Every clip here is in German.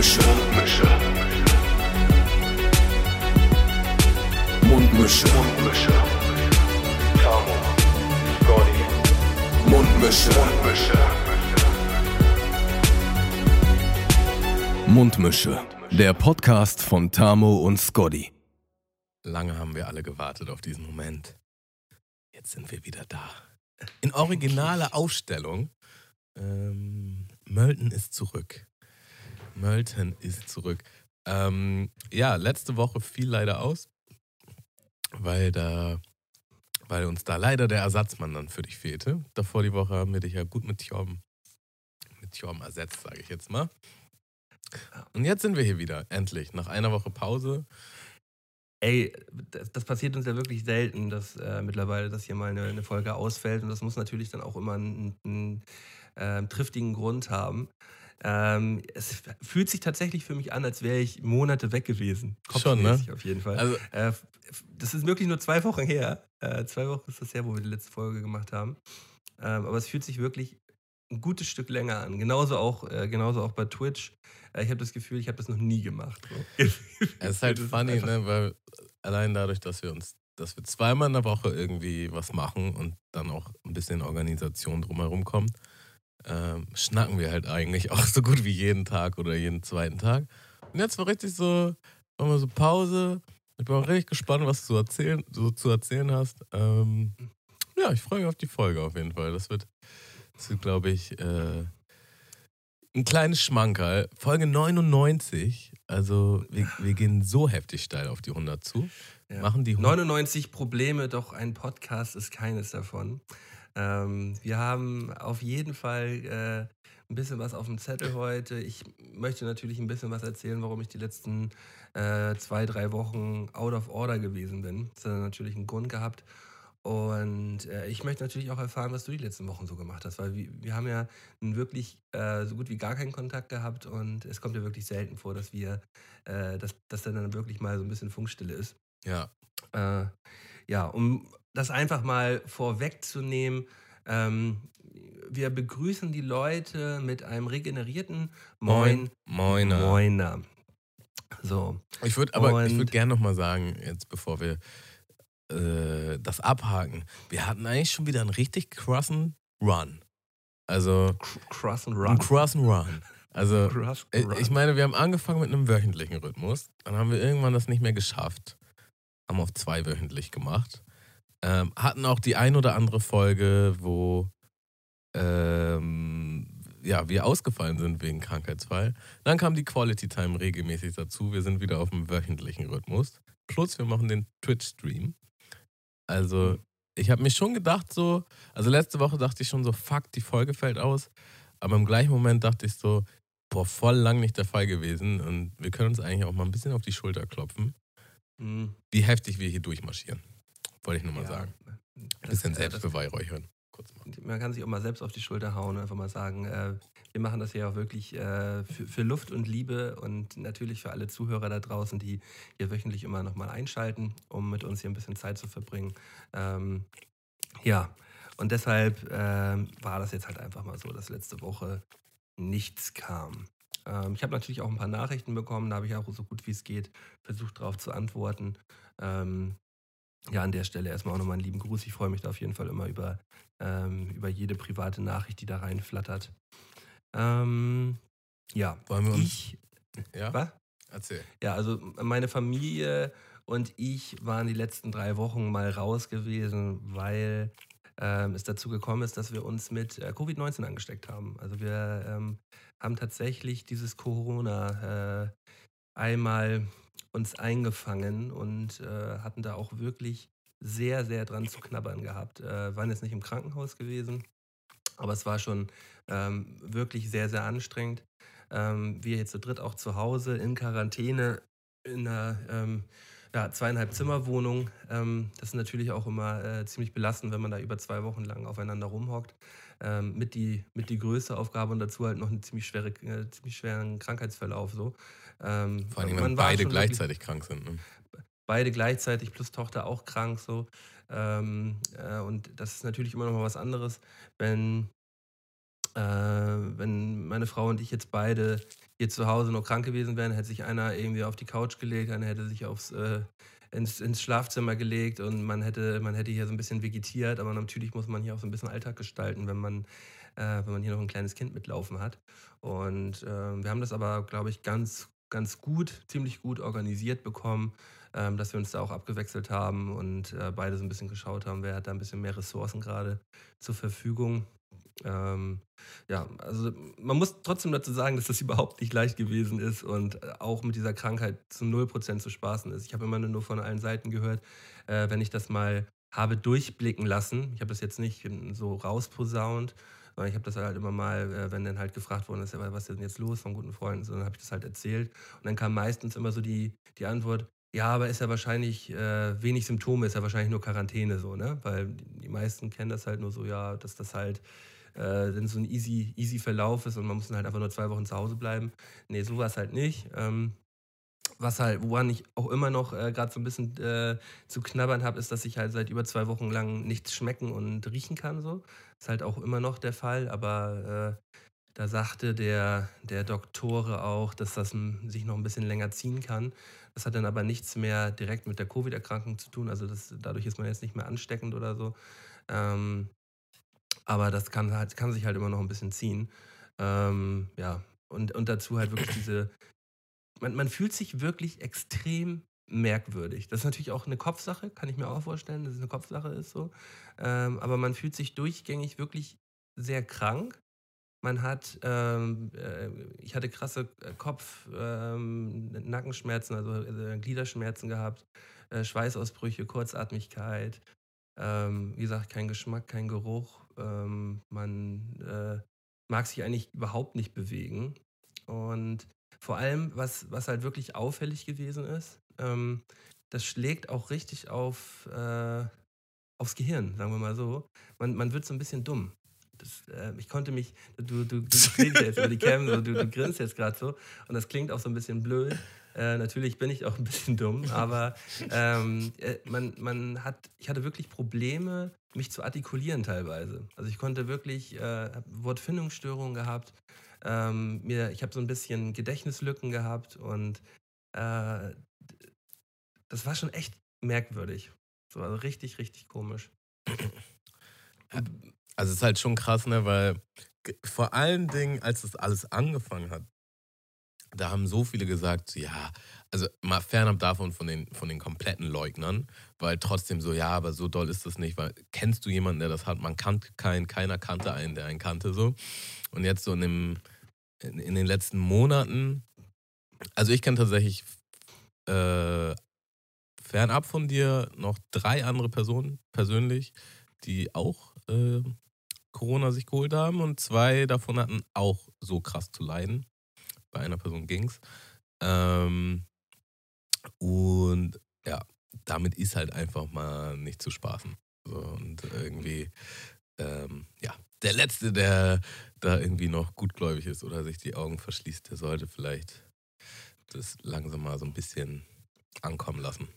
Mundmische. Tamo, Scotty. Mundmische. Der Podcast von Tamo und Scotty. Lange haben wir alle gewartet auf diesen Moment. Jetzt sind wir wieder da. In originaler Aufstellung. Mölten ist zurück. Letzte Woche fiel leider aus, weil uns da leider der Ersatzmann dann für dich fehlte. Davor die Woche haben wir dich ja gut mit Tjorm ersetzt, sage ich jetzt mal. Und jetzt sind wir hier wieder, endlich, nach einer Woche Pause. Ey, das passiert uns ja wirklich selten, dass mittlerweile dass hier mal eine Folge ausfällt. Und das muss natürlich dann auch immer einen triftigen Grund haben. Es fühlt sich tatsächlich für mich an, als wäre ich Monate weg gewesen. Schon, ne? Auf jeden Fall. Also, das ist wirklich nur 2 Wochen her. 2 Wochen ist das her, wo wir die letzte Folge gemacht haben. Aber es fühlt sich wirklich ein gutes Stück länger an. Genauso auch bei Twitch. Ich habe das Gefühl, ich habe das noch nie gemacht. So. Es ist halt funny, ne? Weil allein dadurch, dass wir zweimal in der Woche irgendwie was machen und dann auch ein bisschen Organisation drumherum kommt, schnacken wir halt eigentlich auch so gut wie jeden Tag oder jeden zweiten Tag. Und jetzt war richtig so, machen wir so Pause. Ich bin auch richtig gespannt, was du zu erzählen hast. Ja, ich freue mich auf die Folge auf jeden Fall. Das wird glaube ich, ein kleines Schmankerl. Folge 99. Also wir gehen so heftig steil auf die 100 zu. Ja. Machen die 99 Probleme, doch ein Podcast ist keines davon. Wir haben auf jeden Fall ein bisschen was auf dem Zettel heute. Ich möchte natürlich ein bisschen was erzählen, warum ich die letzten 2-3 Wochen out of order gewesen bin. Das hat natürlich einen Grund gehabt. Und ich möchte natürlich auch erfahren, was du die letzten Wochen so gemacht hast, weil wir haben ja wirklich so gut wie gar keinen Kontakt gehabt und es kommt ja wirklich selten vor, dass dass dann wirklich mal so ein bisschen Funkstille ist. Ja. Um das einfach mal vorwegzunehmen, wir begrüßen die Leute mit einem regenerierten Moiner. So. Ich würde gerne nochmal sagen, jetzt bevor wir das abhaken, wir hatten eigentlich schon wieder einen richtig krassen Run. Also Cross and Run. Also ich meine, wir haben angefangen mit einem wöchentlichen Rhythmus, dann haben wir irgendwann das nicht mehr geschafft, haben auf 2 wöchentlich gemacht, hatten auch die ein oder andere Folge, wo wir ausgefallen sind wegen Krankheitsfall. Dann kam die Quality Time regelmäßig dazu, wir sind wieder auf dem wöchentlichen Rhythmus. Plus wir machen den Twitch-Stream. Also, ich habe mir schon gedacht also letzte Woche dachte ich schon so, fuck, die Folge fällt aus. Aber im gleichen Moment dachte ich so, voll lang nicht der Fall gewesen. Und wir können uns eigentlich auch mal ein bisschen auf die Schulter klopfen, wie heftig wir hier durchmarschieren. Wollte ich nur mal sagen. Ein bisschen Selbstbeweihräuchern. Man kann sich auch mal selbst auf die Schulter hauen und einfach mal sagen, wir machen das ja auch wirklich für Luft und Liebe und natürlich für alle Zuhörer da draußen, die hier wöchentlich immer nochmal einschalten, um mit uns hier ein bisschen Zeit zu verbringen. Und deshalb war das jetzt halt einfach mal so, dass letzte Woche nichts kam. Ich habe natürlich auch ein paar Nachrichten bekommen, da habe ich auch so gut wie es geht versucht darauf zu antworten. An der Stelle erstmal auch nochmal einen lieben Gruß. Ich freue mich da auf jeden Fall immer über jede private Nachricht, die da reinflattert. Wollen wir uns... Ja? Was? Erzähl. Ja, also meine Familie und ich waren die letzten 3 Wochen mal raus gewesen, weil es dazu gekommen ist, dass wir uns mit Covid-19 angesteckt haben. Also wir haben tatsächlich dieses Corona einmal uns eingefangen und hatten da auch wirklich sehr, sehr dran zu knabbern gehabt. Waren jetzt nicht im Krankenhaus gewesen, aber es war schon wirklich sehr, sehr anstrengend. Wir jetzt zu dritt auch zu Hause in Quarantäne in einer 2,5-Zimmer-Wohnung. Das ist natürlich auch immer ziemlich belastend, wenn man da über 2 Wochen lang aufeinander rumhockt. Mit die größte Aufgabe und dazu halt noch einen ziemlich schweren Krankheitsverlauf. So. Vor allem, wenn beide gleichzeitig krank sind. Ne? Beide gleichzeitig plus Tochter auch krank. So. Und das ist natürlich immer noch mal was anderes, wenn meine Frau und ich jetzt beide hier zu Hause noch krank gewesen wären, hätte sich einer irgendwie auf die Couch gelegt, einer hätte sich ins Schlafzimmer gelegt und man hätte hier so ein bisschen vegetiert, aber natürlich muss man hier auch so ein bisschen Alltag gestalten, wenn man hier noch ein kleines Kind mitlaufen hat. Und wir haben das aber, glaube ich, ganz, ganz gut, ziemlich gut organisiert bekommen, dass wir uns da auch abgewechselt haben und beide so ein bisschen geschaut haben, wer hat da ein bisschen mehr Ressourcen gerade zur Verfügung. Ähm, ja, also man muss trotzdem dazu sagen, dass das überhaupt nicht leicht gewesen ist und auch mit dieser Krankheit zu 0% zu spaßen ist. Ich habe immer nur von allen Seiten gehört, wenn ich das mal habe durchblicken lassen. Ich habe das jetzt nicht so rausposaunt, sondern ich habe das halt immer mal, wenn dann halt gefragt worden ist, ja, was ist denn jetzt los von guten Freunden, so, dann habe ich das halt erzählt. Und dann kam meistens immer so die Antwort, ja, aber ist ja wahrscheinlich wenig Symptome, ist ja wahrscheinlich nur Quarantäne so, ne? Weil die meisten kennen das halt nur so, ja, dass das halt dann so ein easy Verlauf ist und man muss dann halt einfach nur 2 Wochen zu Hause bleiben. Nee, so war es halt nicht. Woran ich auch immer noch gerade so ein bisschen zu knabbern habe, ist, dass ich halt seit über 2 Wochen lang nichts schmecken und riechen kann. So. Ist halt auch immer noch der Fall, aber da sagte der Doktore auch, dass das sich noch ein bisschen länger ziehen kann. Das hat dann aber nichts mehr direkt mit der Covid-Erkrankung zu tun. Also dadurch ist man jetzt nicht mehr ansteckend oder so. Ähm, aber das kann sich halt immer noch ein bisschen ziehen. Ja, und dazu halt wirklich man fühlt sich wirklich extrem merkwürdig. Das ist natürlich auch eine Kopfsache, kann ich mir auch vorstellen, dass es eine Kopfsache ist so. Aber man fühlt sich durchgängig wirklich sehr krank. Ich hatte krasse Nackenschmerzen, also Gliederschmerzen gehabt, Schweißausbrüche, Kurzatmigkeit, wie gesagt, kein Geschmack, kein Geruch. Man mag sich eigentlich überhaupt nicht bewegen. Und vor allem, was halt wirklich auffällig gewesen ist, das schlägt auch richtig aufs Gehirn, sagen wir mal so. Man wird so ein bisschen dumm. Ich konnte mich, du redest ja jetzt über die Cam, so, du grinst jetzt gerade so und das klingt auch so ein bisschen blöd. Natürlich bin ich auch ein bisschen dumm, aber ich hatte wirklich Probleme, mich zu artikulieren teilweise. Also ich konnte wirklich, hab Wortfindungsstörungen gehabt, ich habe so ein bisschen Gedächtnislücken gehabt und äh, das war schon echt merkwürdig. So, also richtig, richtig komisch. Und Also es ist halt schon krass, ne, weil vor allen Dingen, als das alles angefangen hat, da haben so viele gesagt, so, ja, also mal fernab davon von den kompletten Leugnern, weil trotzdem so, ja, aber so doll ist das nicht, weil kennst du jemanden, der das hat? Man kannte keiner kannte einen, der einen kannte so. Und jetzt so in den letzten Monaten, also ich kenne tatsächlich äh, fernab von dir noch 3 andere Personen persönlich, die auch Corona sich geholt haben und 2 davon hatten auch so krass zu leiden. Bei einer Person ging's. Ähm, und ja, damit ist halt einfach mal nicht zu spaßen. So, und irgendwie, ja, der Letzte, der da irgendwie noch gutgläubig ist oder sich die Augen verschließt, der sollte vielleicht das langsam mal so ein bisschen ankommen lassen.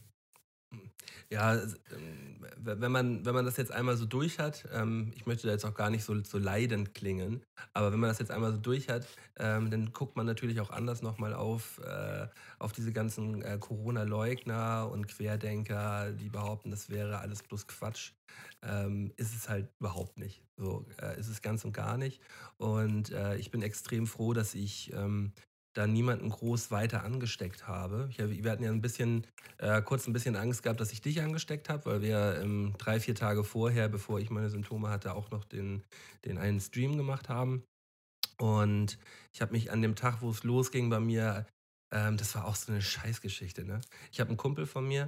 Ja, wenn man das jetzt einmal so durch hat, ich möchte da jetzt auch gar nicht so leidend klingen, aber wenn man das jetzt einmal so durch hat, dann guckt man natürlich auch anders nochmal auf diese ganzen Corona-Leugner und Querdenker, die behaupten, das wäre alles bloß Quatsch. Ist es halt überhaupt nicht. So ist es ganz und gar nicht. Und ich bin extrem froh, dass ich da niemanden groß weiter angesteckt habe. Wir hatten ja kurz ein bisschen Angst gehabt, dass ich dich angesteckt habe, weil wir 3, 4 Tage vorher, bevor ich meine Symptome hatte, auch noch den einen Stream gemacht haben. Und ich habe mich an dem Tag, wo es losging bei mir, das war auch so eine Scheißgeschichte, ne? Ich habe einen Kumpel von mir,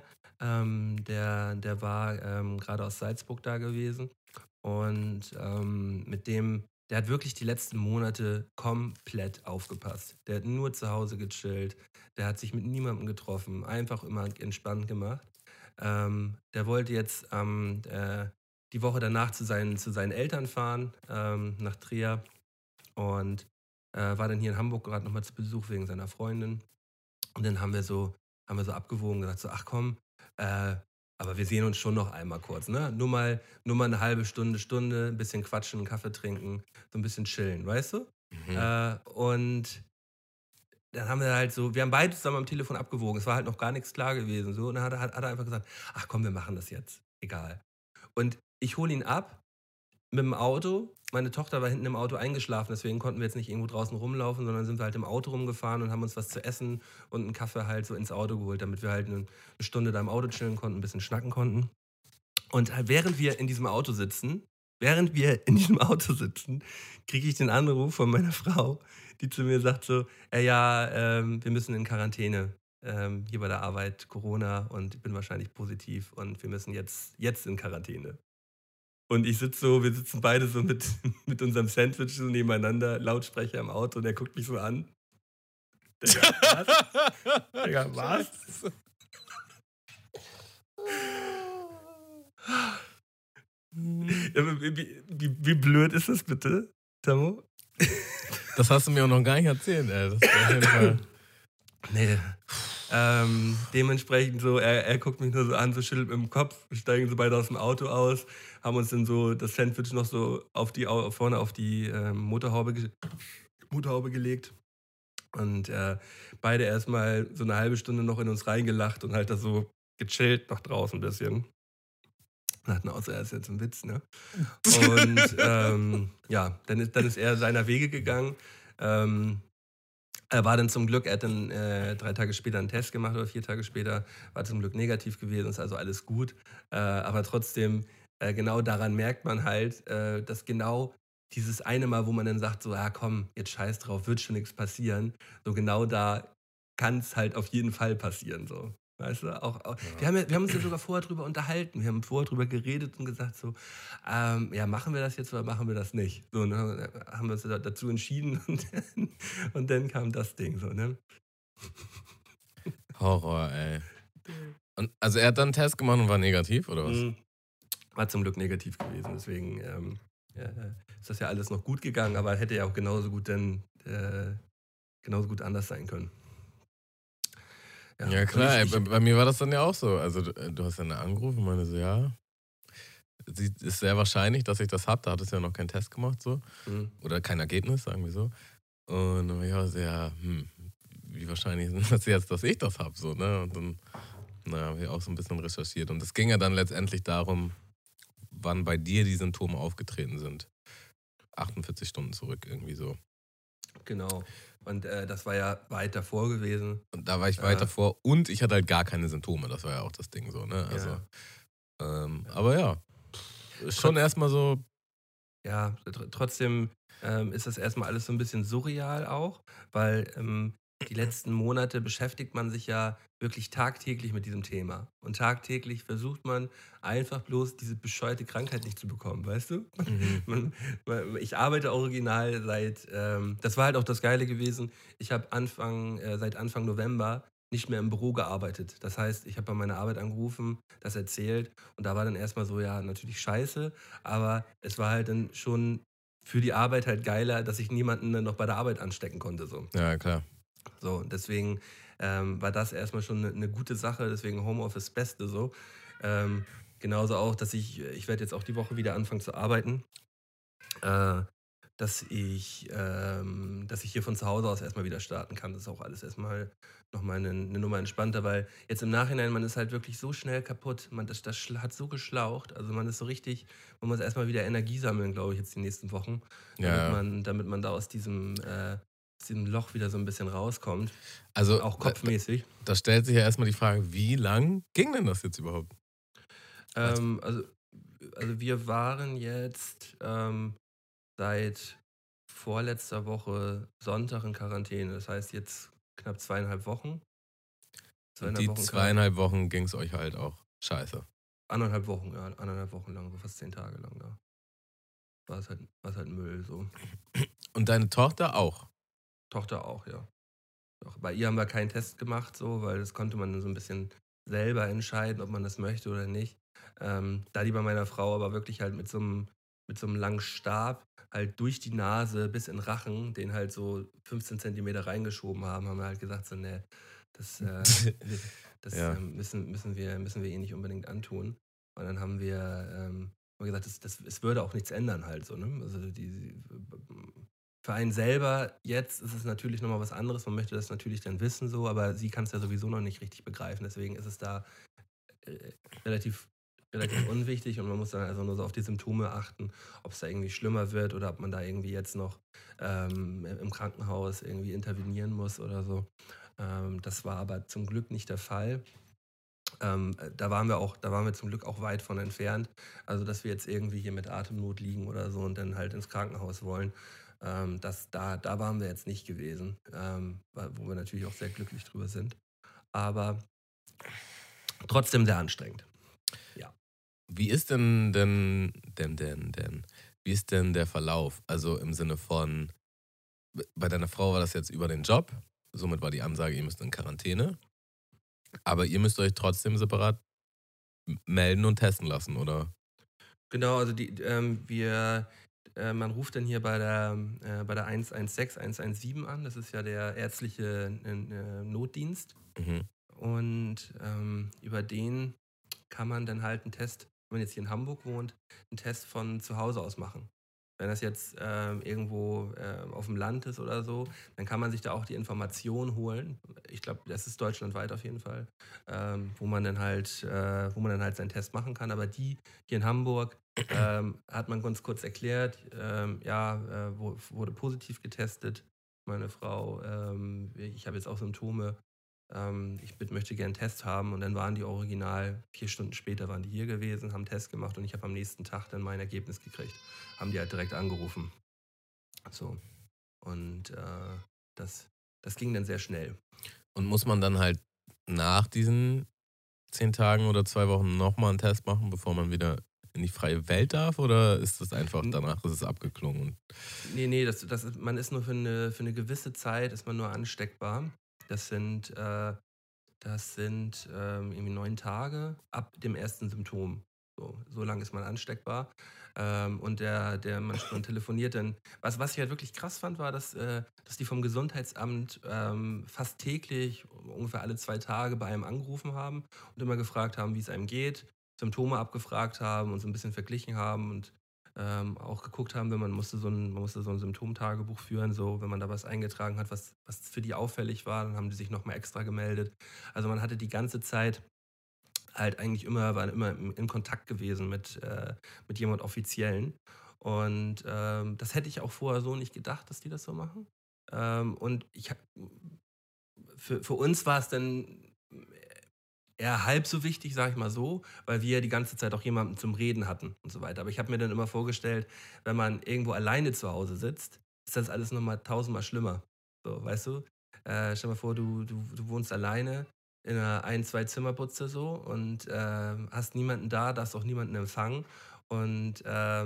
der war gerade aus Salzburg da gewesen und der hat wirklich die letzten Monate komplett aufgepasst. Der hat nur zu Hause gechillt, der hat sich mit niemandem getroffen, einfach immer entspannt gemacht. Der wollte jetzt die Woche danach zu seinen Eltern fahren, nach Trier und war dann hier in Hamburg gerade nochmal zu Besuch wegen seiner Freundin. Und dann haben wir so abgewogen und gesagt, so, ach komm, äh, aber wir sehen uns schon noch einmal kurz, ne? Nur mal eine halbe Stunde, ein bisschen quatschen, einen Kaffee trinken, so ein bisschen chillen, weißt du? Mhm. Und dann haben wir halt so, wir haben beide zusammen am Telefon abgewogen. Es war halt noch gar nichts klar gewesen. So. Und dann hat er einfach gesagt, ach komm, wir machen das jetzt. Egal. Und ich hole ihn ab mit dem Auto. Meine Tochter war hinten im Auto eingeschlafen, deswegen konnten wir jetzt nicht irgendwo draußen rumlaufen, sondern sind wir halt im Auto rumgefahren und haben uns was zu essen und einen Kaffee halt so ins Auto geholt, damit wir halt eine Stunde da im Auto chillen konnten, ein bisschen schnacken konnten. Und halt während wir in diesem Auto sitzen, kriege ich den Anruf von meiner Frau, die zu mir sagt so, wir müssen in Quarantäne. Hier bei der Arbeit Corona und ich bin wahrscheinlich positiv und wir müssen jetzt in Quarantäne. Und wir sitzen beide so mit, mit unserem Sandwich so nebeneinander, Lautsprecher im Auto und er guckt mich so an. Digga, was? Digga, was? Ja, wie blöd ist das bitte, Tamo? Das hast du mir auch noch gar nicht erzählt, ey. Das ist auf jeden Fall. Nee. Dementsprechend so, er guckt mich nur so an, so schüttelt mit dem Kopf, wir steigen so beide aus dem Auto aus, haben uns dann so das Sandwich noch so vorne auf die Motorhaube gelegt und beide erstmal so eine halbe Stunde noch in uns reingelacht und halt da so gechillt noch draußen ein bisschen. Und hatten außer er ist jetzt ein Witz, ne? Und dann ist er seiner Wege gegangen. Er war dann zum Glück, er hat dann 3 Tage später einen Test gemacht oder 4 Tage später, war zum Glück negativ gewesen, ist also alles gut. Aber trotzdem, genau daran merkt man halt, dass genau dieses eine Mal, wo man dann sagt, so, ja komm, jetzt scheiß drauf, wird schon nichts passieren, so genau da kann es halt auf jeden Fall passieren, so. Weißt du, wir haben uns ja sogar vorher drüber unterhalten, wir haben vorher drüber geredet und gesagt so, machen wir das jetzt oder machen wir das nicht? So, ne, haben wir uns dazu entschieden und dann kam das Ding so, ne? Horror, ey. Und, also er hat dann einen Test gemacht und war negativ, oder was? War zum Glück negativ gewesen, deswegen ist das ja alles noch gut gegangen, aber hätte ja auch genauso gut anders sein können. Ja klar, bei mir war das dann ja auch so. Also du hast ja eine angerufen und meine so, ja, ist sehr wahrscheinlich, dass ich das habe. Da hattest du ja noch keinen Test gemacht, so. Oder kein Ergebnis, sagen wir so. Und dann war ich auch so, ja, wie wahrscheinlich ist das jetzt, dass ich das habe, so, ne? Und dann, habe ich auch so ein bisschen recherchiert. Und es ging ja dann letztendlich darum, wann bei dir die Symptome aufgetreten sind. 48 Stunden zurück, irgendwie so. Genau. Und das war ja weit davor gewesen. Und da war ich weit davor und ich hatte halt gar keine Symptome. Das war ja auch das Ding so, ne? Also, aber ja, schon erstmal so. Ja, trotzdem ist das erstmal alles so ein bisschen surreal auch, weil die letzten Monate beschäftigt man sich ja wirklich tagtäglich mit diesem Thema. Und tagtäglich versucht man einfach bloß diese bescheuerte Krankheit nicht zu bekommen, weißt du? Ich arbeite original das war halt auch das Geile gewesen, ich habe seit Anfang November nicht mehr im Büro gearbeitet. Das heißt, ich habe bei meiner Arbeit angerufen, das erzählt und da war dann erstmal so, ja, natürlich scheiße, aber es war halt dann schon für die Arbeit halt geiler, dass ich niemanden dann noch bei der Arbeit anstecken konnte. So. Ja, klar. So, deswegen war das erstmal schon eine gute Sache, deswegen Homeoffice Beste so. Genauso auch, dass ich werde jetzt auch die Woche wieder anfangen zu arbeiten. Dass ich hier von zu Hause aus erstmal wieder starten kann. Das ist auch alles erstmal nochmal eine Nummer entspannter, weil jetzt im Nachhinein, man ist halt wirklich so schnell kaputt. Das hat so geschlaucht. Also man ist so richtig, man muss erstmal wieder Energie sammeln, glaube ich, jetzt die nächsten Wochen, damit man da aus diesem Loch wieder so ein bisschen rauskommt. Also auch kopfmäßig. Da stellt sich ja erstmal die Frage, wie lang ging denn das jetzt überhaupt? Also wir waren jetzt seit vorletzter Woche Sonntag in Quarantäne. Das heißt jetzt knapp 2,5 Wochen. Und die 2,5 Wochen ging es euch halt auch scheiße. 1,5 Wochen, ja. 1,5 Wochen lang, so fast 10 Tage lang, ja. War es halt Müll, so. Und deine Tochter auch? Tochter auch, ja. Doch, bei ihr haben wir keinen Test gemacht, so, weil das konnte man so ein bisschen selber entscheiden, ob man das möchte oder nicht. Da die bei meiner Frau aber wirklich halt mit so einem langen Stab halt durch die Nase bis in den Rachen, den halt so 15 Zentimeter reingeschoben haben wir halt gesagt, so, ne, das müssen wir eh nicht unbedingt antun. Und dann haben wir gesagt, es würde auch nichts ändern halt so, ne? Also für einen selber jetzt ist es natürlich nochmal was anderes. Man möchte das natürlich dann wissen, so, aber sie kann es ja sowieso noch nicht richtig begreifen. Deswegen ist es da äh, relativ, relativ unwichtig und man muss dann also nur so auf die Symptome achten, ob es da irgendwie schlimmer wird oder ob man da irgendwie jetzt noch im Krankenhaus irgendwie intervenieren muss oder so. Das war aber zum Glück nicht der Fall. Da waren wir zum Glück auch weit von entfernt. Also, dass wir jetzt irgendwie hier mit Atemnot liegen oder so und dann halt ins Krankenhaus wollen. Da waren wir jetzt nicht gewesen, wo wir natürlich auch sehr glücklich drüber sind. Aber trotzdem sehr anstrengend. Ja. Wie ist wie ist denn der Verlauf? Also im Sinne von, bei deiner Frau war das jetzt über den Job, somit war die Ansage, ihr müsst in Quarantäne, aber ihr müsst euch trotzdem separat melden und testen lassen, oder? Genau, also man ruft dann hier bei der 116, 117 an. Das ist ja der ärztliche Notdienst. Mhm. Und über den kann man dann halt einen Test, wenn man jetzt hier in Hamburg wohnt, einen Test von zu Hause aus machen. Wenn das jetzt irgendwo auf dem Land ist oder so, dann kann man sich da auch die Information holen. Ich glaube, das ist deutschlandweit auf jeden Fall, wo man dann halt seinen Test machen kann. Aber die hier in Hamburg hat man ganz kurz erklärt, wurde positiv getestet. Meine Frau, ich habe jetzt auch Symptome, möchte gerne einen Test haben und dann waren die original, 4 Stunden später waren die hier gewesen, haben einen Test gemacht und ich habe am nächsten Tag dann mein Ergebnis gekriegt. Haben die halt direkt angerufen. So. Und das ging dann sehr schnell. Und muss man dann halt nach diesen 10 Tagen oder 2 Wochen nochmal einen Test machen, bevor man wieder in die freie Welt darf? Oder ist das einfach danach, ist es abgeklungen? Nee, man ist nur für eine gewisse Zeit ist man nur ansteckbar. Das sind irgendwie 9 Tage ab dem ersten Symptom. So lange ist man ansteckbar. Und man telefoniert dann. Was ich halt wirklich krass fand, war, dass die vom Gesundheitsamt fast täglich, ungefähr alle 2 Tage bei einem angerufen haben und immer gefragt haben, wie es einem geht, Symptome abgefragt haben und so ein bisschen verglichen haben und auch geguckt haben, man musste so ein Symptomtagebuch führen, so wenn man da was eingetragen hat, was für die auffällig war, dann haben die sich nochmal extra gemeldet. Also man hatte die ganze Zeit halt eigentlich war immer in Kontakt gewesen mit jemand Offiziellen. Und das hätte ich auch vorher so nicht gedacht, dass die das so machen. Und für uns war es dann eher halb so wichtig, sage ich mal so, weil wir ja die ganze Zeit auch jemanden zum Reden hatten und so weiter. Aber ich habe mir dann immer vorgestellt, wenn man irgendwo alleine zu Hause sitzt, ist das alles nochmal tausendmal schlimmer. So, weißt du? Stell dir mal vor, du wohnst alleine in einer 1-2-Zimmerbutze so und hast niemanden da, darfst auch niemanden empfangen. Und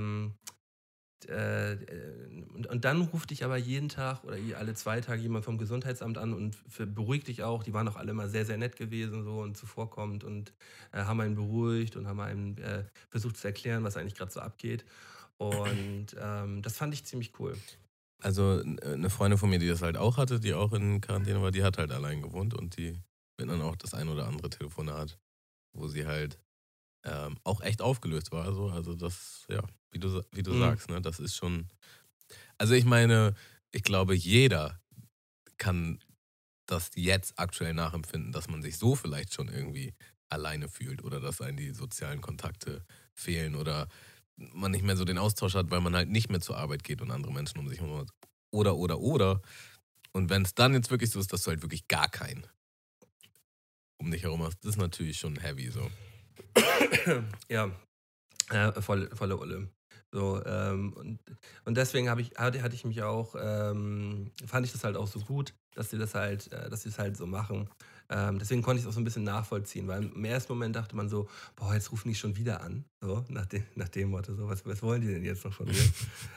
und dann ruft dich aber jeden Tag oder alle 2 Tage jemand vom Gesundheitsamt an und beruhigt dich auch. Die waren auch alle immer sehr, sehr nett gewesen so und zuvorkommend und haben einen beruhigt und haben einem versucht zu erklären, was eigentlich gerade so abgeht. Und das fand ich ziemlich cool. Also eine Freundin von mir, die das halt auch hatte, die auch in Quarantäne war, die hat halt allein gewohnt und die mit dann auch das ein oder andere Telefonat, wo sie halt auch echt aufgelöst war. Also das, ja, wie du sagst, ne, das ist schon. Also ich meine, ich glaube, jeder kann das jetzt aktuell nachempfinden, dass man sich so vielleicht schon irgendwie alleine fühlt oder dass einem die sozialen Kontakte fehlen oder man nicht mehr so den Austausch hat, weil man halt nicht mehr zur Arbeit geht und andere Menschen um sich herum hat. Oder. Und wenn es dann jetzt wirklich so ist, dass du halt wirklich gar keinen um dich herum hast, das ist natürlich schon heavy so. Ja, volle Ulle. So, und deswegen hatte ich mich auch, fand ich das halt auch so gut, dass sie es halt so machen. Deswegen konnte ich es auch so ein bisschen nachvollziehen, weil im ersten Moment dachte man so, boah, jetzt rufen die schon wieder an. So, nach dem Motto, so, was wollen die denn jetzt noch von mir?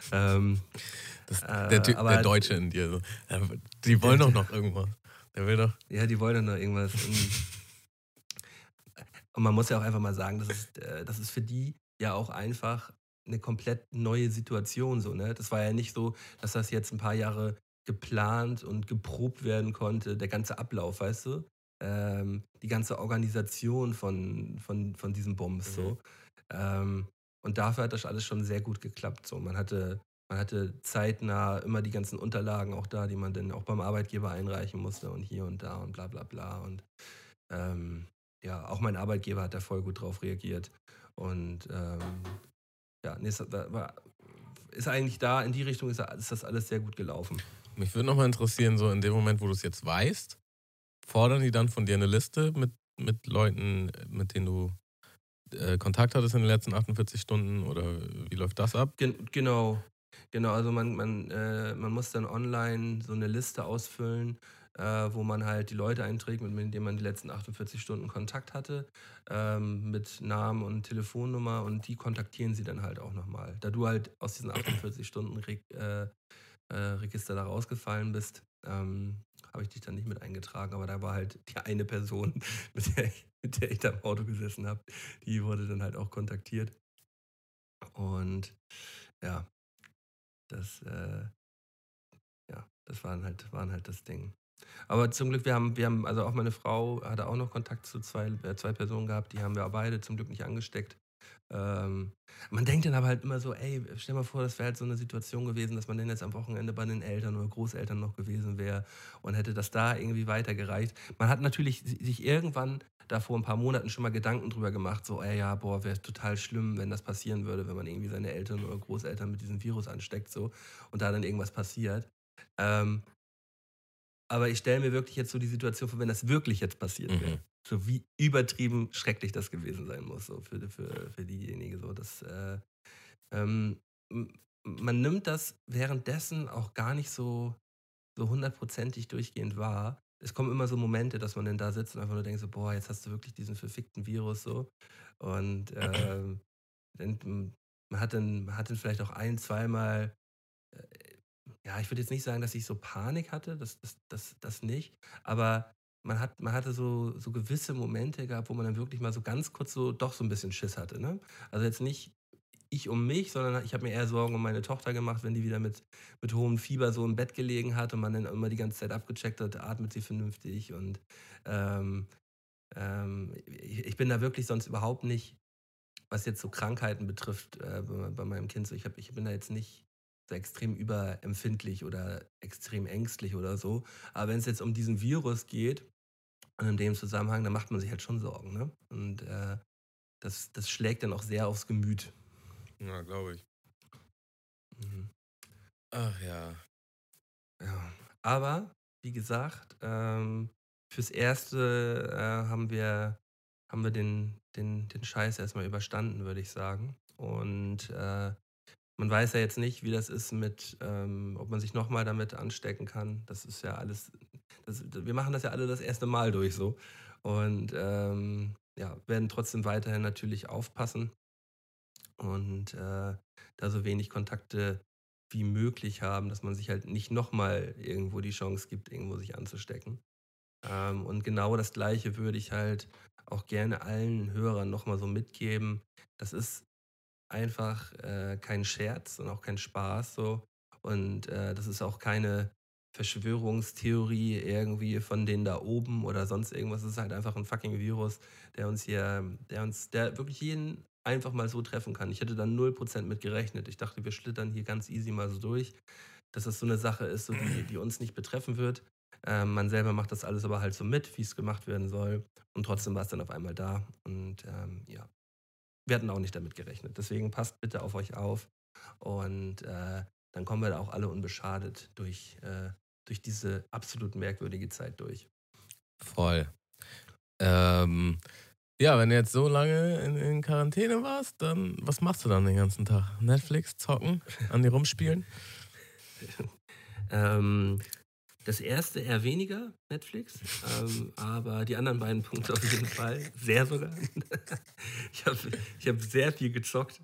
Der Deutsche in dir. So. Die wollen doch noch irgendwas. Der will doch. Ja, die wollen doch noch irgendwas. Und man muss ja auch einfach mal sagen, das ist für die ja auch einfach eine komplett neue Situation so, ne? Das war ja nicht so, dass das jetzt ein paar Jahre geplant und geprobt werden konnte, der ganze Ablauf, weißt du? Die ganze Organisation von diesem Bums so. Und dafür hat das alles schon sehr gut geklappt so. Man hatte Man hatte zeitnah immer die ganzen Unterlagen auch da, die man dann auch beim Arbeitgeber einreichen musste und hier und da und bla bla bla. Und ja, auch mein Arbeitgeber hat da voll gut drauf reagiert. Und ja, nee, ist eigentlich da, in die Richtung ist das alles sehr gut gelaufen. Mich würde nochmal interessieren, so in dem Moment, wo du es jetzt weißt, fordern die dann von dir eine Liste mit Leuten, mit denen du Kontakt hattest in den letzten 48 Stunden oder wie läuft das ab? Genau. Also man muss dann online so eine Liste ausfüllen, wo man halt die Leute einträgt, mit denen man die letzten 48 Stunden Kontakt hatte, mit Namen und Telefonnummer, und die kontaktieren sie dann halt auch nochmal. Da du halt aus diesen 48 Stunden Register da rausgefallen bist, habe ich dich dann nicht mit eingetragen, aber da war halt die eine Person, mit der ich da im Auto gesessen habe, die wurde dann halt auch kontaktiert. Und ja, das, das waren halt das Ding. Aber zum Glück, also auch meine Frau hatte auch noch Kontakt zu zwei Personen gehabt, die haben wir beide zum Glück nicht angesteckt. Ähm, Man denkt dann aber halt immer so, ey, stell mal vor, das wäre halt so eine Situation gewesen, dass man dann jetzt am Wochenende bei den Eltern oder Großeltern noch gewesen wäre und hätte das da irgendwie weitergereicht. Man hat natürlich sich irgendwann da vor ein paar Monaten schon mal Gedanken drüber gemacht, so, ey, ja, boah, wäre total schlimm, wenn das passieren würde, wenn man irgendwie seine Eltern oder Großeltern mit diesem Virus ansteckt, so, und da dann irgendwas passiert. Ähm, aber ich stelle mir wirklich jetzt so die Situation vor, wenn das wirklich jetzt passiert wäre. Mhm. So wie übertrieben schrecklich das gewesen sein muss, so für diejenige. So, ähm, man nimmt das währenddessen auch gar nicht so hundertprozentig durchgehend wahr. Es kommen immer so Momente, dass man dann da sitzt und einfach nur denkt, so, boah, jetzt hast du wirklich diesen verfickten Virus so. Und dann, man hat dann vielleicht auch ein, zweimal, ja, ich würde jetzt nicht sagen, dass ich so Panik hatte, das nicht, aber man hatte so gewisse Momente gehabt, wo man dann wirklich mal so ganz kurz so doch so ein bisschen Schiss hatte, ne? Also, jetzt nicht ich um mich, sondern ich habe mir eher Sorgen um meine Tochter gemacht, wenn die wieder mit hohem Fieber so im Bett gelegen hat und man dann immer die ganze Zeit abgecheckt hat, atmet sie vernünftig, und ähm, ich bin da wirklich sonst überhaupt nicht, was jetzt so Krankheiten betrifft, bei meinem Kind so. Ich bin da jetzt nicht so extrem überempfindlich oder extrem ängstlich oder so. Aber wenn es jetzt um diesen Virus geht und in dem Zusammenhang, dann macht man sich halt schon Sorgen, ne? Und das schlägt dann auch sehr aufs Gemüt. Ja, glaube ich. Mhm. Ach ja. Ja. Aber wie gesagt, fürs Erste haben wir den Scheiß erstmal überstanden, würde ich sagen. Und man weiß ja jetzt nicht, wie das ist mit, ob man sich nochmal damit anstecken kann. Das ist ja alles, wir machen das ja alle das erste Mal durch so. Und ja, werden trotzdem weiterhin natürlich aufpassen und da so wenig Kontakte wie möglich haben, dass man sich halt nicht nochmal irgendwo die Chance gibt, irgendwo sich anzustecken. Und genau das Gleiche würde ich halt auch gerne allen Hörern nochmal so mitgeben. Das ist einfach kein Scherz und auch kein Spaß so. Und das ist auch keine Verschwörungstheorie irgendwie von denen da oben oder sonst irgendwas. Es ist halt einfach ein fucking Virus, der wirklich jeden einfach mal so treffen kann. Ich hätte da 0% mit gerechnet. Ich dachte, wir schlittern hier ganz easy mal so durch, dass das so eine Sache ist, so die uns nicht betreffen wird. Man selber macht das alles aber halt so mit, wie es gemacht werden soll. Und trotzdem war es dann auf einmal da. Und ja, wir hatten auch nicht damit gerechnet. Deswegen passt bitte auf euch auf. Und dann kommen wir da auch alle unbeschadet durch diese absolut merkwürdige Zeit durch. Voll. Ja, wenn du jetzt so lange in Quarantäne warst, dann was machst du dann den ganzen Tag? Netflix, zocken, an dir rumspielen? Das erste eher weniger, Netflix, aber die anderen beiden Punkte auf jeden Fall, sehr sogar. Ich hab sehr viel gezockt.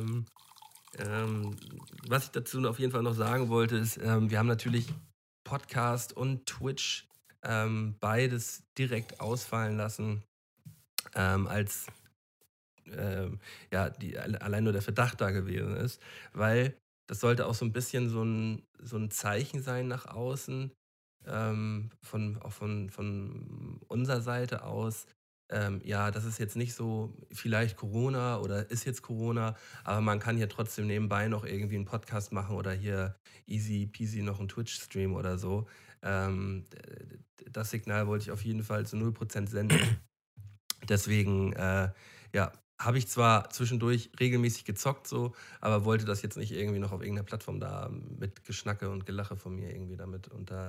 Was ich dazu auf jeden Fall noch sagen wollte, ist, wir haben natürlich Podcast und Twitch beides direkt ausfallen lassen, als ja, allein nur der Verdacht da gewesen ist, weil das sollte auch so ein bisschen so ein Zeichen sein nach außen, auch von unserer Seite aus, ja, das ist jetzt nicht so vielleicht Corona oder ist jetzt Corona, aber man kann hier trotzdem nebenbei noch irgendwie einen Podcast machen oder hier easy peasy noch einen Twitch-Stream oder so. Das Signal wollte ich auf jeden Fall zu 0% senden. Deswegen, ja, habe ich zwar zwischendurch regelmäßig gezockt so, aber wollte das jetzt nicht irgendwie noch auf irgendeiner Plattform da mit Geschnacke und Gelache von mir irgendwie damit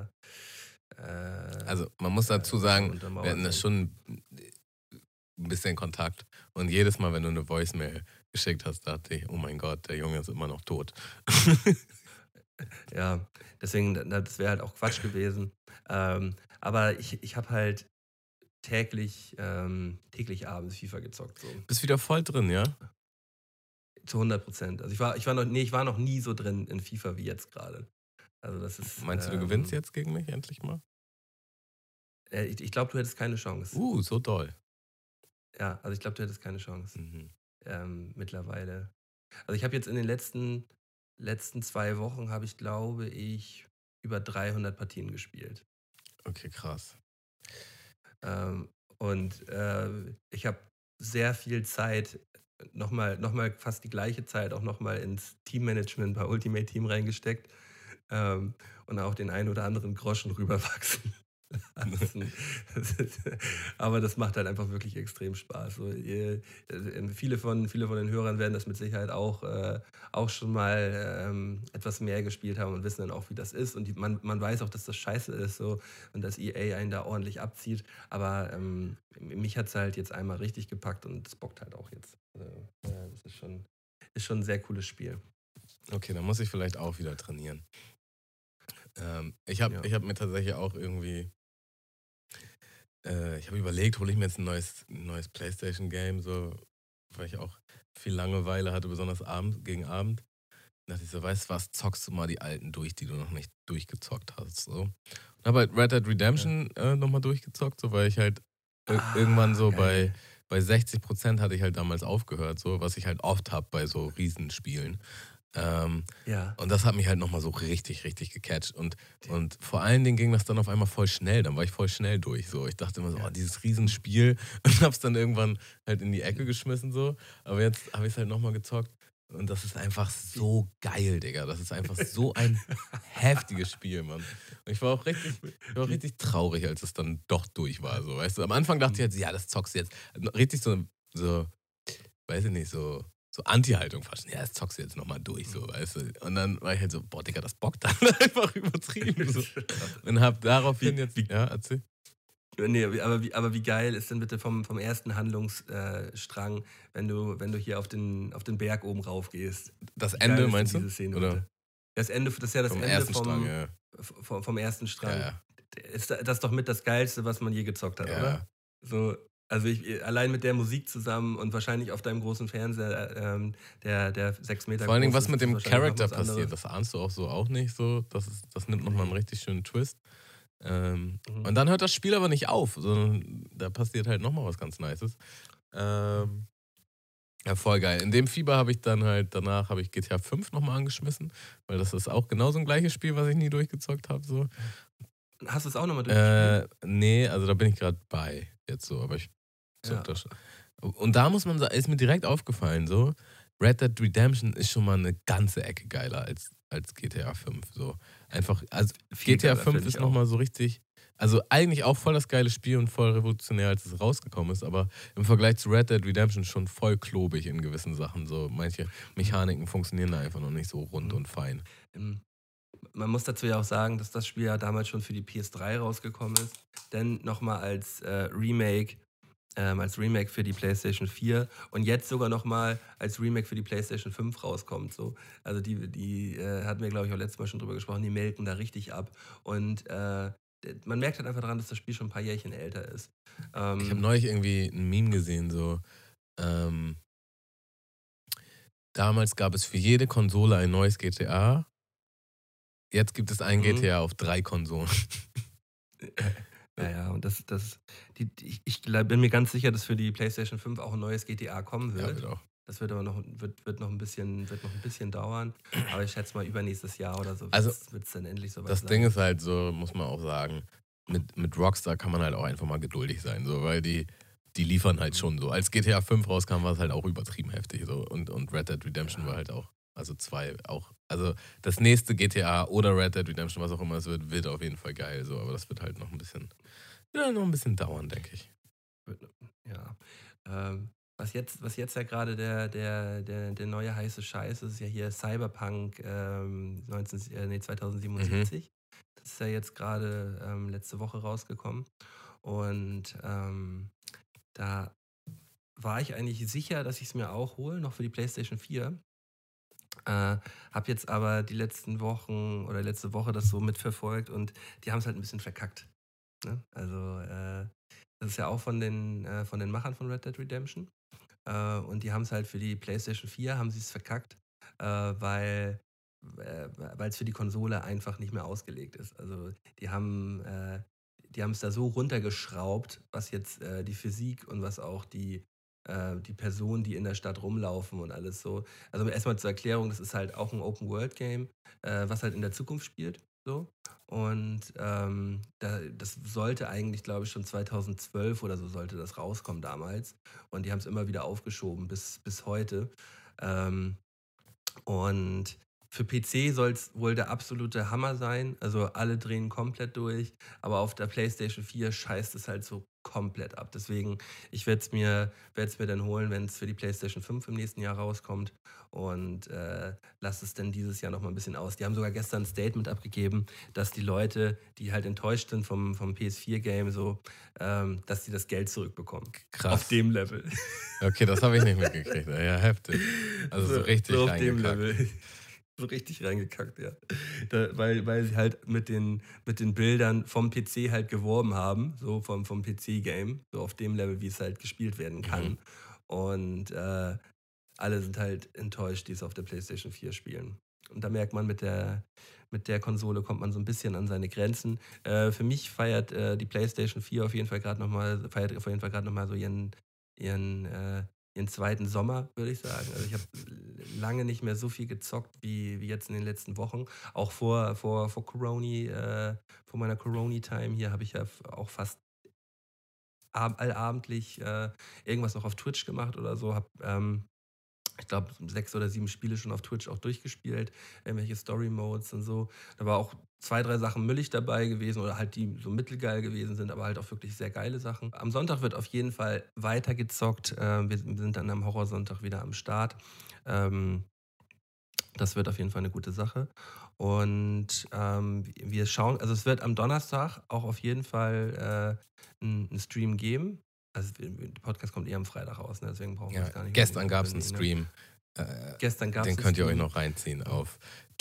Also man muss dazu sagen, wir hatten das schon ein bisschen Kontakt. Und jedes Mal, wenn du eine Voicemail geschickt hast, dachte ich, oh mein Gott, der Junge ist immer noch tot. Ja, deswegen, das wäre halt auch Quatsch gewesen. Aber ich habe halt täglich abends FIFA gezockt, so Bist wieder voll drin, ja? zu 100%. Also ich war noch nie so drin in FIFA wie jetzt gerade. Also das ist. Meinst du, du gewinnst jetzt gegen mich endlich mal? Ich glaube, du hättest keine Chance. So doll. Ja, also ich glaube, du hättest keine Chance. Mhm. Mittlerweile. Also ich habe jetzt in den letzten 2 Wochen habe ich, glaube ich, über 300 Partien gespielt. Okay, krass. Und ich habe sehr viel Zeit, nochmal fast die gleiche Zeit, auch nochmal ins Teammanagement bei Ultimate Team reingesteckt und auch den einen oder anderen Groschen rüberwachsen lassen. Aber das macht halt einfach wirklich extrem Spaß. So, viele von den Hörern werden das mit Sicherheit auch schon mal etwas mehr gespielt haben und wissen dann auch, wie das ist. Und man weiß auch, dass das scheiße ist so, und dass EA einen da ordentlich abzieht. Aber mich hat es halt jetzt einmal richtig gepackt und es bockt halt auch jetzt. Also, das ist schon ein sehr cooles Spiel. Okay, dann muss ich vielleicht auch wieder trainieren. Ich hab mir tatsächlich auch irgendwie ich habe überlegt, hole ich mir jetzt ein neues PlayStation-Game, so, weil ich auch viel Langeweile hatte, besonders gegen Abend. Da dachte ich so, weißt du was, zockst du mal die alten durch, die du noch nicht durchgezockt hast. So. Und habe halt Red Dead Redemption nochmal durchgezockt, so, weil ich halt irgendwann so bei 60% hatte ich halt damals aufgehört, so, was ich halt oft habe bei so Riesenspielen. Und das hat mich halt nochmal so richtig, richtig gecatcht. Und vor allen Dingen ging das dann auf einmal voll schnell. Dann war ich voll schnell durch. So. Ich dachte immer so, dieses Riesenspiel. Und hab's dann irgendwann halt in die Ecke geschmissen. So. Aber jetzt habe ich es halt nochmal gezockt. Und das ist einfach so geil, Digga. Das ist einfach so ein heftiges Spiel, Mann. Und ich war auch richtig traurig, als es dann doch durch war. So. Weißt du? Am Anfang dachte ich jetzt, ja, das zockst du jetzt. Richtig so weiß ich nicht, so Anti-Haltung fast. Ja, das zockst du jetzt nochmal durch, so, weißt du. Und dann war ich halt so, boah, Digga, das bockt dann einfach übertrieben. So. Und hab daraufhin jetzt, ja, erzähl. Nee, aber wie geil ist denn bitte vom ersten Handlungsstrang, wenn du hier auf den Berg oben rauf gehst? Das Ende, meinst du? Diese Szene, oder? Das Ende, das ist ja das vom Ende ersten Strang, ja. vom ersten Strang. Ja. Ist das doch mit das Geilste, was man je gezockt hat, oder? So, also allein mit der Musik zusammen und wahrscheinlich auf deinem großen Fernseher, der 6 Meter groß ist. Vor allen Dingen, was mit dem Charakter passiert, das ahnst du auch so auch nicht so. Das nimmt nochmal einen richtig schönen Twist. Und dann hört das Spiel aber nicht auf, sondern da passiert halt nochmal was ganz Nices. Ja, voll geil. In dem Fieber habe ich dann halt, danach habe ich GTA 5 nochmal angeschmissen, weil das ist auch genauso ein gleiches Spiel, was ich nie durchgezockt habe. So. Hast du es auch nochmal durchgespielt? Nee, also da bin ich gerade bei jetzt so, aber ich zock das schon. Und da muss man sagen, ist mir direkt aufgefallen, so, Red Dead Redemption ist schon mal eine ganze Ecke geiler als GTA 5. So. Einfach, also GTA 5 ist nochmal so richtig, also eigentlich auch voll das geile Spiel und voll revolutionär, als es rausgekommen ist, aber im Vergleich zu Red Dead Redemption schon voll klobig in gewissen Sachen. So, manche Mechaniken funktionieren da einfach noch nicht so rund und fein. Man muss dazu ja auch sagen, dass das Spiel ja damals schon für die PS3 rausgekommen ist, denn nochmal als Remake für die PlayStation 4 und jetzt sogar nochmal als Remake für die PlayStation 5 rauskommt. So. Also die hatten wir, glaube ich, auch letztes Mal schon drüber gesprochen, die melken da richtig ab. Und man merkt halt einfach daran, dass das Spiel schon ein paar Jährchen älter ist. Ich habe neulich irgendwie ein Meme gesehen, so damals gab es für jede Konsole ein neues GTA. Jetzt gibt es ein GTA auf 3 Konsolen. Ja, und ich bin mir ganz sicher, dass für die PlayStation 5 auch ein neues GTA kommen wird. Ja, wird auch. Das wird aber noch ein bisschen dauern. Aber ich schätze mal, übernächstes Jahr oder so wird es dann endlich soweit sein. Das Ding ist halt so, muss man auch sagen, mit Rockstar kann man halt auch einfach mal geduldig sein. So, weil die die liefern halt schon so. Als GTA 5 rauskam, war es halt auch übertrieben heftig. So. Und Red Dead Redemption war halt auch, also 2 auch. Also das nächste GTA oder Red Dead Redemption, was auch immer es wird auf jeden Fall geil. So. Aber das wird halt noch ein bisschen dauern, denke ich. Ja. Was jetzt ja gerade der neue heiße Scheiß ist, ja hier Cyberpunk 2077. Das ist ja jetzt gerade letzte Woche rausgekommen. Und da war ich eigentlich sicher, dass ich es mir auch hole, noch für die PlayStation 4. Hab jetzt aber die letzten Wochen oder letzte Woche das so mitverfolgt und die haben es halt ein bisschen verkackt. Ne? Also das ist ja auch von den Machern von Red Dead Redemption. Und die haben es halt für die PlayStation 4 haben sie es verkackt, weil es für die Konsole einfach nicht mehr ausgelegt ist. Also die haben es da so runtergeschraubt, was jetzt die Physik und was auch die Personen, die in der Stadt rumlaufen und alles so. Also erstmal zur Erklärung, das ist halt auch ein Open-World-Game, was halt in der Zukunft spielt. So. Und das sollte eigentlich, glaube ich, schon 2012 oder so sollte das rauskommen damals. Und die haben es immer wieder aufgeschoben bis heute. Und für PC soll es wohl der absolute Hammer sein. Also alle drehen komplett durch. Aber auf der PlayStation 4 scheißt es halt so komplett ab. Deswegen, ich werde es mir dann holen, wenn es für die PlayStation 5 im nächsten Jahr rauskommt. Und lasse es dann dieses Jahr nochmal ein bisschen aus. Die haben sogar gestern ein Statement abgegeben, dass die Leute, die halt enttäuscht sind vom PS4-Game, so, dass sie das Geld zurückbekommen. Krass. Auf dem Level. Okay, das habe ich nicht mitgekriegt. Ja, heftig. Also so richtig so auf dem reingekackt. Level. So richtig reingekackt, ja. Weil sie halt mit den Bildern vom PC halt geworben haben, so vom PC-Game, so auf dem Level, wie es halt gespielt werden kann. Und alle sind halt enttäuscht, die es auf der PlayStation 4 spielen. Und da merkt man, mit der Konsole kommt man so ein bisschen an seine Grenzen. Für mich feiert die PlayStation 4 auf jeden Fall gerade nochmal so ihren zweiten Sommer, würde ich sagen. Also ich habe lange nicht mehr so viel gezockt wie jetzt in den letzten Wochen. Auch vor meiner Corona-Time hier habe ich ja auch fast allabendlich irgendwas noch auf Twitch gemacht oder so. Habe ich glaube, 6 oder 7 Spiele schon auf Twitch auch durchgespielt, irgendwelche Story-Modes und so. Da war auch 2, 3 Sachen müllig dabei gewesen oder halt die so mittelgeil gewesen sind, aber halt auch wirklich sehr geile Sachen. Am Sonntag wird auf jeden Fall weitergezockt. Wir sind dann am Horrorsonntag wieder am Start. Das wird auf jeden Fall eine gute Sache. Und wir schauen, also es wird am Donnerstag auch auf jeden Fall einen Stream geben. Also der Podcast kommt am Freitag raus, ne? Deswegen brauchen wir es gar nicht. Gestern gab es einen Stream. Gestern gab's den einen könnt ihr Stream. euch noch reinziehen auf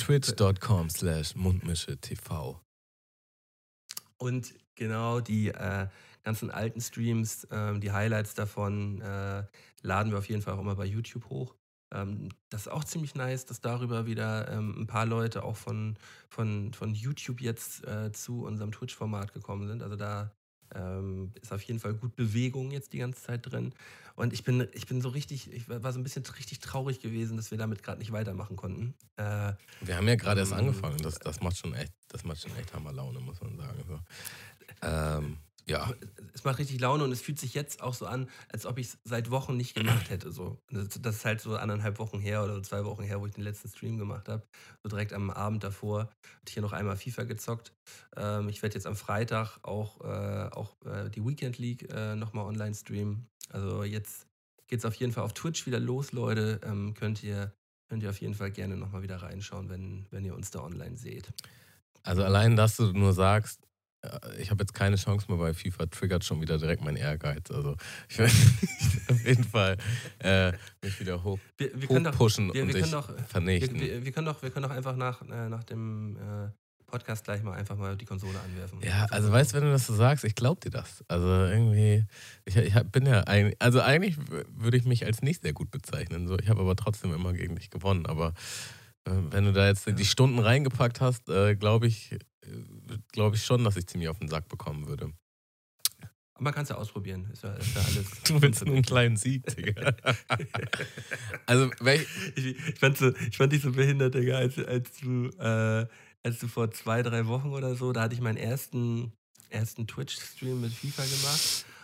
twitch.com/mundmische.tv. Und genau, die ganzen alten Streams, die Highlights davon laden wir auf jeden Fall auch immer bei YouTube hoch. Das ist auch ziemlich nice, dass darüber wieder ein paar Leute auch von YouTube jetzt zu unserem Twitch-Format gekommen sind. Also da ist auf jeden Fall gut Bewegung jetzt die ganze Zeit drin. Und ich bin so richtig, ich war so ein bisschen richtig traurig gewesen, dass wir damit gerade nicht weitermachen konnten. Wir haben ja gerade erst angefangen. Das macht schon echt Hammer Laune, muss man sagen. So. Ja. Es macht richtig Laune und es fühlt sich jetzt auch so an, als ob ich es seit Wochen nicht gemacht hätte. So. Das ist halt so 1,5 Wochen her oder so 2 Wochen her, wo ich den letzten Stream gemacht habe. So direkt am Abend davor hatte ich hier noch einmal FIFA gezockt. Ich werde jetzt am Freitag auch die Weekend League nochmal online streamen. Also jetzt geht es auf jeden Fall auf Twitch wieder los, Leute. Könnt ihr auf jeden Fall gerne nochmal wieder reinschauen, wenn ihr uns da online seht. Also allein, dass du nur sagst, ich habe jetzt keine Chance mehr bei FIFA, triggert schon wieder direkt mein Ehrgeiz. Also ich werde auf jeden Fall mich wieder hochpushen und dich vernichten. Wir können doch einfach nach dem Podcast gleich mal einfach mal die Konsole anwerfen. Ja, also weißt du, wenn du das so sagst, ich glaube dir das. Also irgendwie, ich bin ja eigentlich, also eigentlich würde ich mich als nicht sehr gut bezeichnen. So, ich habe aber trotzdem immer gegen dich gewonnen. Aber wenn du da jetzt die Stunden reingepackt hast, glaube ich schon, dass ich ziemlich auf den Sack bekommen würde. Aber man kann es ja ausprobieren. Ist ja alles. Du willst nur einen kleinen Sieg, Digga. Also, ich fand dich so behindert, Digga, als du vor 2, 3 Wochen oder so, da hatte ich meinen ersten Twitch-Stream mit FIFA gemacht.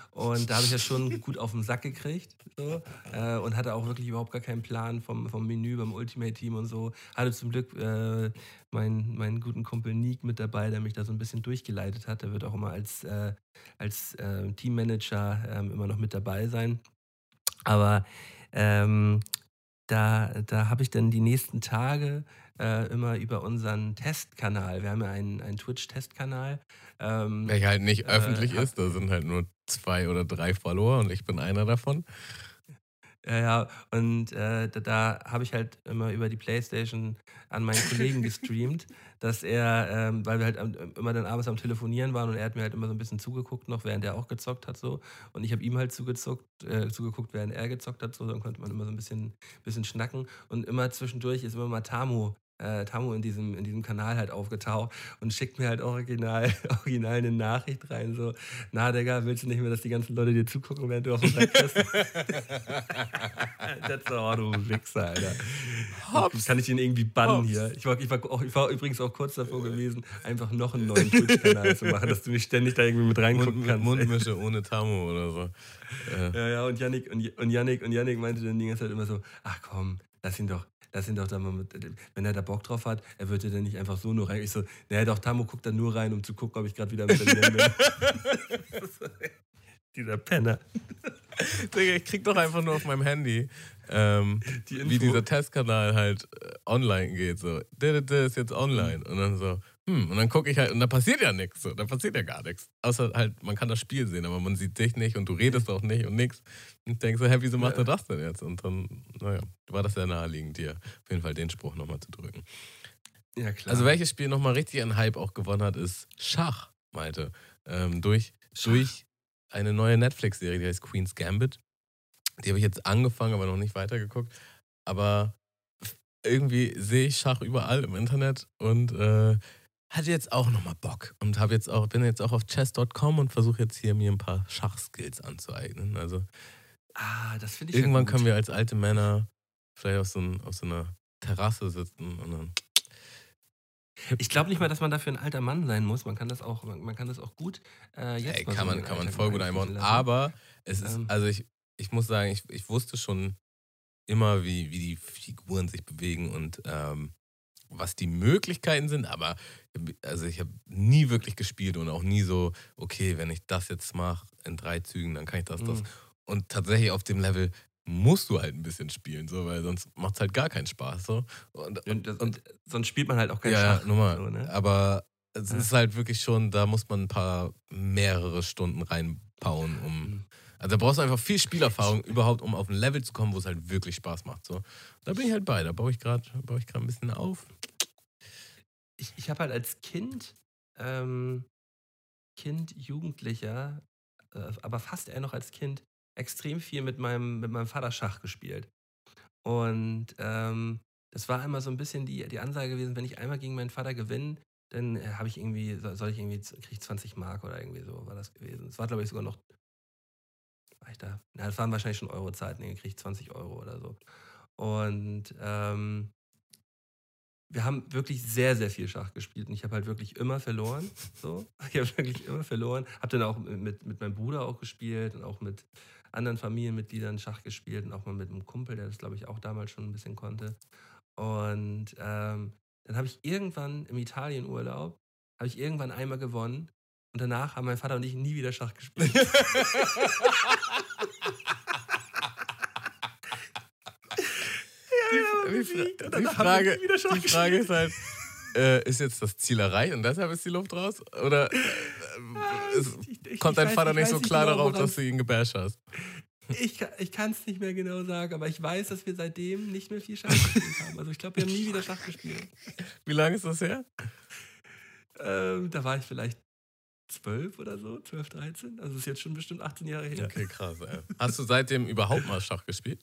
Und da habe ich ja schon gut auf den Sack gekriegt. So, und hatte auch wirklich überhaupt gar keinen Plan vom Menü beim Ultimate Team und so. Hatte zum Glück meinen guten Kumpel Nick mit dabei, der mich da so ein bisschen durchgeleitet hat. Der wird auch immer als Teammanager immer noch mit dabei sein. Aber ähm, da habe ich dann die nächsten Tage immer über unseren Testkanal, wir haben ja einen Twitch-Testkanal. Welcher halt nicht öffentlich hab, ist, da sind halt nur 2 oder 3 Follower und ich bin einer davon. Ja, und da habe ich halt immer über die Playstation an meinen Kollegen gestreamt, dass weil wir halt immer dann abends am Telefonieren waren und er hat mir halt immer so ein bisschen zugeguckt noch, während er auch gezockt hat so. Und ich habe ihm halt zugeguckt, während er gezockt hat so. Dann konnte man immer so ein bisschen schnacken. Und immer zwischendurch ist immer mal Tamu in diesem Kanal halt aufgetaucht und schickt mir halt original eine Nachricht rein, so, na Digga, willst du nicht mehr, dass die ganzen Leute dir zugucken, während du auf dem Sack bist? Das ist oh, du Wichser, Alter. Hops. Kann ich den irgendwie bannen hier? Ich war übrigens auch kurz davor gewesen, einfach noch einen neuen Twitch-Kanal zu machen, dass du nicht ständig da irgendwie mit reingucken kannst. Mundmische ohne Tamu oder so. Ja, und Yannick meinte dann die ganze Zeit immer so, ach komm, lass ihn doch da mal mit, wenn er da Bock drauf hat, er würde dann nicht einfach so nur rein. Ich so, naja doch, Tamu guckt da nur rein, um zu gucken, ob ich gerade wieder mit dem bin. Dieser Penner. Digga, ich krieg doch einfach nur auf meinem Handy, wie dieser Testkanal halt online geht. So, der ist jetzt online. Und dann so, und dann gucke ich halt, und da passiert ja nichts. So, da passiert ja gar nichts. Außer halt, man kann das Spiel sehen, aber man sieht dich nicht und du redest auch nicht und nix. Und ich denke so, wieso macht er das denn jetzt? Und dann, naja, war das sehr naheliegend, dir auf jeden Fall den Spruch nochmal zu drücken. Ja, klar. Also welches Spiel nochmal richtig an Hype auch gewonnen hat, ist Schach, Malte. Durch eine neue Netflix-Serie, die heißt Queen's Gambit. Die habe ich jetzt angefangen, aber noch nicht weitergeguckt. Aber irgendwie sehe ich Schach überall im Internet und hatte jetzt auch nochmal Bock. Und bin jetzt auch auf chess.com und versuche jetzt hier mir ein paar Schachskills anzueignen. Also das finde ich irgendwann ja gut. können wir als alte Männer vielleicht auf so einer Terrasse sitzen und dann. Ich glaube nicht mal, dass man dafür ein alter Mann sein muss. Man kann das auch gut jetzt mal kann so in den man Alltag voll gut einfließen einbauen. lassen. Aber es ist, also ich muss sagen, ich wusste schon immer, wie die Figuren sich bewegen und was die Möglichkeiten sind, aber also ich habe nie wirklich gespielt und auch nie so, okay, wenn ich das jetzt mache in 3 Zügen, dann kann ich das. Und tatsächlich auf dem Level musst du halt ein bisschen spielen, so, weil sonst macht es halt gar keinen Spaß. So. Und sonst spielt man halt auch keinen Schach. Schach. Nummer. So, ne? Aber es ist halt wirklich schon, da muss man mehrere Stunden reinbauen, also da brauchst du einfach viel Spielerfahrung überhaupt, um auf ein Level zu kommen, wo es halt wirklich Spaß macht. So. Da bin ich halt bei, da baue ich gerade ein bisschen auf. Ich habe halt als Jugendlicher, aber fast eher noch als Kind, extrem viel mit meinem Vater Schach gespielt. Und das war immer so ein bisschen die Ansage gewesen, wenn ich einmal gegen meinen Vater gewinne, dann habe ich irgendwie, kriege ich 20 Mark oder irgendwie so war das gewesen. Es war, glaube ich, sogar noch, das waren wahrscheinlich schon Euro-Zeiten, dann kriege ich 20 Euro oder so. Und wir haben wirklich sehr, sehr viel Schach gespielt und ich habe halt wirklich immer verloren. So. Ich habe wirklich immer verloren. Habe dann auch mit meinem Bruder auch gespielt und auch mit anderen Familienmitgliedern Schach gespielt und auch mal mit einem Kumpel, der das, glaube ich, auch damals schon ein bisschen konnte. Und dann habe ich irgendwann im Italienurlaub, einmal gewonnen und danach haben mein Vater und ich nie wieder Schach gespielt. Die Frage ist halt, ist jetzt das Ziel erreicht und deshalb ist die Luft raus? Oder kommt dein Vater nicht so klar darauf, dass du ihn gebasht hast? Ich kann es nicht mehr genau sagen, aber ich weiß, dass wir seitdem nicht mehr viel Schach gespielt haben. Also ich glaube, wir haben nie wieder Schach gespielt. Wie lange ist das her? Da war ich vielleicht 12 oder so, 12, 13. Also das ist jetzt schon bestimmt 18 Jahre her. Okay, krass, ey. Hast du seitdem überhaupt mal Schach gespielt?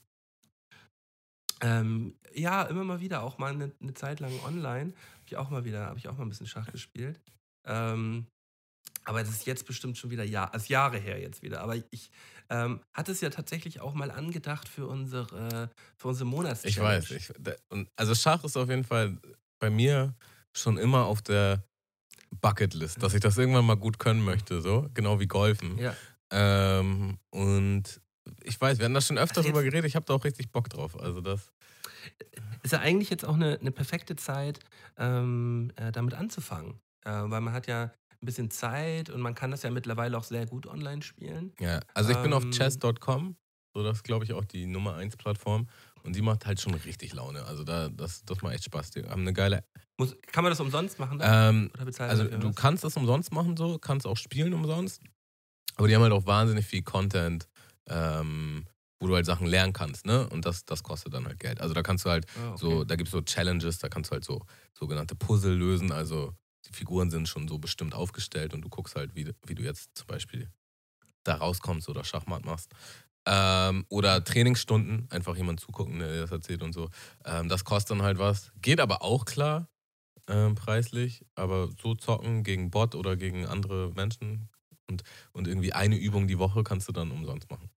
Ja, immer mal wieder, auch mal eine Zeit lang online. Habe ich auch mal ein bisschen Schach gespielt. Aber das ist jetzt bestimmt schon wieder Jahre her jetzt wieder. Aber ich hatte es ja tatsächlich auch mal angedacht für unsere Monatschallenge. Ich weiß. Also Schach ist auf jeden Fall bei mir schon immer auf der Bucketlist, dass ich das irgendwann mal gut können möchte, so genau wie Golfen. Ja. Und ich weiß, wir haben da schon öfter Also drüber jetzt geredet, ich habe da auch richtig Bock drauf. Also das, ist ja eigentlich jetzt auch eine perfekte Zeit, damit anzufangen. Weil man hat ja ein bisschen Zeit und man kann das ja mittlerweile auch sehr gut online spielen. ja. Also ich bin auf Ähm, chess.com, so das ist, glaube ich, auch die Nummer 1 Plattform. Und die macht halt schon richtig Laune. Also das macht echt Spaß. Die haben eine geile. kann man das umsonst machen da? Oder bezahlt man Also dafür du was? kannst das umsonst machen, so, kannst auch spielen umsonst. Aber die haben halt auch wahnsinnig viel Content, wo du halt Sachen lernen kannst, ne? Und das kostet dann halt Geld. Also da kannst du halt Ah, okay. so, da gibt es so Challenges, da kannst du halt so sogenannte Puzzle lösen. Also die Figuren sind schon so bestimmt aufgestellt und du guckst halt, wie du jetzt zum Beispiel da rauskommst oder Schachmatt machst. Oder Trainingsstunden, einfach jemand zugucken, der dir das erzählt und so. Das kostet dann halt was. Geht aber auch klar, preislich, aber so zocken gegen Bot oder gegen andere Menschen und irgendwie eine Übung die Woche kannst du dann umsonst machen.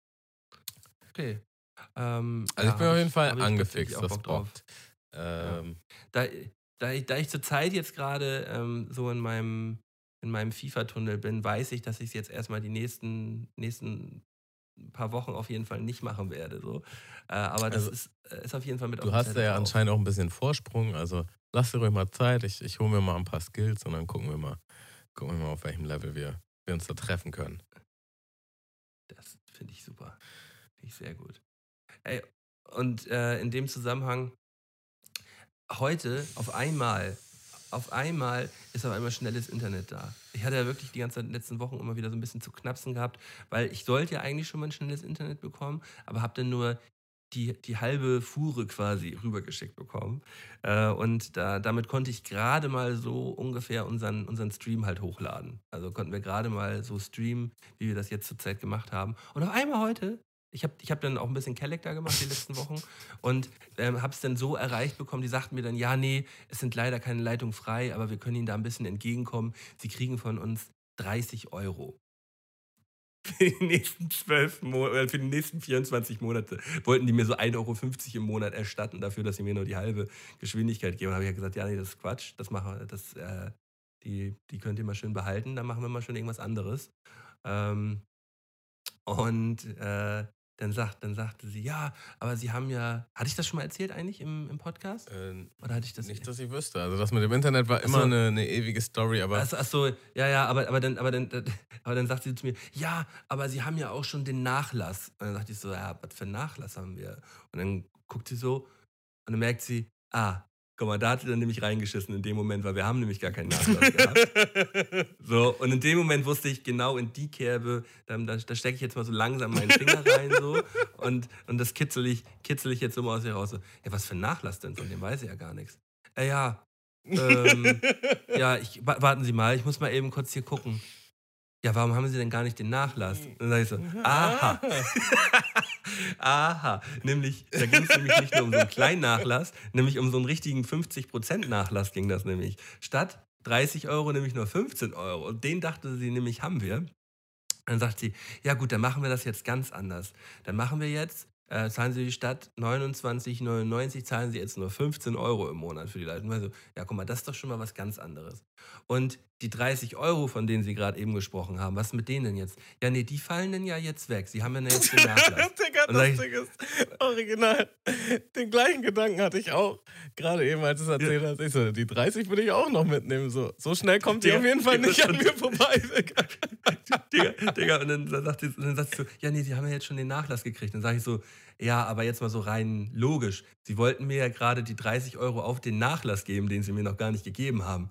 Okay. Also ich Ja, bin auf jeden Fall hab ich tatsächlich angefixt, auch das Bock drauf. bockt. Ja. Ähm, Da, da ich zurzeit jetzt gerade so in meinem FIFA-Tunnel bin, weiß ich, dass ich es jetzt erstmal die nächsten paar Wochen auf jeden Fall nicht machen werde. So. Aber das also ist auf jeden Fall mit auf du dem hast Zettel ja drauf. anscheinend auch ein bisschen Vorsprung, also lass dir ruhig mal Zeit. Ich hole mir mal ein paar Skills und dann gucken wir mal auf welchem Level wir uns da treffen können. Das finde ich super. Finde ich sehr gut. Ey, und in dem Zusammenhang, heute auf einmal ist auf einmal schnelles Internet da. Ich hatte ja wirklich die ganzen letzten Wochen immer wieder so ein bisschen zu knapsen gehabt, weil ich sollte ja eigentlich schon mal ein schnelles Internet bekommen, aber habe dann nur die halbe Fuhre quasi rübergeschickt bekommen. Und damit konnte ich gerade mal so ungefähr unseren Stream halt hochladen. Also konnten wir gerade mal so streamen, wie wir das jetzt zurzeit gemacht haben. Und auf einmal heute, ich hab dann auch ein bisschen Kelleck da gemacht die letzten Wochen und habe es dann so erreicht bekommen, die sagten mir dann, ja, nee, es sind leider keine Leitungen frei, aber wir können Ihnen da ein bisschen entgegenkommen. Sie kriegen von uns 30 € für die nächsten 12 Monate, für die nächsten 24 Monate wollten die mir so 1,50 € im Monat erstatten dafür, dass sie mir nur die halbe Geschwindigkeit geben. Da habe ich ja gesagt, ja, nee, das ist Quatsch, die könnt ihr mal schön behalten, dann machen wir mal schon irgendwas anderes. Ähm, und dann sagte sie, ja, aber Sie haben ja, hatte ich das schon mal erzählt eigentlich im Podcast? Oder hatte ich das? Nicht, dass ich wüsste. Also das mit dem Internet war immer Achso, eine ewige Story, aber achso, ja, ja, aber dann sagt sie zu mir, ja, aber Sie haben ja auch schon den Nachlass. Und dann dachte ich so, ja, was für einen Nachlass haben wir? Und dann guckt sie so und dann merkt sie, guck mal, da hat sie dann nämlich reingeschissen in dem Moment, weil wir haben nämlich gar keinen Nachlass gehabt. So, und in dem Moment wusste ich, genau in die Kerbe, da stecke ich jetzt mal so langsam meinen Finger rein so und das kitzel ich jetzt so mal aus ihr raus. So, ja, was für ein Nachlass denn? Von dem weiß ich ja gar nichts. Ja, ja, warten Sie mal, ich muss mal eben kurz hier gucken. Ja, warum haben Sie denn gar nicht den Nachlass? Und dann sage ich so, aha. Aha. Nämlich, da ging es nämlich nicht nur um so einen kleinen Nachlass, nämlich um so einen richtigen 50% Nachlass ging das nämlich. Statt 30 € nämlich nur 15 €. Und den dachte sie nämlich, haben wir. Dann sagt sie, ja gut, dann machen wir das jetzt ganz anders. Dann machen wir jetzt, zahlen Sie statt 29,99 zahlen Sie jetzt nur 15 € im Monat für die Leitung. Also, ja, guck mal, das ist doch schon mal was ganz anderes. Und die 30 €, von denen Sie gerade eben gesprochen haben, was ist mit denen denn jetzt? Ja, nee, die fallen denn ja jetzt weg. Sie haben ja jetzt den Nachlass. Digga, Und sag das ich, Ding ist original. Den gleichen Gedanken hatte ich auch. Gerade eben, als du es ja, erzählt hast. Ich so, die 30 würde ich auch noch mitnehmen. So schnell kommt die Digga, auf jeden Fall Digga, nicht an mir vorbei. Digga. Digga, und dann sagt sie so, ja, nee, Sie haben ja jetzt schon den Nachlass gekriegt. Dann sage ich so, ja, aber jetzt mal so rein logisch. Sie wollten mir ja gerade die 30 € auf den Nachlass geben, den Sie mir noch gar nicht gegeben haben.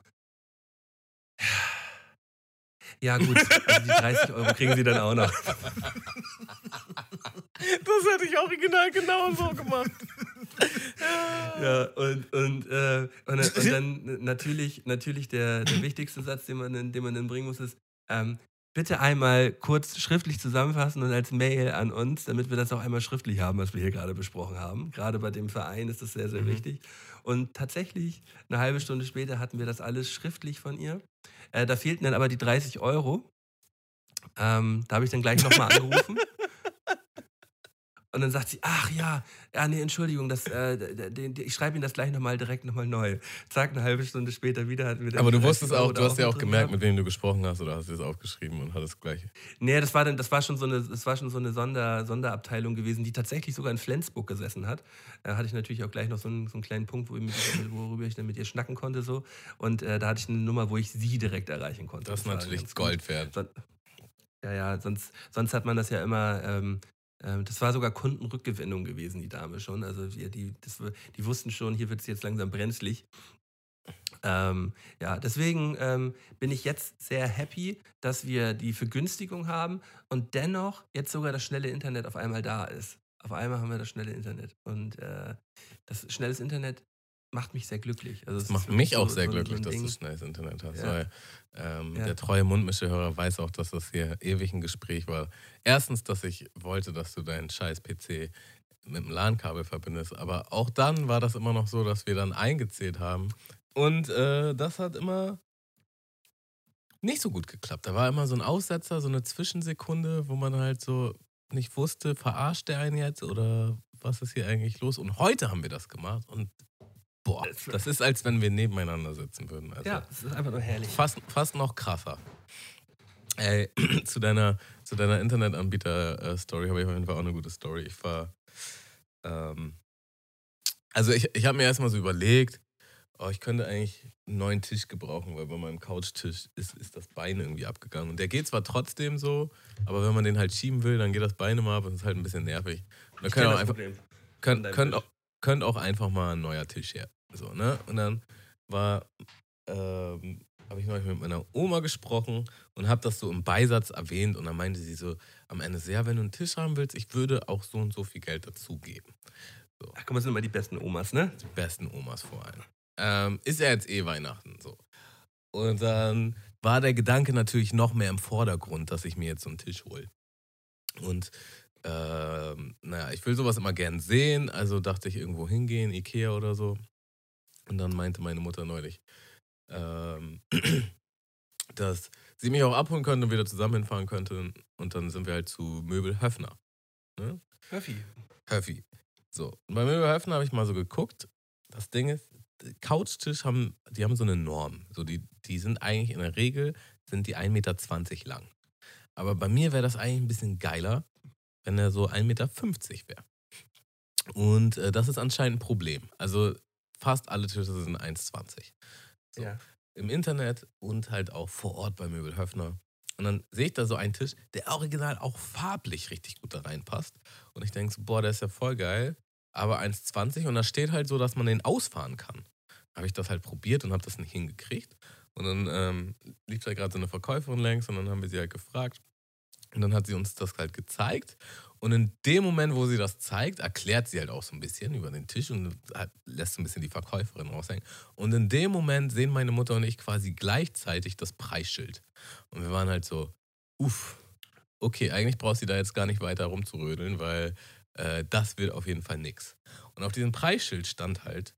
Ja, gut, also die 30 € kriegen Sie dann auch noch. Das hätte ich original genau so gemacht. Ja, und dann natürlich der wichtigste Satz, den man dann bringen muss, ist, bitte einmal kurz schriftlich zusammenfassen und als Mail an uns, damit wir das auch einmal schriftlich haben, was wir hier gerade besprochen haben. Gerade bei dem Verein ist das sehr, sehr Mhm. wichtig. Und tatsächlich, eine halbe Stunde später hatten wir das alles schriftlich von ihr. Da fehlten dann aber die 30 €. Da habe ich dann gleich nochmal angerufen. Und dann sagt sie, ach ja, nee, Entschuldigung, ich schreibe Ihnen das gleich direkt nochmal neu. Zack, eine halbe Stunde später wieder hatten wir dann Aber die du 30 wusstest Euro auch, da du hast ja mit auch drin gemerkt, gehabt. mit wem du gesprochen hast, oder hast du es aufgeschrieben und hattest gleich. Nee, das war schon so eine Sonderabteilung gewesen, die tatsächlich sogar in Flensburg gesessen hat. Da hatte ich natürlich auch gleich noch so einen kleinen Punkt, worüber ich dann mit ihr schnacken konnte. So. Und da hatte ich eine Nummer, wo ich sie direkt erreichen konnte. Das ist war natürlich ganz Gold gut. wert. Ja, sonst hat man das ja immer. Das war sogar Kundenrückgewinnung gewesen, die Dame schon. Also die wussten schon, hier wird es jetzt langsam brenzlig. Ja, deswegen bin ich jetzt sehr happy, dass wir die Vergünstigung haben und dennoch jetzt sogar das schnelle Internet auf einmal da ist. Auf einmal haben wir das schnelle Internet. Und das schnelles Internet macht mich sehr glücklich. Also Das es macht ist wirklich mich auch sehr so glücklich, ein dass du Ding. schnelles Internet hast. Ja. Weil Ja. der treue Mundmische-Hörer weiß auch, dass das hier ewig ein Gespräch war. Erstens, dass ich wollte, dass du deinen scheiß PC mit dem LAN-Kabel verbindest. Aber auch dann war das immer noch so, dass wir dann eingezählt haben. Und das hat immer nicht so gut geklappt. Da war immer so ein Aussetzer, so eine Zwischensekunde, wo man halt so nicht wusste, verarscht der einen jetzt oder was ist hier eigentlich los? Und heute haben wir das gemacht und boah, das ist, als wenn wir nebeneinander sitzen würden. Also Ja, es ist einfach nur herrlich. fast noch krasser. Ey, zu deiner Internetanbieter-Story habe ich auf jeden Fall auch eine gute Story. Also ich habe mir erstmal so überlegt, ich könnte eigentlich einen neuen Tisch gebrauchen, weil bei meinem Couchtisch ist das Bein irgendwie abgegangen. Und der geht zwar trotzdem so, aber wenn man den halt schieben will, dann geht das Bein immer ab und das ist halt ein bisschen nervig. Da Ich kenn das Problem von deinem Tisch. könnt auch einfach mal ein neuer Tisch her. So, ne? Und dann habe ich neulich mit meiner Oma gesprochen und habe das so im Beisatz erwähnt und dann meinte sie so am Ende so, ja, wenn du einen Tisch haben willst, ich würde auch so und so viel Geld dazugeben. So. Ach komm, das sind immer die besten Omas, ne? Die besten Omas vor allem. Ist ja jetzt Weihnachten so. Und dann war der Gedanke natürlich noch mehr im Vordergrund, dass ich mir jetzt so einen Tisch hole. Und naja, ich will sowas immer gern sehen, also dachte ich irgendwo hingehen, Ikea oder so. Und dann meinte meine Mutter neulich, dass sie mich auch abholen könnte und wieder zusammen hinfahren könnte. Und dann sind wir halt zu Möbel Höffner. Ne? Höffi. So, und bei Möbel Höffner habe ich mal so geguckt. Das Ding ist, Couchtisch die haben so eine Norm. So, die sind eigentlich in der Regel sind die 1,20 Meter lang. Aber bei mir wäre das eigentlich ein bisschen geiler, wenn er so 1,50 Meter wäre. Und das ist anscheinend ein Problem. Also fast alle Tische sind 1,20. So. Ja. Im Internet und halt auch vor Ort bei Möbel Höffner. Und dann sehe ich da so einen Tisch, der original auch farblich richtig gut da reinpasst. Und ich denke so, boah, der ist ja voll geil, aber 1,20 und da steht halt so, dass man den ausfahren kann. Habe ich das halt probiert und habe das nicht hingekriegt. Und dann lief da gerade so eine Verkäuferin längs und dann haben wir sie halt gefragt. Und dann hat sie uns das halt gezeigt. Und in dem Moment, wo sie das zeigt, erklärt sie halt auch so ein bisschen über den Tisch und lässt so ein bisschen die Verkäuferin raushängen. Und in dem Moment sehen meine Mutter und ich quasi gleichzeitig das Preisschild. Und wir waren halt so, okay, eigentlich braucht sie da jetzt gar nicht weiter rumzurödeln, weil das wird auf jeden Fall nix. Und auf diesem Preisschild stand halt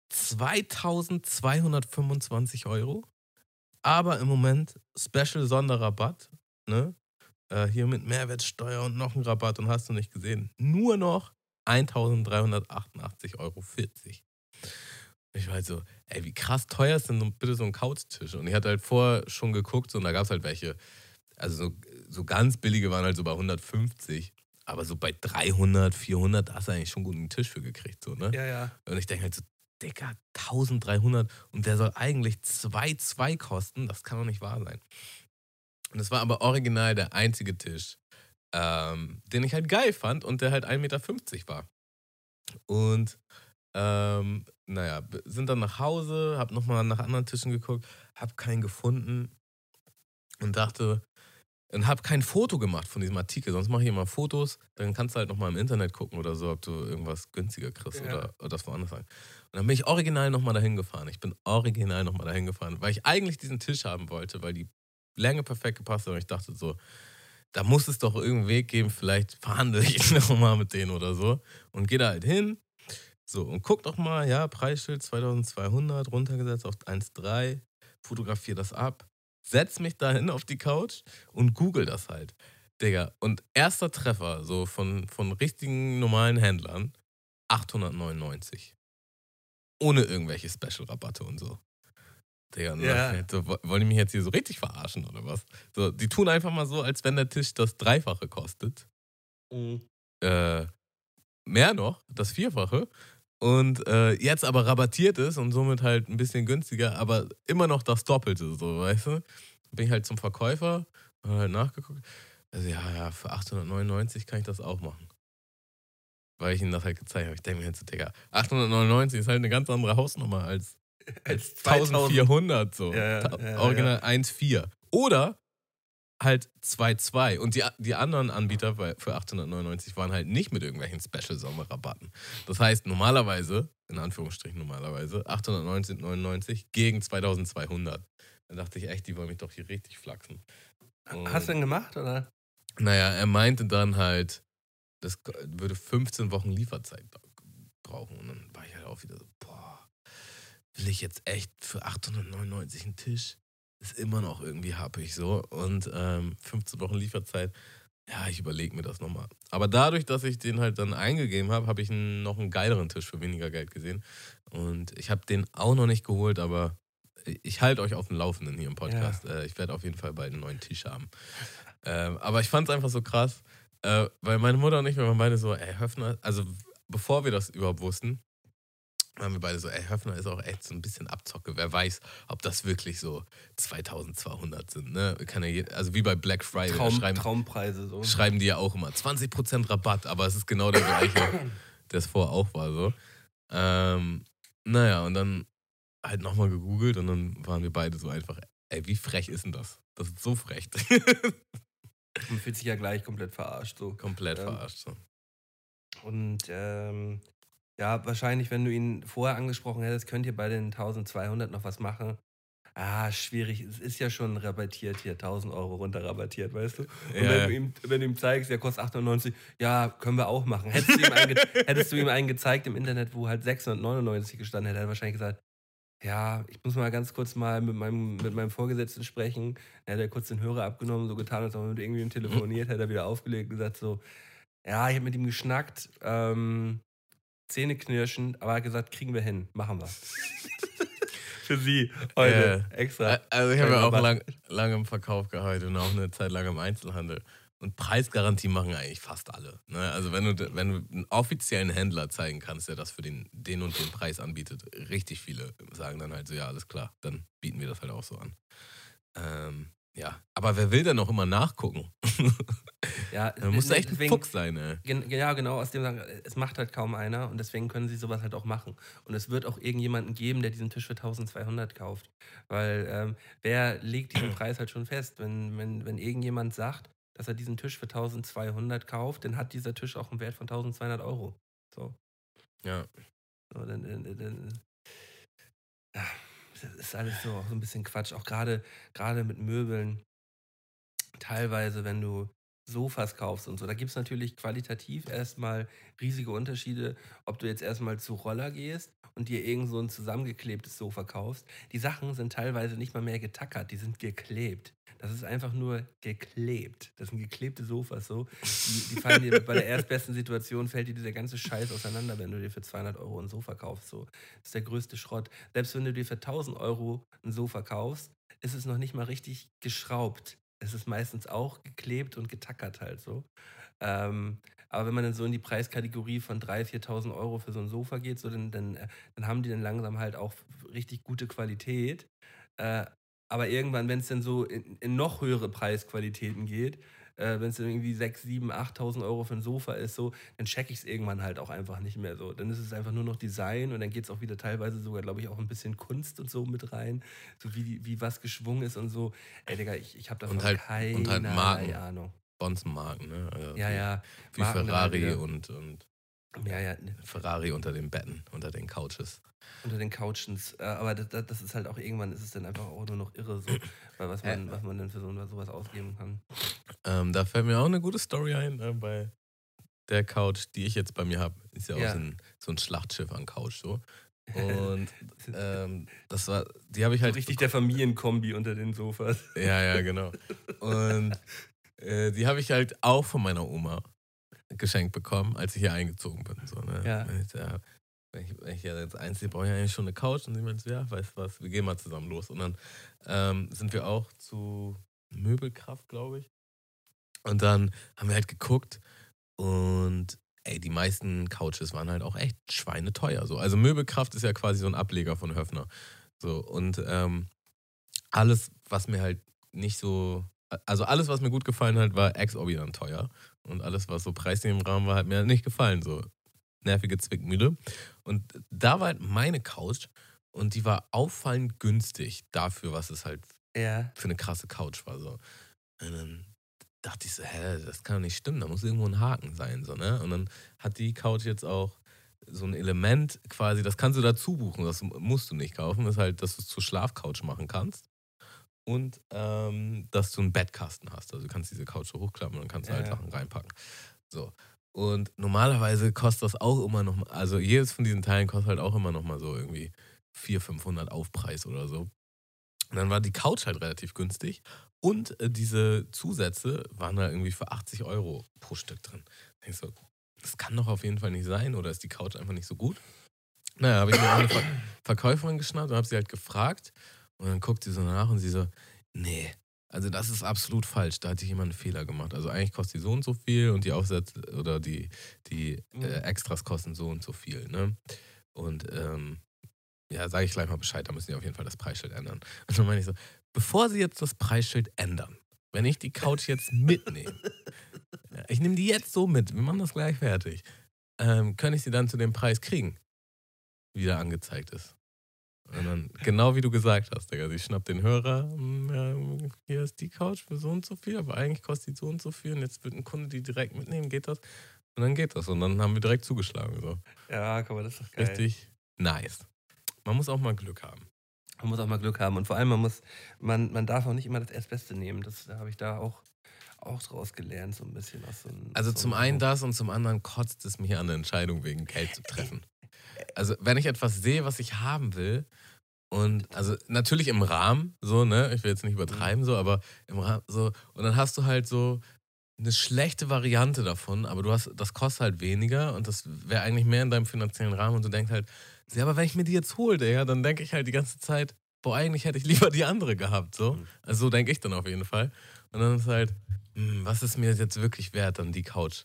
2.225 €, aber im Moment Special Sonderrabatt, ne? Hier mit Mehrwertsteuer und noch ein Rabatt und hast du nicht gesehen. Nur noch 1.388,40 €. Ich war halt so, ey, wie krass teuer ist denn bitte so ein Couchtisch? Und ich hatte halt vorher schon geguckt und da gab es halt welche, also so ganz billige waren halt so bei 150, aber so bei 300, 400, da hast du eigentlich schon gut einen Tisch für gekriegt, so, ne? Ja. Und ich denke halt so, Digga, 1.300 und der soll eigentlich 2,2 kosten, das kann doch nicht wahr sein. Und es war aber original der einzige Tisch, den ich halt geil fand und der halt 1,50 Meter war. Und naja, sind dann nach Hause, hab nochmal nach anderen Tischen geguckt, hab keinen gefunden und hab kein Foto gemacht von diesem Artikel. Sonst mache ich immer Fotos, dann kannst du halt nochmal im Internet gucken oder so, ob du irgendwas günstiger kriegst oder das woanders sagen. Und dann bin ich original nochmal dahin gefahren. Weil ich eigentlich diesen Tisch haben wollte, weil die Länge perfekt gepasst hat. Und ich dachte so, da muss es doch irgendeinen Weg geben, vielleicht verhandle ich nochmal mit denen oder so. Und gehe da halt hin. So, und guck doch mal, ja, Preisschild 2.200, runtergesetzt auf 1,3, fotografiere das ab, setz mich da hin auf die Couch und google das halt. Digga, und erster Treffer, so von richtigen normalen Händlern, 899. Ohne irgendwelche Special-Rabatte und so. Digga, Ja. so, wollen die mich jetzt hier so richtig verarschen oder was? So, die tun einfach mal so, als wenn der Tisch das Dreifache kostet. Mhm. Mehr noch, das Vierfache. Und jetzt aber rabattiert ist und somit halt ein bisschen günstiger, aber immer noch das Doppelte, so, weißt du? Bin ich halt zum Verkäufer, hab halt nachgeguckt. Also ja, für 899 kann ich das auch machen. Weil ich ihnen das halt gezeigt habe. Ich denke mir jetzt so, Digga, 899 ist halt eine ganz andere Hausnummer als 1400 so. Ja. Original 1,4. Oder halt 2,2. Und die anderen Anbieter für 899 waren halt nicht mit irgendwelchen Special-Sommerrabatten. Das heißt, normalerweise, in Anführungsstrichen normalerweise, 899 gegen 2200. Da dachte ich echt, die wollen mich doch hier richtig flachsen. Hast du denn gemacht, oder? Naja, er meinte dann halt, das würde 15 Wochen Lieferzeit brauchen. Und dann war ich halt auch wieder so, boah, will ich jetzt echt für 899 einen Tisch? Ist immer noch irgendwie happig so. Und 15 Wochen Lieferzeit, ja, ich überlege mir das nochmal. Aber dadurch, dass ich den halt dann eingegeben habe, habe ich noch einen geileren Tisch für weniger Geld gesehen. Und ich habe den auch noch nicht geholt, aber ich halte euch auf dem Laufenden hier im Podcast. Ja. Ich werde auf jeden Fall bald einen neuen Tisch haben. Aber ich fand es einfach so krass, weil meine Mutter und ich waren beide so, ey, Höffner, also bevor wir das überhaupt wussten, waren wir beide so, ey, Höffner ist auch echt so ein bisschen Abzocke. Wer weiß, ob das wirklich so 2200 sind, ne? Kann ja also wie bei Black Friday, Traumpreise so. schreiben die ja auch immer 20% Rabatt, aber es ist genau der gleiche, der es vorher auch war so. Naja, und dann halt nochmal gegoogelt und dann waren wir beide so einfach, ey, wie frech ist denn das? Das ist so frech. Man fühlt sich ja gleich komplett verarscht. So. Komplett verarscht. So. Und ja, wahrscheinlich, wenn du ihn vorher angesprochen hättest, könnt ihr bei den 1200 noch was machen. Schwierig. Es ist ja schon rabattiert hier, 1000 Euro runter rabattiert, weißt du? Und Ja. wenn du ihm zeigst, der kostet 98, ja, können wir auch machen. Hättest du ihm einen gezeigt im Internet, wo halt 699 gestanden hätte, hätte er wahrscheinlich gesagt, ja, ich muss mal ganz kurz mal mit meinem Vorgesetzten sprechen. Dann hätte er kurz den Hörer abgenommen, so getan, als ob er mit irgendjemandem telefoniert, hätte er wieder aufgelegt und gesagt so, ja, ich habe mit ihm geschnackt, zähneknirschend, aber er hat gesagt, kriegen wir hin, machen wir. Für sie heute extra. Also ich habe ja auch lange im Verkauf gearbeitet und auch eine Zeit lang im Einzelhandel. Und Preisgarantie machen eigentlich fast alle. Ne? Also wenn du einen offiziellen Händler zeigen kannst, der das für den und den Preis anbietet, richtig viele sagen dann halt so, ja, alles klar, dann bieten wir das halt auch so an. Ja, aber wer will denn noch immer nachgucken? Ja, da musst du echt ein Fuchs sein, ey. Ja, genau, aus dem sagen, es macht halt kaum einer und deswegen können sie sowas halt auch machen. Und es wird auch irgendjemanden geben, der diesen Tisch für 1200 kauft. Weil wer legt diesen Preis halt schon fest? Wenn irgendjemand sagt, dass er diesen Tisch für 1200 kauft, dann hat dieser Tisch auch einen Wert von 1200 Euro. So. Ja. So, das ist alles so ein bisschen Quatsch. Auch gerade mit Möbeln. Teilweise, wenn du Sofas kaufst und so, da gibt es natürlich qualitativ erstmal riesige Unterschiede, ob du jetzt erstmal zu Roller gehst und dir irgend so ein zusammengeklebtes Sofa kaufst. Die Sachen sind teilweise nicht mal mehr getackert, die sind geklebt. Das ist einfach nur geklebt. Das sind geklebte Sofas so. Die fallen dir bei der erstbesten Situation, fällt dir dieser ganze Scheiß auseinander, wenn du dir für 200 Euro ein Sofa kaufst. So. Das ist der größte Schrott. Selbst wenn du dir für 1000 Euro ein Sofa kaufst, ist es noch nicht mal richtig geschraubt. Es ist meistens auch geklebt und getackert halt so. Aber wenn man dann so in die Preiskategorie von 3.000, 4.000 Euro für so ein Sofa geht, so, dann haben die dann langsam halt auch richtig gute Qualität. Aber irgendwann, wenn es dann so in noch höhere Preisqualitäten geht, wenn es dann irgendwie 6.000, 7.000, 8.000 Euro für ein Sofa ist, so, dann checke ich es irgendwann halt auch einfach nicht mehr so. Dann ist es einfach nur noch Design und dann geht es auch wieder teilweise sogar, glaube ich, auch ein bisschen Kunst und so mit rein, so wie was geschwungen ist und so. Ey, Digga, ich habe davon keine Ahnung. Bonzenmarken, ne? Also ja. Wie Ferrari und ja. Ferrari unter den Betten, unter den Couches. Unter den Couchens. Aber das ist halt auch irgendwann, ist es dann einfach auch nur noch irre, so, weil was man denn für sowas ausgeben kann. Da fällt mir auch eine gute Story ein, bei der Couch, die ich jetzt bei mir habe. Ist ja auch so ein Schlachtschiff an Couch so. Und die habe ich halt. So richtig der Familienkombi unter den Sofas. Ja, genau. Und Die habe ich halt auch von meiner Oma geschenkt bekommen, als ich hier eingezogen bin. So, ne? Ja. Wenn ich ja jetzt einziehe, brauche ich ja eigentlich schon eine Couch. Und sie meinte, ja, weißt du was, wir gehen mal zusammen los. Und dann sind wir auch zu Möbelkraft, glaube ich. Und dann haben wir halt geguckt und ey, die meisten Couches waren halt auch echt schweineteuer. So. Also Möbelkraft ist ja quasi so ein Ableger von Höfner. So, und alles, was mir halt nicht so, also alles, was mir gut gefallen hat, war exorbitant teuer. Und alles, was so preislich im Rahmen war, hat mir halt nicht gefallen. So nervige Zwickmühle. Und da war halt meine Couch und die war auffallend günstig dafür, was es halt Ja. für eine krasse Couch war. So. Und dann dachte ich so, das kann doch nicht stimmen, da muss irgendwo ein Haken sein. So, ne? Und dann hat die Couch jetzt auch so ein Element quasi, das kannst du dazu buchen, das musst du nicht kaufen, das ist halt, dass du es zur Schlafcouch machen kannst. Und dass du einen Bettkasten hast. Also du kannst diese Couch so hochklappen und dann kannst du halt Ja. Sachen reinpacken. So. Und normalerweise kostet das auch immer noch mal, also jedes von diesen Teilen kostet halt auch immer noch mal so irgendwie 400-500 Aufpreis oder so. Und dann war die Couch halt relativ günstig und diese Zusätze waren da irgendwie für 80 Euro pro Stück drin. Da denk ich so, das kann doch auf jeden Fall nicht sein oder ist die Couch einfach nicht so gut? Naja, habe ich mir auch eine Verkäuferin geschnappt und habe sie halt gefragt und dann guckt sie so nach und sie so, nee, also das ist absolut falsch, da hat sich jemand einen Fehler gemacht. Also eigentlich kostet die so und so viel und die Aufsätze oder die Extras kosten so und so viel, ne? Und ja, sage ich gleich mal Bescheid, da müssen die auf jeden Fall das Preisschild ändern. Und dann meine ich so, bevor sie jetzt das Preisschild ändern, wenn ich die Couch jetzt mitnehme, ich nehme die jetzt so mit, wir machen das gleich fertig, kann ich sie dann zu dem Preis kriegen, wie der angezeigt ist. Und dann, genau wie du gesagt hast, Digga, sie schnappt den Hörer, hier ist die Couch für so und so viel, aber eigentlich kostet die so und so viel und jetzt wird ein Kunde die direkt mitnehmen, geht das? Und dann geht das und dann haben wir direkt zugeschlagen. So. Ja, guck mal, das ist doch geil. Richtig nice. Man muss auch mal Glück haben. Man muss auch mal Glück haben und vor allem man darf auch nicht immer das Erstbeste nehmen. Das habe ich da auch draus gelernt, so ein bisschen. Also zum einen das und zum anderen kotzt es mich an, eine Entscheidung wegen Geld zu treffen. Also wenn ich etwas sehe, was ich haben will und also natürlich im Rahmen, so, ne, ich will jetzt nicht übertreiben, so, aber im Rahmen, so, und dann hast du halt so eine schlechte Variante davon, aber das kostet halt weniger und das wäre eigentlich mehr in deinem finanziellen Rahmen und du denkst halt, ja, aber wenn ich mir die jetzt hole, Digga, dann denke ich halt die ganze Zeit, boah, eigentlich hätte ich lieber die andere gehabt, so. Also so denke ich dann auf jeden Fall. Und dann ist halt, was ist mir jetzt wirklich wert, dann die Couch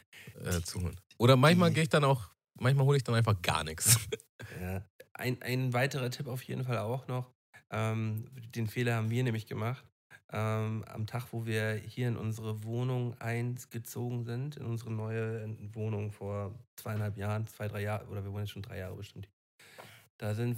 zu holen? Oder manchmal hole ich dann einfach gar nichts. Ja. Ein weiterer Tipp auf jeden Fall auch noch. Den Fehler haben wir nämlich gemacht. Am Tag, wo wir hier in unsere Wohnung eingezogen sind, in unsere neue Wohnung vor 2,5 Jahren, 2, 3 Jahre, oder wir wohnen jetzt schon 3 Jahre bestimmt. Da haben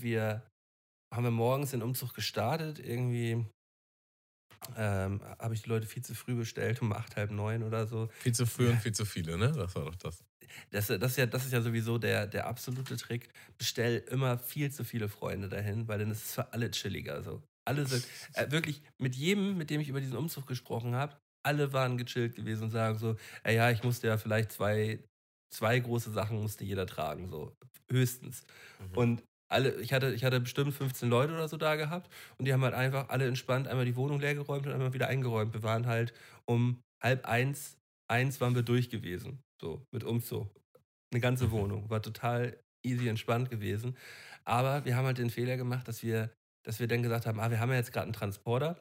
wir morgens den Umzug gestartet. Irgendwie habe ich die Leute viel zu früh bestellt, um 8, halb 9 oder so. Viel zu früh und viel zu viele, ne? Das war doch das. Das ist ja sowieso der absolute Trick. Bestell immer viel zu viele Freunde dahin, weil dann ist es für alle chilliger. So. Alle sind wirklich mit jedem, mit dem ich über diesen Umzug gesprochen habe, alle waren gechillt gewesen und sagen so, ja, ich musste ja vielleicht zwei große Sachen musste jeder tragen, so höchstens. Und ich hatte bestimmt 15 Leute oder so da gehabt und die haben halt einfach alle entspannt einmal die Wohnung leer geräumt und einmal wieder eingeräumt. Wir waren halt um 12:30 waren wir durch gewesen, so mit Umzug. Eine ganze Wohnung. War total easy entspannt gewesen. Aber wir haben halt den Fehler gemacht, dass wir dann gesagt haben, wir haben ja jetzt gerade einen Transporter.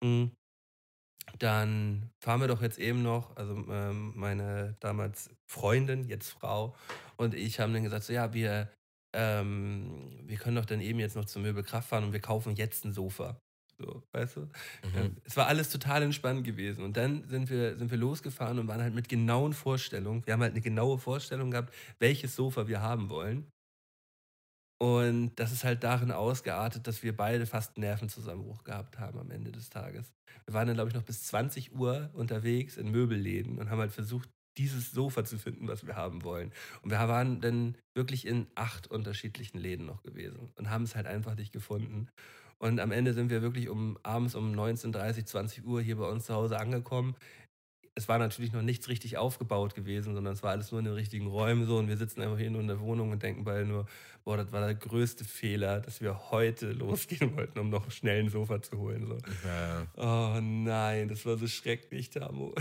Dann fahren wir doch jetzt eben noch, also meine damals Freundin, jetzt Frau und ich haben dann gesagt, so ja, wir können doch dann eben jetzt noch zur Möbelkraft fahren und wir kaufen jetzt ein Sofa. So, weißt du? Es war alles total entspannt gewesen. Und dann sind wir losgefahren und waren halt mit genauen Vorstellungen. Wir haben halt eine genaue Vorstellung gehabt, welches Sofa wir haben wollen. Und das ist halt darin ausgeartet, dass wir beide fast einen Nervenzusammenbruch gehabt haben am Ende des Tages. Wir waren dann, glaube ich, noch bis 20 Uhr unterwegs in Möbelläden und haben halt versucht, dieses Sofa zu finden, was wir haben wollen. Und wir waren dann wirklich in 8 unterschiedlichen Läden noch gewesen und haben es halt einfach nicht gefunden. Und am Ende sind wir wirklich abends um 19:30, 20 Uhr hier bei uns zu Hause angekommen. es war natürlich noch nichts richtig aufgebaut gewesen, sondern es war alles nur in den richtigen Räumen so und wir sitzen einfach hier nur in der Wohnung und denken beide nur, boah, das war der größte Fehler, dass wir heute losgehen wollten, um noch schnell ein Sofa zu holen. So. Ja. Oh nein, das war so schrecklich, Tamo.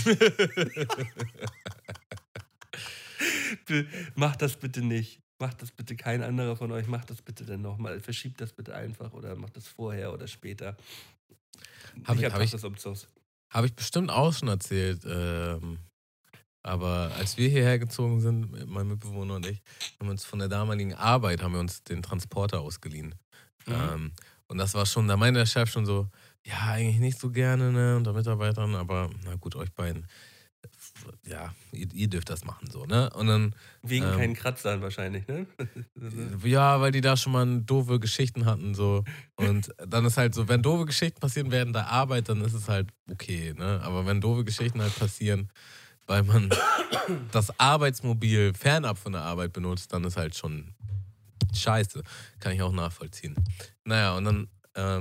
Macht das bitte nicht. Macht das bitte kein anderer von euch. Macht das bitte dann nochmal. Verschiebt das bitte einfach oder macht das vorher oder später. Hab ich- das Umzugs. Habe ich bestimmt auch schon erzählt. Aber als wir hierher gezogen sind, mein Mitbewohner und ich, haben wir uns von der damaligen Arbeit haben wir uns den Transporter ausgeliehen. Und das war schon, da meinte der Chef schon so, ja, eigentlich nicht so gerne, ne, unter Mitarbeitern, aber na gut, euch beiden, ja, ihr dürft das machen, so, ne? Und dann, Wegen keinen Kratzern wahrscheinlich, ne? ja, weil die da schon mal doofe Geschichten hatten, so. Und dann ist halt so, wenn doofe Geschichten passieren während der Arbeit, dann ist es halt okay, ne? Aber wenn doofe Geschichten halt passieren, weil man das Arbeitsmobil fernab von der Arbeit benutzt, dann ist halt schon scheiße. Kann ich auch nachvollziehen. Naja, und dann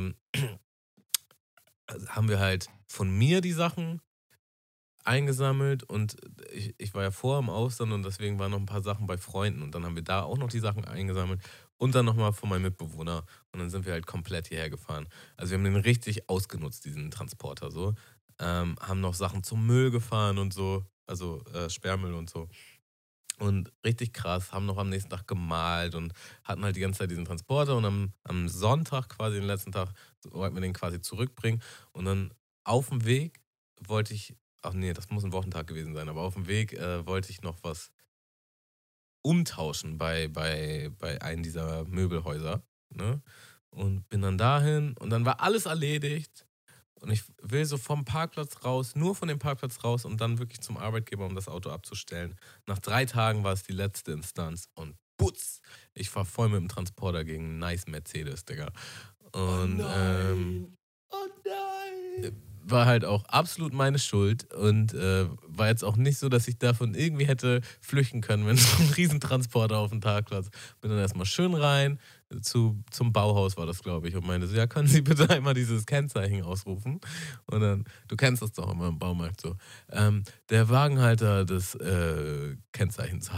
haben wir halt von mir die Sachen eingesammelt und ich war ja vorher im Ausland und deswegen waren noch ein paar Sachen bei Freunden und dann haben wir da auch noch die Sachen eingesammelt und dann nochmal von meinem Mitbewohner und dann sind wir halt komplett hierher gefahren. Also wir haben den richtig ausgenutzt, diesen Transporter so. Haben noch Sachen zum Müll gefahren und so, also Sperrmüll und so. Und richtig krass, haben noch am nächsten Tag gemalt und hatten halt die ganze Zeit diesen Transporter und am Sonntag quasi, den letzten Tag, wollten wir den quasi zurückbringen und dann auf dem Weg wollte ich, ach nee, das muss ein Wochentag gewesen sein, aber auf dem Weg wollte ich noch was umtauschen bei einem dieser Möbelhäuser, ne? Und bin dann dahin und dann war alles erledigt und ich will so vom Parkplatz raus, nur von dem Parkplatz raus und dann wirklich zum Arbeitgeber, um das Auto abzustellen. Nach 3 Tagen war es die letzte Instanz und putz, ich fahr voll mit dem Transporter gegen einen nice Mercedes, Digga. Und Oh nein! war halt auch absolut meine Schuld und war jetzt auch nicht so, dass ich davon irgendwie hätte flüchten können, wenn so ein Riesentransporter auf dem Parkplatz. Bin dann erstmal schön rein, zum Bauhaus war das, glaube ich, und meinte so, ja, können Sie bitte einmal dieses Kennzeichen ausrufen? Und dann, du kennst das doch immer im Baumarkt so, der Wagenhalter des Kennzeichens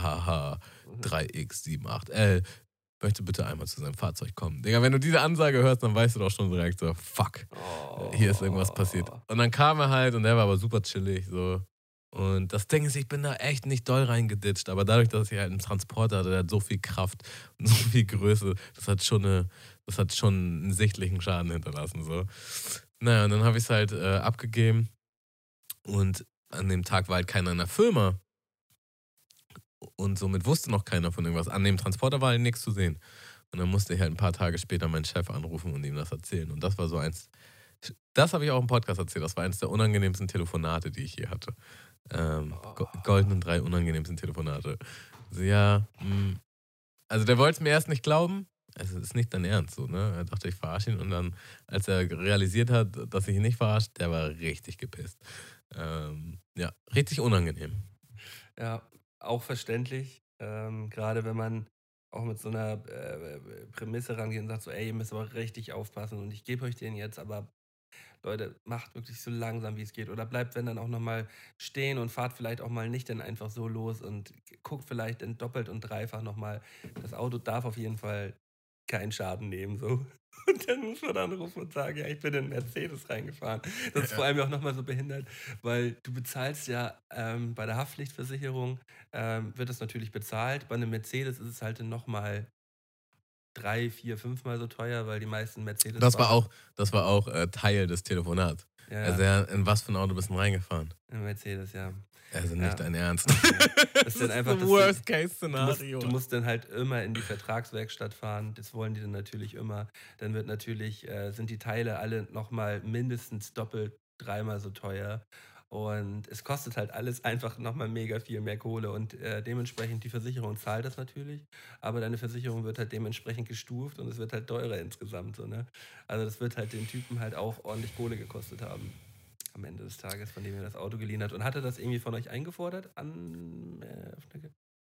HH3X78L möchte bitte einmal zu seinem Fahrzeug kommen. Digga, wenn du diese Ansage hörst, dann weißt du doch schon direkt so, fuck, hier ist irgendwas passiert. Und dann kam er halt und der war aber super chillig, so. Und das Ding ist, ich bin da echt nicht doll reingeditscht, aber dadurch, dass ich halt einen Transporter hatte, der hat so viel Kraft und so viel Größe, das hat schon einen sichtlichen Schaden hinterlassen, so. Naja, und dann habe ich es halt abgegeben und an dem Tag war halt keiner in der Firma. Und somit wusste noch keiner von irgendwas. An dem Transporter war halt nichts zu sehen. Und dann musste ich halt ein paar Tage später meinen Chef anrufen und ihm das erzählen. Und das war so eins, das habe ich auch im Podcast erzählt, das war eins der unangenehmsten Telefonate, die ich je hatte. Goldenen 3 unangenehmsten Telefonate. Also ja, also der wollte es mir erst nicht glauben. Es ist nicht dein Ernst, so, ne? Er dachte, ich verarsche ihn. Und dann, als er realisiert hat, dass ich ihn nicht verarscht, der war richtig gepisst. Ja, richtig unangenehm. Ja, auch verständlich. Gerade wenn man auch mit so einer Prämisse rangeht und sagt so, ey, ihr müsst aber richtig aufpassen und ich gebe euch den jetzt, aber Leute, macht wirklich so langsam, wie es geht. Oder bleibt, wenn dann auch nochmal stehen und fahrt vielleicht auch mal nicht dann einfach so los und guckt vielleicht dann doppelt und dreifach nochmal. Das Auto darf auf jeden Fall keinen Schaden nehmen, so. Und dann muss man anrufen und sagen, ja, ich bin in Mercedes reingefahren. Das ist vor allem auch nochmal so behindert, weil du bezahlst ja bei der Haftpflichtversicherung, wird das natürlich bezahlt. Bei einem Mercedes ist es halt nochmal 3, 4, 5 Mal so teuer, weil die meisten Mercedes. Das war auch Teil des Telefonats. Ja, Also in was für ein Auto bist du reingefahren? in Mercedes, ja. Also nicht dein Ernst. Das ist dann einfach das Worst-Case-Szenario. Du musst dann halt immer in die Vertragswerkstatt fahren. Das wollen die dann natürlich immer. Dann wird natürlich, sind die Teile alle nochmal mindestens doppelt, 3-mal so teuer. Und es kostet halt alles einfach nochmal mega viel mehr Kohle. Und dementsprechend die Versicherung zahlt das natürlich. Aber deine Versicherung wird halt dementsprechend gestuft und es wird halt teurer insgesamt. So, ne? Also das wird halt den Typen halt auch ordentlich Kohle gekostet haben. Am Ende des Tages, von dem er das Auto geliehen hat. Und hat er das irgendwie von euch eingefordert?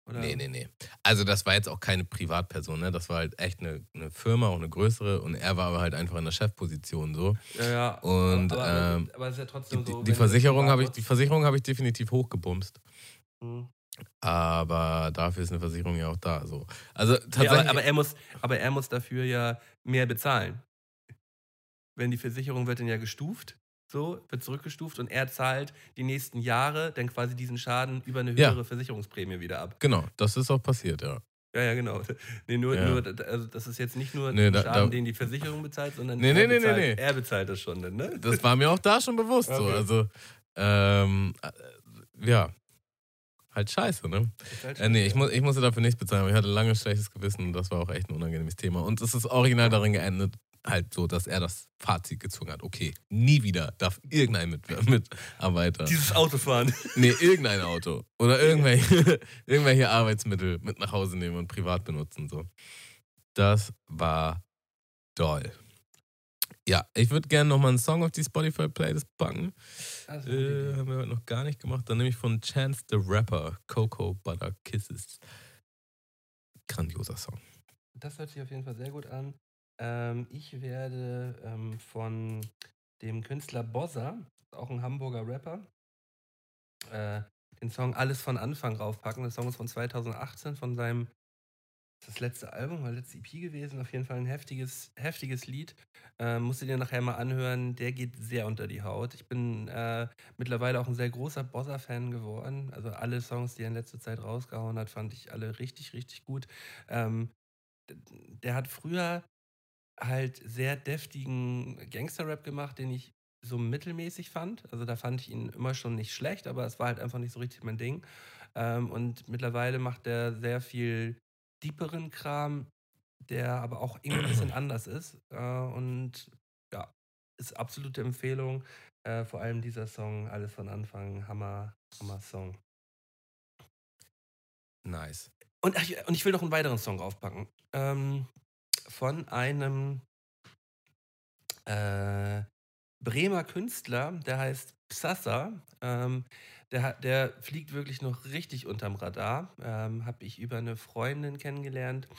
Oder? Nee. Also das war jetzt auch keine Privatperson, ne? Das war halt echt eine Firma, auch eine größere. Und er war aber halt einfach in der Chefposition so. Ja, Und aber es ist ja trotzdem so. die Versicherung habe ich definitiv hochgebumst. Mhm. Aber dafür ist eine Versicherung ja auch da. So. Also Ja, tatsächlich. aber er muss dafür ja mehr bezahlen. Wenn die Versicherung wird dann ja gestuft, so, wird zurückgestuft und er zahlt die nächsten Jahre dann quasi diesen Schaden über eine Ja. höhere Versicherungsprämie wieder ab. Genau, das ist auch passiert, ja. Ja, genau. Nee, also das ist jetzt nicht nur ein Schaden, den die Versicherung bezahlt, sondern er bezahlt das schon dann, ne? Das war mir auch da schon bewusst so. Okay. Also, ja. Halt scheiße, ne? Ich musste dafür nichts bezahlen, aber ich hatte lange schlechtes Gewissen und das war auch echt ein unangenehmes Thema. Und es ist original darin geendet, halt so, dass er das Fazit gezogen hat. Okay, nie wieder darf irgendein Mitarbeiter. Dieses Auto fahren. Nee, irgendein Auto. Oder irgendwelche Arbeitsmittel mit nach Hause nehmen und privat benutzen. So. Das war doll. Ja, ich würde gerne nochmal einen Song auf die Spotify-Playlist packen. Haben wir heute noch gar nicht gemacht. Dann nehme ich von Chance the Rapper, Cocoa Butter Kisses. Grandioser Song. Das hört sich auf jeden Fall sehr gut an. Ich werde von dem Künstler Bozza, auch ein Hamburger Rapper, den Song Alles von Anfang raufpacken. Der Song ist von 2018, von seinem das letzte Album, war letzte EP gewesen. Auf jeden Fall ein heftiges Lied. Musst du dir nachher mal anhören. Der geht sehr unter die Haut. Ich bin mittlerweile auch ein sehr großer Bozza-Fan geworden. Also alle Songs, die er in letzter Zeit rausgehauen hat, fand ich alle richtig, richtig gut. Der hat früher halt sehr deftigen Gangster-Rap gemacht, den ich so mittelmäßig fand. Also da fand ich ihn immer schon nicht schlecht, aber es war halt einfach nicht so richtig mein Ding. Und mittlerweile macht er sehr viel deeperen Kram, der aber auch irgendwie ein bisschen anders ist. Und ja, ist absolute Empfehlung. Vor allem dieser Song, Alles von Anfang, Hammer Song. Nice. Und ich will noch einen weiteren Song aufpacken. Von einem Bremer Künstler, der heißt Psassa. Der fliegt wirklich noch richtig unterm Radar. Habe ich über eine Freundin kennengelernt.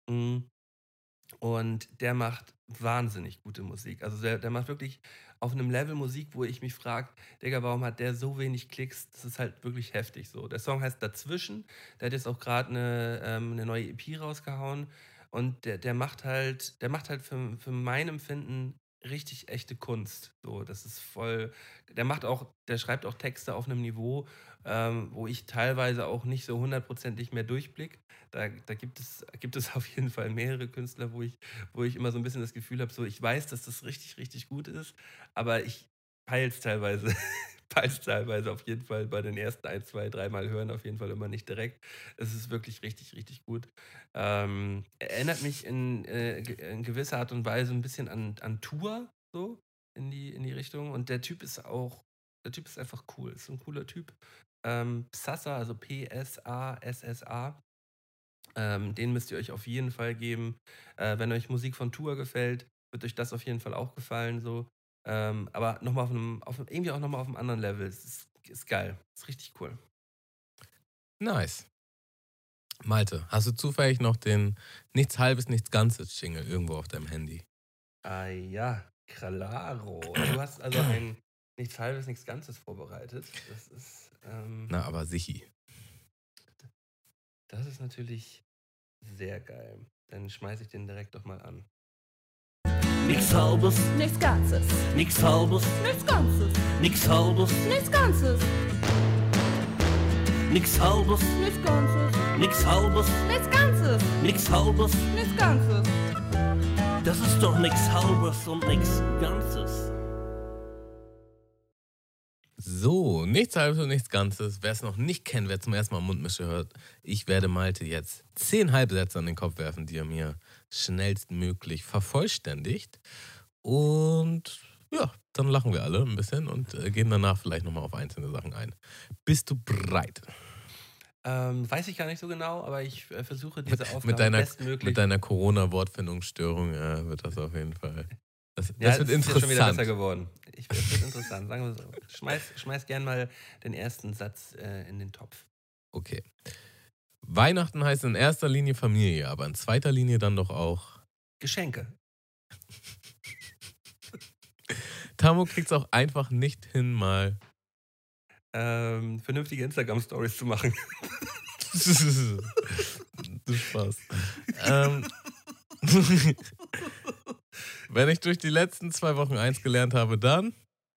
Und der macht wahnsinnig gute Musik. Also der macht wirklich auf einem Level Musik, wo ich mich frage, Digga, warum hat der so wenig Klicks? Das ist halt wirklich heftig so. Der Song heißt Dazwischen. Der hat jetzt auch gerade eine neue EP rausgehauen. Und der macht halt für mein Empfinden richtig echte Kunst. So, das ist voll. Der schreibt auch Texte auf einem Niveau, wo ich teilweise auch nicht so hundertprozentig mehr durchblick. Da gibt es auf jeden Fall mehrere Künstler, wo ich immer so ein bisschen das Gefühl habe, so ich weiß, dass das richtig, richtig gut ist, aber ich peil's teilweise auf jeden Fall bei den ersten 1, 2, 3 Mal hören, auf jeden Fall immer nicht direkt. Es ist wirklich richtig, richtig gut. Erinnert mich in gewisser Art und Weise ein bisschen an Tour, so in die Richtung. Und der Typ ist einfach cool. Ist so ein cooler Typ. Psassa, also Psassa. Den müsst ihr euch auf jeden Fall geben. Wenn euch Musik von Tour gefällt, wird euch das auf jeden Fall auch gefallen. So. Aber nochmal irgendwie auch nochmal auf einem anderen Level. Es ist geil. Ist richtig cool. Nice. Malte, hast du zufällig noch den Nichts Halbes, Nichts Ganzes Jingle irgendwo auf deinem Handy? Ah ja, Kralaro. Du hast also ein Nichts Halbes, Nichts Ganzes vorbereitet. Das ist. Na, aber sichi. Das ist natürlich sehr geil. Dann schmeiße ich den direkt doch mal an. Nichts Halbes, Nichts Ganzes. nichts Halbes, Nichts Ganzes. nichts Halbes, Nichts Ganzes. nichts Halbes, Nichts Ganzes. nichts Halbes, Nichts Ganzes. nichts Halbes. Nichts Ganzes. Das ist doch nichts Halbes und nichts Ganzes. So, nichts Halbes und nichts Ganzes. Wer es noch nicht kennt, wer zum ersten Mal Mundmische hört, ich werde Malte jetzt 10 Halbsätze an den Kopf werfen, die er mir schnellstmöglich vervollständigt. Und ja, dann lachen wir alle ein bisschen und gehen danach vielleicht nochmal auf einzelne Sachen ein. Bist du bereit? Weiß ich gar nicht so genau, aber ich versuche diese Aufgabe bestmöglich. Mit deiner Corona-Wortfindungsstörung wird das auf jeden Fall. Das Ja, wird es ist interessant. ja schon wieder besser geworden. Es wird interessant, sagen wir so. Schmeiß gern mal den ersten Satz in den Topf. Okay. Weihnachten heißt in erster Linie Familie, aber in zweiter Linie dann doch auch. Geschenke. Tamo kriegt es auch einfach nicht hin, mal. Vernünftige Instagram-Stories zu machen. Du Spaß. Wenn ich durch die letzten 2 Wochen eins gelernt habe, dann.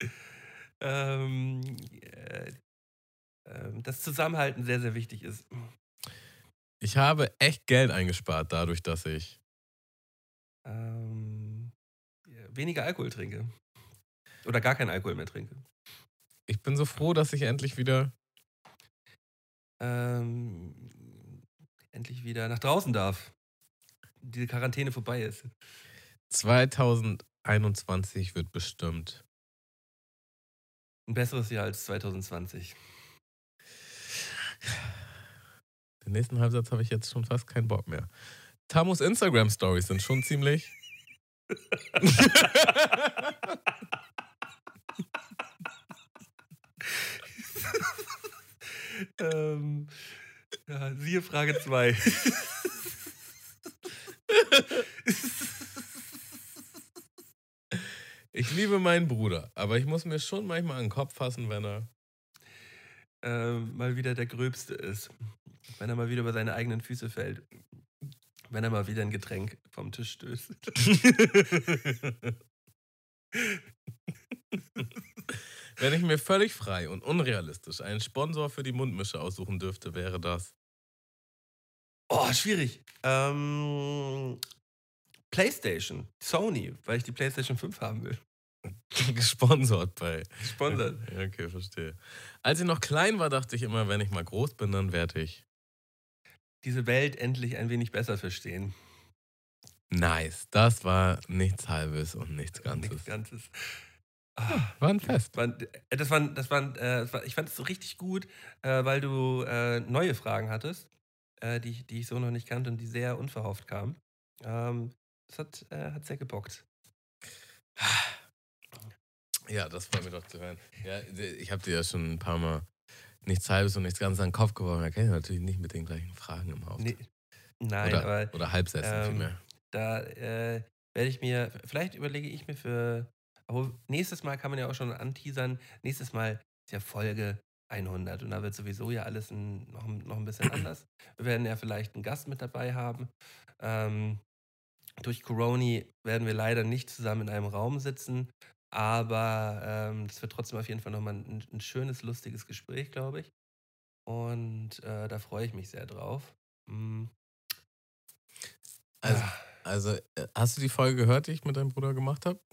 Dass Zusammenhalten sehr, sehr wichtig ist. Ich habe echt Geld eingespart dadurch, dass ich. Weniger Alkohol trinke. Oder gar keinen Alkohol mehr trinke. Ich bin so froh, dass ich endlich wieder. Endlich wieder nach draußen darf. Diese Quarantäne vorbei ist. 2021 wird bestimmt. Ein besseres Jahr als 2020. Den nächsten Halbsatz habe ich jetzt schon fast keinen Bock mehr. Tamos Instagram-Stories sind schon ziemlich. Siehe Frage 2. Ich liebe meinen Bruder, aber ich muss mir schon manchmal an den Kopf fassen, wenn er. Mal wieder der Gröbste ist. Wenn er mal wieder über seine eigenen Füße fällt. Wenn er mal wieder ein Getränk vom Tisch stößt. Wenn ich mir völlig frei und unrealistisch einen Sponsor für die Mundmische aussuchen dürfte, wäre das. Oh, schwierig. PlayStation, Sony, weil ich die PlayStation 5 haben will. Gesponsert bei. Gesponsert. Ja, okay, verstehe. Als ich noch klein war, dachte ich immer, wenn ich mal groß bin, dann werde ich. Diese Welt endlich ein wenig besser verstehen. Nice. Das war nichts Halbes und nichts Ganzes. Nichts Ganzes. War ein Fest. Ich fand es so richtig gut, weil du neue Fragen hattest, die ich so noch nicht kannte und die sehr unverhofft kamen. Das hat sehr gebockt. Ja, das freut mich doch zu hören. Ja, ich habe dir ja schon ein paar Mal nichts Halbes und nichts Ganzes an den Kopf geworfen. Da kann ich natürlich nicht mit den gleichen Fragen im Haus. Nee, nein, oder Halbsätzen vielmehr. Da werde ich mir, vielleicht überlege ich mir aber nächstes Mal kann man ja auch schon anteasern, nächstes Mal ist ja Folge 100 und da wird sowieso ja alles noch ein bisschen anders. Wir werden ja vielleicht einen Gast mit dabei haben. Durch Corona werden wir leider nicht zusammen in einem Raum sitzen, aber das wird trotzdem auf jeden Fall nochmal ein schönes, lustiges Gespräch, glaube ich. Und da freue ich mich sehr drauf. Also, hast du die Folge gehört, die ich mit deinem Bruder gemacht habe?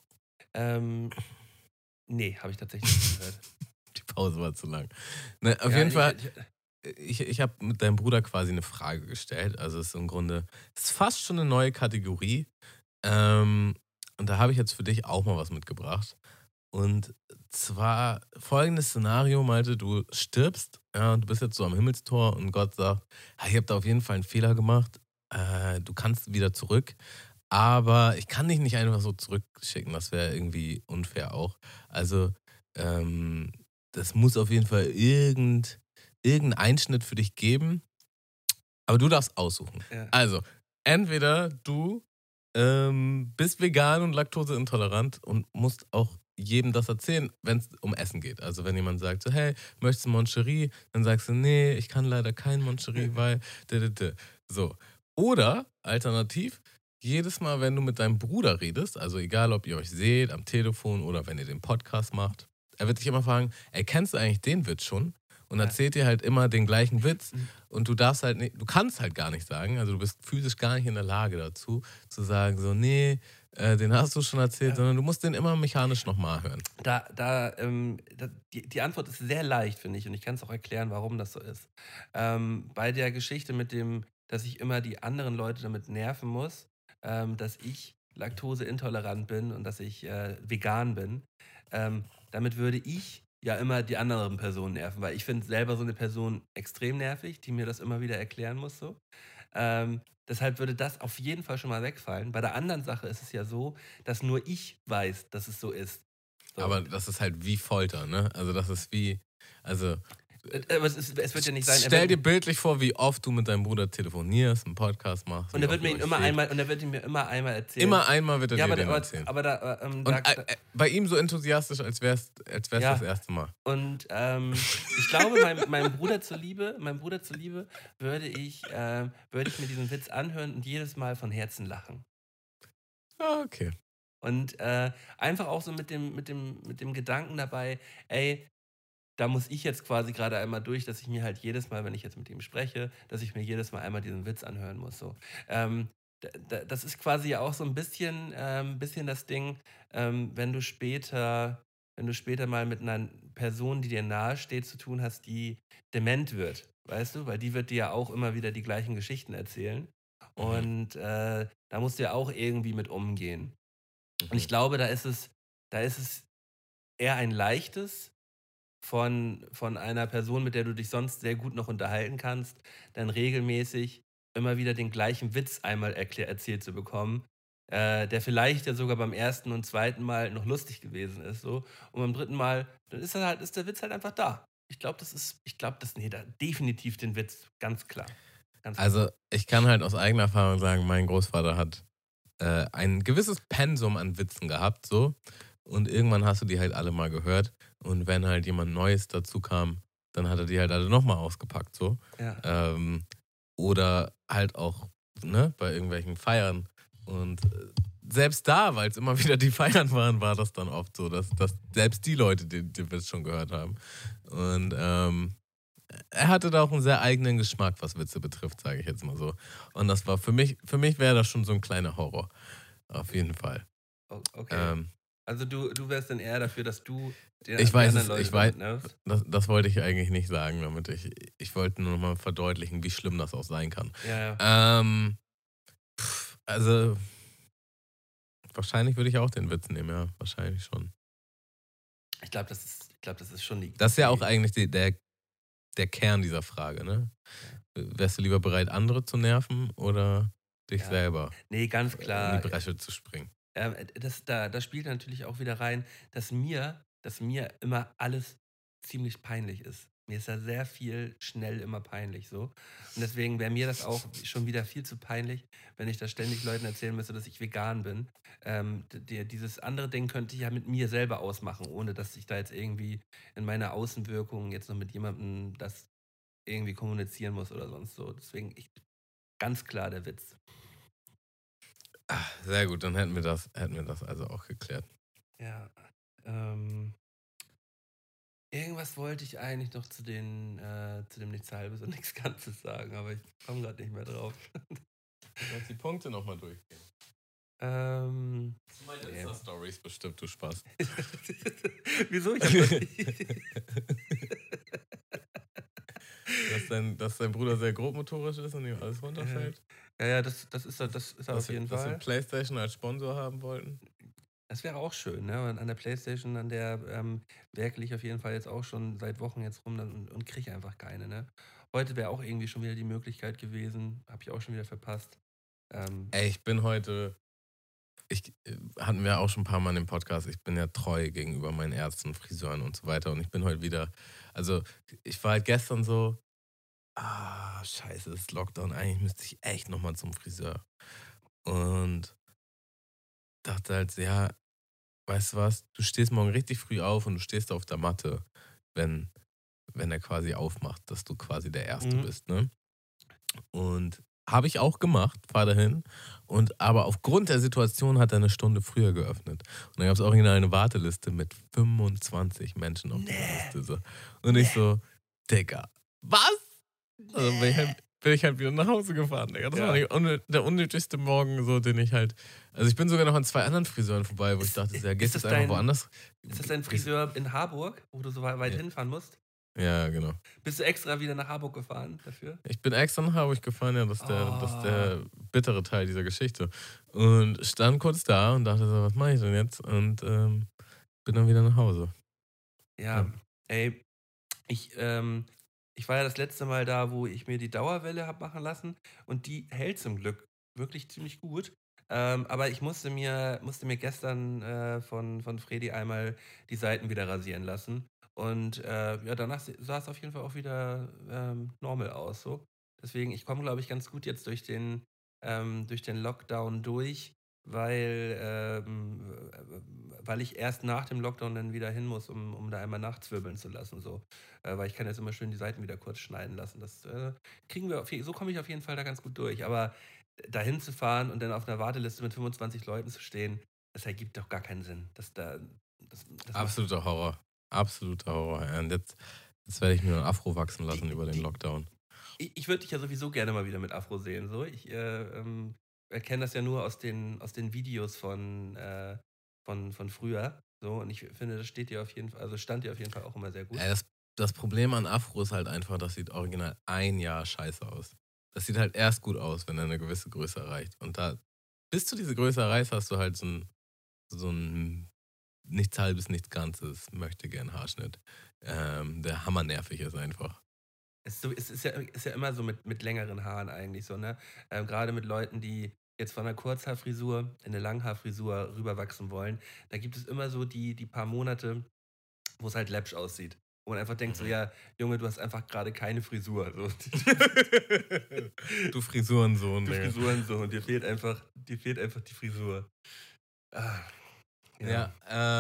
Nee, habe ich tatsächlich nicht gehört. Die Pause war zu lang. Ne, auf jeden Fall, ich habe mit deinem Bruder quasi eine Frage gestellt. Also es ist im Grunde, es ist fast schon eine neue Kategorie. Und da habe ich jetzt für dich auch mal was mitgebracht. Und zwar folgendes Szenario, Malte, du stirbst, ja, du bist jetzt so am Himmelstor und Gott sagt, ja, ihr habt da auf jeden Fall einen Fehler gemacht, du kannst wieder zurück, aber ich kann dich nicht einfach so zurückschicken, das wäre irgendwie unfair auch. Also das muss auf jeden Fall irgendeinen Einschnitt für dich geben, aber du darfst aussuchen. Ja. Also, entweder du bist vegan und laktoseintolerant und musst auch jedem das erzählen, wenn es um Essen geht. Also wenn jemand sagt so, hey, möchtest du Moncherie? Dann sagst du, nee, ich kann leider kein Moncherie, weil... So. Oder, alternativ, jedes Mal, wenn du mit deinem Bruder redest, also egal, ob ihr euch seht, am Telefon oder wenn ihr den Podcast macht, er wird dich immer fragen, ey, kennst du eigentlich den Witz schon? Und erzählt dir halt immer den gleichen Witz und du darfst halt nicht, du kannst halt gar nicht sagen, also du bist physisch gar nicht in der Lage dazu, zu sagen so, nee, den hast du schon erzählt, sondern du musst den immer mechanisch nochmal hören. Die Antwort ist sehr leicht, finde ich, und ich kann es auch erklären, warum das so ist. Bei der Geschichte mit dem, dass ich immer die anderen Leute damit nerven muss, dass ich laktoseintolerant bin und dass ich vegan bin, damit würde ich ja immer die anderen Personen nerven, weil ich finde selber so eine Person extrem nervig, die mir das immer wieder erklären muss. So. Deshalb würde das auf jeden Fall schon mal wegfallen. Bei der anderen Sache ist es ja so, dass nur ich weiß, dass es so ist. So. Aber das ist halt wie Folter, ne? Also das ist wie, also Aber es wird ja nicht sein. Stell dir bildlich vor, wie oft du mit deinem Bruder telefonierst, einen Podcast machst. Und er wird mir ihn immer einmal erzählen. Immer einmal wird er Ja, dir aber, den aber, erzählen. aber da, Und da, bei ihm so enthusiastisch, als wär's Ja. das erste Mal. Und ich glaube, meinem Bruder zuliebe würde ich mir diesen Witz anhören und jedes Mal von Herzen lachen. Ah, okay. Und einfach auch so mit dem Gedanken dabei, ey, da muss ich jetzt quasi gerade einmal durch, dass ich mir halt jedes Mal, wenn ich jetzt mit ihm spreche, dass ich mir jedes Mal einmal diesen Witz anhören muss. So. Das ist quasi ja auch so ein bisschen das Ding, wenn du später mal mit einer Person, die dir nahe steht, zu tun hast, die dement wird, weißt du? Weil die wird dir ja auch immer wieder die gleichen Geschichten erzählen. Und da musst du ja auch irgendwie mit umgehen. Und ich glaube, da ist es eher ein leichtes von einer Person, mit der du dich sonst sehr gut noch unterhalten kannst, dann regelmäßig immer wieder den gleichen Witz einmal erzählt zu bekommen, der vielleicht ja sogar beim ersten und zweiten Mal noch lustig gewesen ist. So. Und beim dritten Mal, dann ist der Witz halt einfach da. Ich glaube, da definitiv den Witz, ganz klar. Ganz klar. Also ich kann halt aus eigener Erfahrung sagen, mein Großvater hat ein gewisses Pensum an Witzen gehabt, so. Und irgendwann hast du die halt alle mal gehört. Und wenn halt jemand Neues dazu kam, dann hat er die halt alle nochmal ausgepackt, so. Ja. Oder halt auch, ne, bei irgendwelchen Feiern. Und selbst da, weil es immer wieder die Feiern waren, war das dann oft so, dass selbst die Leute den Witz schon gehört haben. Und er hatte da auch einen sehr eigenen Geschmack, was Witze betrifft, sage ich jetzt mal so. Und das war für mich wäre das schon so ein kleiner Horror. Auf jeden Fall. Okay. Also du wärst dann eher dafür, dass du den Ich weiß anderen es, Leuten ich weiß, nervst? das wollte ich eigentlich nicht sagen, damit ich wollte nur noch mal verdeutlichen, wie schlimm das auch sein kann. Ja. Also wahrscheinlich würde ich auch den Witz nehmen, ja, wahrscheinlich schon. Ich glaube, das ist schon die. Das ist ja auch eigentlich der Kern dieser Frage, ne? Wärst du lieber bereit, andere zu nerven oder dich Ja. selber Nee, ganz klar. in die Bresche zu springen? Da spielt natürlich auch wieder rein, dass mir immer alles ziemlich peinlich ist. Mir ist da sehr viel schnell immer peinlich so. Und deswegen wäre mir das auch schon wieder viel zu peinlich, wenn ich da ständig Leuten erzählen müsste, dass ich vegan bin. Dieses andere Ding könnte ich ja mit mir selber ausmachen, ohne dass ich da jetzt irgendwie in meiner Außenwirkung jetzt noch mit jemandem das irgendwie kommunizieren muss oder sonst so. Deswegen ganz klar der Witz. Sehr gut, dann hätten wir das also auch geklärt. Ja. Irgendwas wollte ich eigentlich noch zu dem nichts Halbes und nichts Ganzes sagen, aber ich komme gerade nicht mehr drauf. Du kannst die Punkte nochmal durchgehen. Ähm, Meine Insta-Stories bestimmt, du Spaß. Wieso? Ich hab Dass dein Bruder sehr grobmotorisch ist und ihm alles runterfällt. Ja, das ist er auf jeden Dass wir Fall. PlayStation als Sponsor haben wollten. Das wäre auch schön, ne? Und an der PlayStation, an der werkel ich auf jeden Fall jetzt auch schon seit Wochen jetzt rum und kriege einfach keine, ne? Heute wäre auch irgendwie schon wieder die Möglichkeit gewesen, habe ich auch schon wieder verpasst. Ey, ich bin heute, hatten wir auch schon ein paar Mal in dem Podcast, ich bin ja treu gegenüber meinen Ärzten, Friseuren und so weiter und ich bin heute wieder, also ich war halt gestern so, scheiße, es ist Lockdown, eigentlich müsste ich echt nochmal zum Friseur. Und dachte halt, ja, weißt du was, du stehst morgen richtig früh auf und du stehst auf der Matte, wenn er quasi aufmacht, dass du quasi der Erste bist, ne? Und habe ich auch gemacht, fahr dahin. Aber aufgrund der Situation hat er eine Stunde früher geöffnet. Und dann gab es original eine Warteliste mit 25 Menschen auf der Liste. So. Und ich so, Digga, was? Also bin ich halt wieder nach Hause gefahren, Digga. Das war der unnötigste Morgen, so, den ich halt. Also ich bin sogar noch an 2 anderen Friseuren vorbei, wo ich dachte, ja, gehst du einfach woanders? Ist das dein Friseur in Harburg, wo du so weit hinfahren musst? Ja, genau. Bist du extra wieder nach Harburg gefahren dafür? Ich bin extra nach Hamburg gefahren, ja, das ist der bittere Teil dieser Geschichte. Und stand kurz da und dachte so, was mache ich denn jetzt? Und bin dann wieder nach Hause. Ja, ey, ich war ja das letzte Mal da, wo ich mir die Dauerwelle habe machen lassen und die hält zum Glück wirklich ziemlich gut. Aber ich musste mir gestern von Fredi einmal die Seiten wieder rasieren lassen. Und ja, danach sah es auf jeden Fall auch wieder normal aus. So. Deswegen, ich komme, glaube ich, ganz gut jetzt durch den Lockdown durch, weil ich erst nach dem Lockdown dann wieder hin muss, um da einmal nachzwirbeln zu lassen. So. Weil ich kann jetzt immer schön die Seiten wieder kurz schneiden lassen. Das kriegen wir so komme ich auf jeden Fall da ganz gut durch. Aber dahin zu fahren und dann auf einer Warteliste mit 25 Leuten zu stehen, das ergibt doch gar keinen Sinn. Das macht- Absoluter Horror. Absoluter Horror. Ja. Und jetzt werde ich mir ein Afro wachsen lassen über den Lockdown. Ich würde dich ja sowieso gerne mal wieder mit Afro sehen. So. Ich erkenne das ja nur aus den Videos von früher. So, und ich finde, das steht dir auf jeden Fall, also stand dir auf jeden Fall auch immer sehr gut. Das Problem an Afro ist halt einfach, das sieht original ein Jahr scheiße aus. Das sieht halt erst gut aus, wenn er eine gewisse Größe erreicht. Und da, bis du diese Größe erreichst, hast du halt so ein nichts halbes, nichts Ganzes, möchte gern Haarschnitt. Der hammernervig ist einfach. Es ist ja immer so mit längeren Haaren eigentlich so, ne? Gerade mit Leuten, die jetzt von einer Kurzhaarfrisur in eine Langhaarfrisur rüberwachsen wollen, da gibt es immer so die paar Monate, wo es halt läppsch aussieht. Wo man einfach denkt so, ja, Junge, du hast einfach gerade keine Frisur. So. Du Frisurensohn, Du Digga. Frisurensohn, dir fehlt einfach die Frisur. Ah, Ja,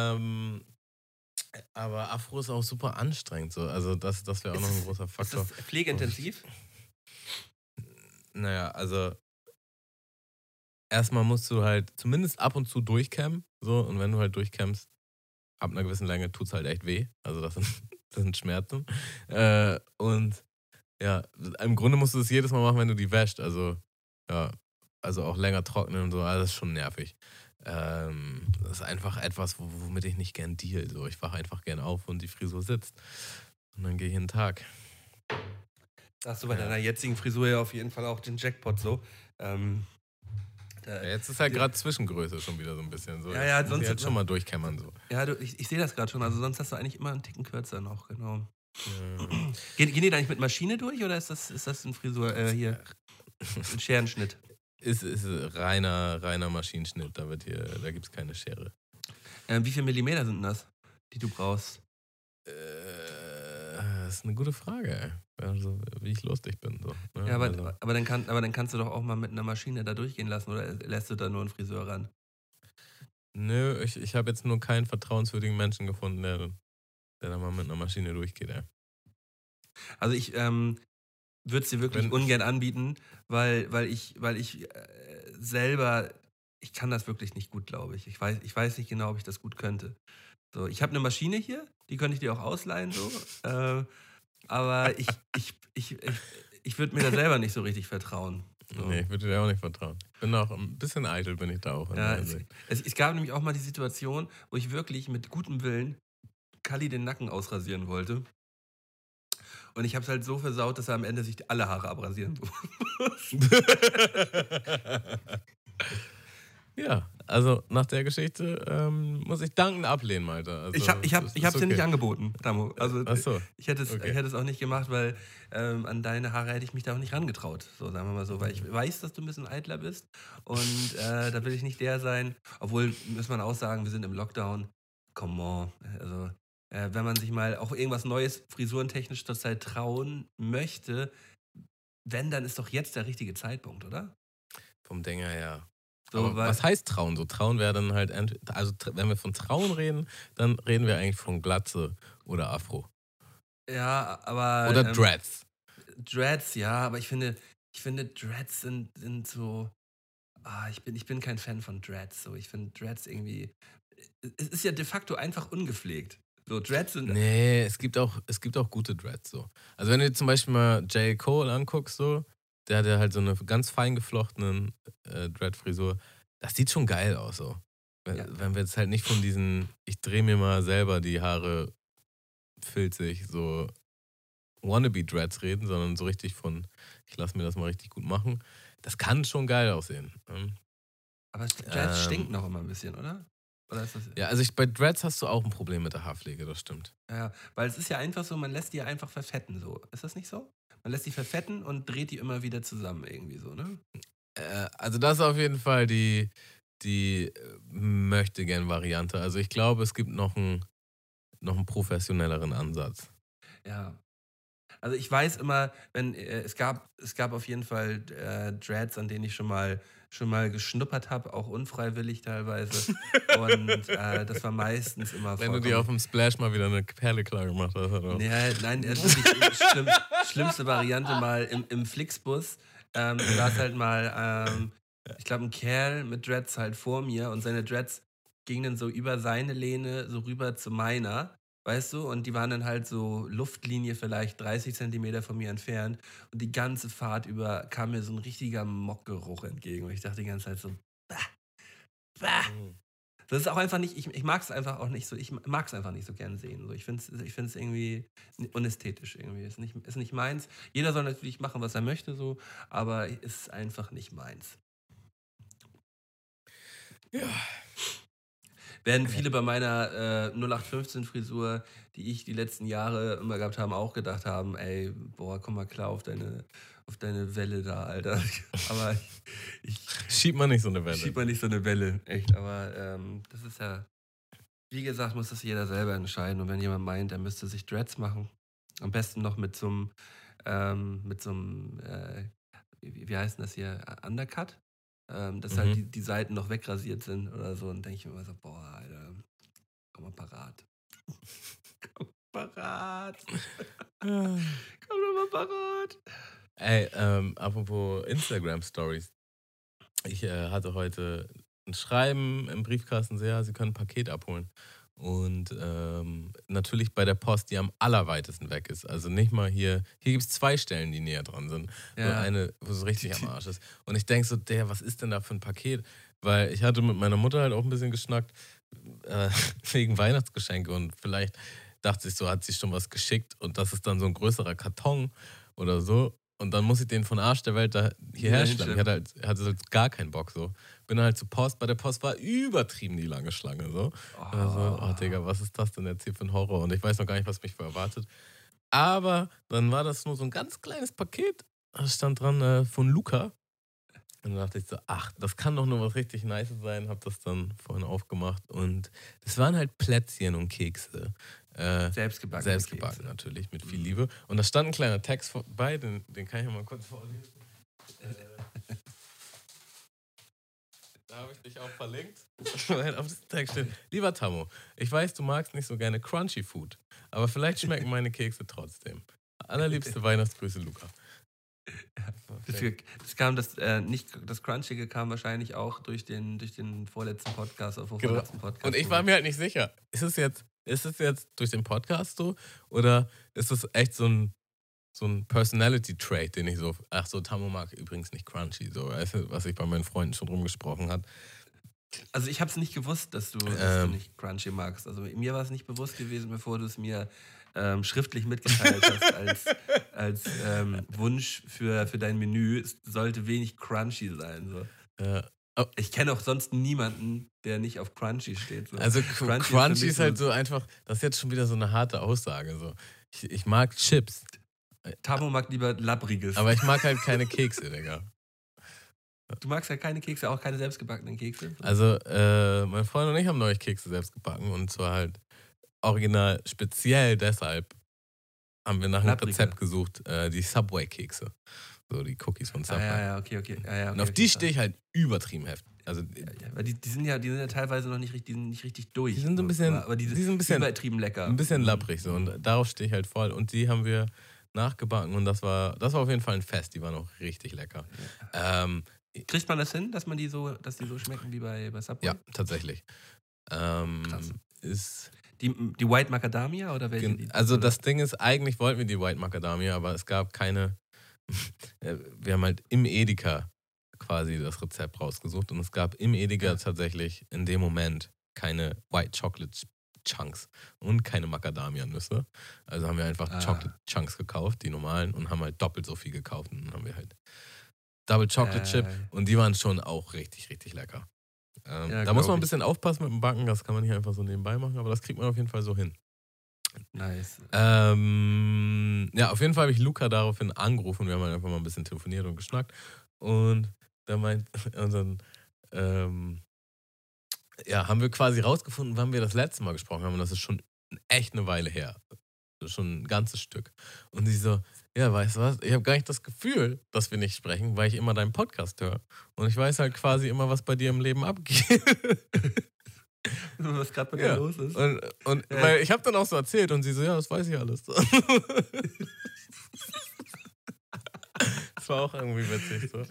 aber Afro ist auch super anstrengend so. Also das wäre auch noch ein großer Ist Faktor. das pflegeintensiv? Naja, also erstmal musst du halt zumindest ab und zu durchkämmen. So, und wenn du halt durchkämmst, ab einer gewissen Länge tut es halt echt weh. Also das sind Schmerzen. Und ja, im Grunde musst du es jedes Mal machen, wenn du die wäscht. Also ja, also auch länger trocknen und so, alles ist schon nervig. Das ist einfach etwas, womit ich nicht gern deal. So. Ich wache einfach gern auf und die Frisur sitzt. Und dann gehe ich in den Tag. Da hast du bei deiner jetzigen Frisur ja auf jeden Fall auch den Jackpot so. Ja, jetzt ist halt gerade Zwischengröße schon wieder so ein bisschen so. Ja, ja, Jetzt muss ich sonst- halt schon mal durchkämmern. So. Ja, ich sehe das gerade schon. Also sonst hast du eigentlich immer einen Ticken kürzer noch, genau. Ja. Gehen die da eigentlich mit Maschine durch oder ist das ein Frisur, hier, ein Scherenschnitt? Ist reiner Maschinenschnitt. Da gibt es keine Schere. Wie viel Millimeter sind denn das, die du brauchst? Das ist eine gute Frage, ey. Also, wie ich lustig bin. So, ne? Ja, Also, aber dann kannst du doch auch mal mit einer Maschine da durchgehen lassen oder lässt du da nur einen Friseur ran? nö, ich habe jetzt nur keinen vertrauenswürdigen Menschen gefunden, der da mal mit einer Maschine durchgeht, ey. Also ich würde es dir wirklich ungern anbieten, weil ich selber, ich kann das wirklich nicht gut, glaube ich. Ich weiß nicht genau, ob ich das gut könnte. So, ich habe eine Maschine hier, die könnte ich dir auch ausleihen, so. Aber ich würde mir da selber nicht so richtig vertrauen. So. Nee, ich würde dir auch nicht vertrauen. Ich bin auch ein bisschen eitel, bin ich da auch. Ja, es gab nämlich auch mal die Situation, wo ich wirklich mit gutem Willen Kalli den Nacken ausrasieren wollte. Und ich habe es halt so versaut, dass er am Ende sich alle Haare abrasieren muss. Ja, also nach der Geschichte muss ich dankend ablehnen, Alter. Also, Ich hab's dir okay. nicht angeboten, Damo. Also Ach so. ich hätte Okay. es auch nicht gemacht, weil an deine Haare hätte ich mich da auch nicht rangetraut. So, sagen wir mal so, weil ich weiß, dass du ein bisschen eitler bist. Und da will ich nicht der sein. Obwohl, muss man auch sagen, wir sind im Lockdown. Come on. Also, wenn man sich mal auch irgendwas Neues frisurentechnisch zurzeit trauen möchte, dann ist doch jetzt der richtige Zeitpunkt, oder? Vom Ding her, ja. So, Aber was heißt trauen? So trauen wäre dann halt, wenn wir von Trauen reden, dann reden wir eigentlich von Glatze oder Afro. ja, aber. Oder Dreads. Dreads, ja, aber ich finde Dreads sind so. Ich bin kein Fan von Dreads. So. Ich finde Dreads irgendwie. Es ist ja de facto einfach ungepflegt. So, Dreads sind. Nee, es gibt auch gute Dreads so. Also wenn du dir zum Beispiel mal J. Cole anguckst, so, der hat ja halt so eine ganz fein geflochtenen Dread-Frisur. Das sieht schon geil aus so. Ja. Wenn wir jetzt halt nicht von diesen, ich drehe mir mal selber die Haare filzig, so Wannabe-Dreads reden, sondern so richtig von, ich lasse mir das mal richtig gut machen. Das kann schon geil aussehen. Aber Dreads stinken noch immer ein bisschen, oder? Oder ist das. Ja, also bei Dreads hast du auch ein Problem mit der Haarpflege, das stimmt. Ja, weil es ist ja einfach so, man lässt die ja einfach verfetten, so. Ist das nicht so? Man lässt die verfetten und dreht die immer wieder zusammen, irgendwie so, ne? Also das ist auf jeden Fall die möchte-gern-Variante. Also ich glaube, es gibt noch noch einen professionelleren Ansatz. Ja. Also ich weiß immer, wenn es gab auf jeden Fall Dreads, an denen ich schon mal geschnuppert habe, auch unfreiwillig teilweise. Und das war meistens immer Wenn du dir auf dem Splash mal wieder eine Perle klar gemacht hast. Oder? Nein, wirklich schlimmste Variante mal im Flixbus. Da saß halt mal, ich glaube, ein Kerl mit Dreads halt vor mir und seine Dreads gingen dann so über seine Lehne so rüber zu meiner, weißt du? Und die waren dann halt so Luftlinie vielleicht 30 Zentimeter von mir entfernt. Und die ganze Fahrt über kam mir so ein richtiger Mockgeruch entgegen. Und ich dachte die ganze Zeit so, bah. Das ist auch einfach nicht, ich mag es einfach auch nicht so, ich mag es einfach nicht so gern sehen. So, ich finde es irgendwie unästhetisch irgendwie. Ist nicht meins. Jeder soll natürlich machen, was er möchte, so, aber ist einfach nicht meins. Ja. Werden viele bei meiner 0815-Frisur, die ich die letzten Jahre immer gehabt habe, auch gedacht haben, ey, boah, komm mal klar auf deine Welle da, Alter. Aber Schiebt man nicht so eine Welle. Schiebt man nicht so eine Welle, echt. Aber das ist ja, wie gesagt, muss das jeder selber entscheiden. Und wenn jemand meint, er müsste sich Dreads machen, am besten noch mit so einem, wie heißt denn das hier, Undercut? Dass halt die Seiten noch wegrasiert sind oder so. Und denke ich mir immer so, boah, Alter, komm mal parat. Komm doch mal parat. Ey, apropos Instagram-Stories. Ich hatte heute ein Schreiben im Briefkasten, so, ja, Sie können ein Paket abholen. Und natürlich bei der Post, die am allerweitesten weg ist. Also nicht mal hier gibt es 2 Stellen, die näher dran sind. Ja. Nur eine, wo es richtig am Arsch ist. Und ich denke so, was ist denn da für ein Paket? Weil ich hatte mit meiner Mutter halt auch ein bisschen geschnackt, wegen Weihnachtsgeschenke. Und vielleicht dachte ich so, hat sie schon was geschickt und das ist dann so ein größerer Karton oder so. Und dann muss ich den von Arsch der Welt da hierher schleppen. Ich hatte halt gar keinen Bock so. Bin halt zur Post. Bei der Post war übertrieben die lange Schlange so. Also, oh Digga, was ist das denn jetzt hier für ein Horror? Und ich weiß noch gar nicht, was mich erwartet. Aber dann war das nur so ein ganz kleines Paket. Da stand dran von Luca. Und dann dachte ich so, ach, das kann doch nur was richtig Nices sein. Hab das dann vorhin aufgemacht. Und das waren halt Plätzchen und Kekse. Selbstgebacken natürlich, mit viel Liebe. Und da stand ein kleiner Text vorbei, den kann ich mal kurz vorlesen. Da habe ich dich auch verlinkt. Weil auf diesem Text steht: Lieber Tammo, ich weiß, du magst nicht so gerne Crunchy Food, aber vielleicht schmecken meine Kekse trotzdem. Allerliebste Weihnachtsgrüße, Luca. Das Crunchige kam wahrscheinlich auch durch den vorletzten Podcast oder vorletzten Podcast. Und ich war mir halt nicht sicher, ist es jetzt durch den Podcast so oder ist es echt so ein Personality-Trait, den ich so, ach so, Tammo mag übrigens nicht Crunchy, so, weißt du, was ich bei meinen Freunden schon rumgesprochen hat. Also ich habe es nicht gewusst, dass du nicht Crunchy magst. Also mir war es nicht bewusst gewesen, bevor du es mir schriftlich mitgeteilt hast als Wunsch für dein Menü. Es sollte wenig Crunchy sein. So. Ja. Ich kenne auch sonst niemanden, der nicht auf Crunchy steht. So. Also Crunchy ist halt so einfach, das ist jetzt schon wieder so eine harte Aussage. So. Ich mag Chips. Tammo mag lieber Labbriges. Aber ich mag halt keine Kekse, Digga. Du magst ja keine Kekse, auch keine selbstgebackenen Kekse? Also, mein Freund und ich haben neulich Kekse selbst gebacken und zwar halt original speziell deshalb haben wir nach einem Rezept gesucht, die Subway-Kekse. So die Cookies von Subway. Okay. Und auf die stehe ich halt übertrieben heftig. Also, weil die sind ja teilweise noch nicht richtig durch. Die sind so ein bisschen, aber die sind ein bisschen übertrieben lecker. Ein bisschen labbrig so und darauf stehe ich halt voll. Und die haben wir nachgebacken und das war auf jeden Fall ein Fest. Die waren auch richtig lecker. Kriegt man das hin, dass die so schmecken wie bei Subway? Ja, tatsächlich. Krass. Ist die White Macadamia oder welche? Also das Ding ist, eigentlich wollten wir die White Macadamia, aber es gab keine. Wir haben halt im Edeka quasi das Rezept rausgesucht und es gab im Edeka tatsächlich in dem Moment keine White Chocolate Chunks und keine Macadamia-Nüsse. Also haben wir einfach Chocolate Chunks gekauft, die normalen, und haben halt doppelt so viel gekauft. Und dann haben wir halt Double Chocolate Chip und die waren schon auch richtig, richtig lecker. Da muss man ein bisschen aufpassen mit dem Backen, das kann man nicht einfach so nebenbei machen, aber das kriegt man auf jeden Fall so hin. Nice. Ja, auf jeden Fall habe ich Luca daraufhin angerufen. Wir haben halt einfach mal ein bisschen telefoniert und geschnackt. Und da haben wir quasi rausgefunden, wann wir das letzte Mal gesprochen haben. Und das ist schon echt eine Weile her. Schon ein ganzes Stück. Und sie so, ja, weißt du was, ich habe gar nicht das Gefühl, dass wir nicht sprechen, weil ich immer deinen Podcast höre. Und ich weiß halt quasi immer, was bei dir im Leben abgeht. Was gerade bei dir los ist. Und weil ich habe dann auch so erzählt und sie so, ja, das weiß ich alles. Das war auch irgendwie witzig. So.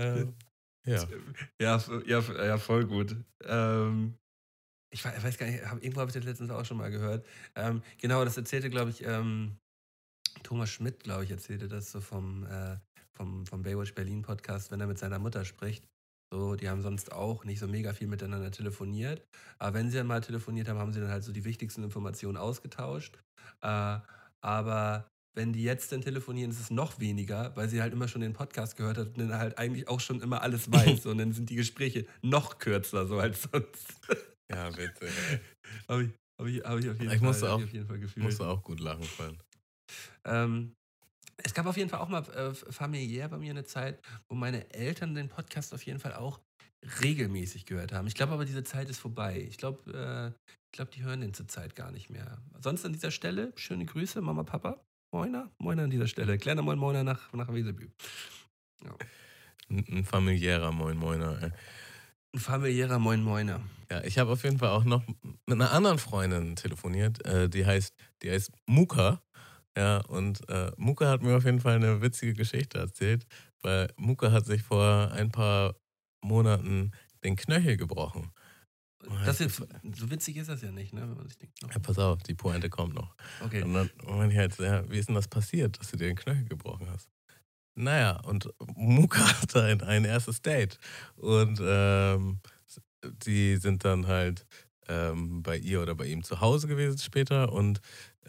Ja, voll gut. Ich weiß gar nicht, irgendwo habe ich das letztens auch schon mal gehört. Genau, das erzählte, glaube ich, Thomas Schmidt, glaube ich, erzählte das so vom Baywatch Berlin Podcast, wenn er mit seiner Mutter spricht. So, die haben sonst auch nicht so mega viel miteinander telefoniert. Aber wenn sie dann mal telefoniert haben, haben sie dann halt so die wichtigsten Informationen ausgetauscht. Aber wenn die jetzt dann telefonieren, ist es noch weniger, weil sie halt immer schon den Podcast gehört hat und dann halt eigentlich auch schon immer alles weiß. Und dann sind die Gespräche noch kürzer, so als sonst. Ja, witzig. Hab ich auf jeden Ich musste Fall gefühlt. musste auch gut lachen fallen. Es gab auf jeden Fall auch mal familiär bei mir eine Zeit, wo meine Eltern den Podcast auf jeden Fall auch regelmäßig gehört haben. Ich glaube aber, diese Zeit ist vorbei. Ich glaube, die hören den zurzeit gar nicht mehr. Sonst an dieser Stelle, schöne Grüße, Mama, Papa. Moiner an dieser Stelle. Kleiner Moiner nach Wesebü. Ja. Ein familiärer Moiner. Ein familiärer Moiner. Ja, ich habe auf jeden Fall auch noch mit einer anderen Freundin telefoniert, die heißt Muka. Ja, und Muka hat mir auf jeden Fall eine witzige Geschichte erzählt, weil Muka hat sich vor ein paar Monaten den Knöchel gebrochen. Das jetzt, so witzig ist das ja nicht, ne? Wenn man sich denkt, ja, pass auf, die Pointe kommt noch. Okay. Und dann meine ich halt, ja, wie ist denn das passiert, dass du dir den Knöchel gebrochen hast? Naja, und Muka hatte ein erstes Date. Und die sind dann halt bei ihr oder bei ihm zu Hause gewesen später. Und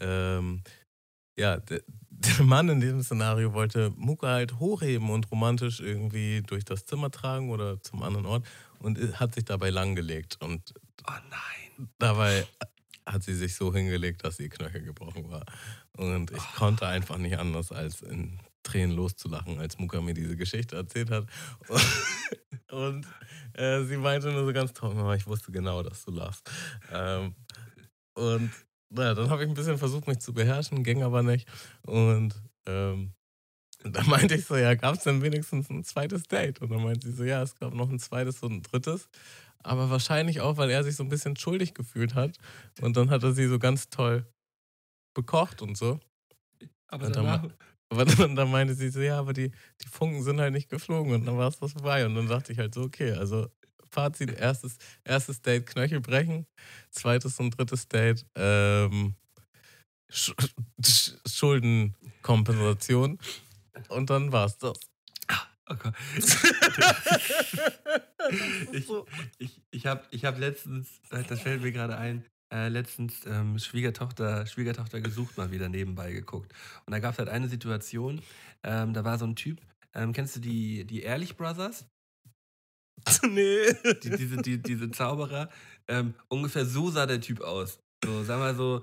der Mann in diesem Szenario wollte Muka halt hochheben und romantisch irgendwie durch das Zimmer tragen oder zum anderen Ort und hat sich dabei langgelegt. Und oh nein. Dabei hat sie sich so hingelegt, dass ihr Knöchel gebrochen war. Und ich konnte einfach nicht anders, als in Tränen loszulachen, als Muka mir diese Geschichte erzählt hat. Und sie meinte nur so ganz toll, Mama, ich wusste genau, dass du lachst. Und naja, dann habe ich ein bisschen versucht, mich zu beherrschen, ging aber nicht. Und dann meinte ich so, ja, gab es denn wenigstens ein zweites Date? Und dann meinte sie so, ja, es gab noch ein zweites und ein drittes. Aber wahrscheinlich auch, weil er sich so ein bisschen schuldig gefühlt hat. Und dann hat er sie so ganz toll bekocht und so. Aber und danach... dann meinte sie so, ja, aber die Funken sind halt nicht geflogen. Und dann war es was vorbei. Und dann dachte ich halt so, okay, also Fazit, erstes Date Knöchel brechen, zweites und drittes Date Schuldenkompensation und dann war's das. Oh Gott. Ich hab letztens, das fällt mir gerade ein, Schwiegertochter gesucht mal wieder nebenbei geguckt. Und da gab es halt eine Situation, da war so ein Typ, kennst du die Ehrlich Brothers? Nee. Diese Zauberer, ungefähr so sah der Typ aus. So, sagen wir so,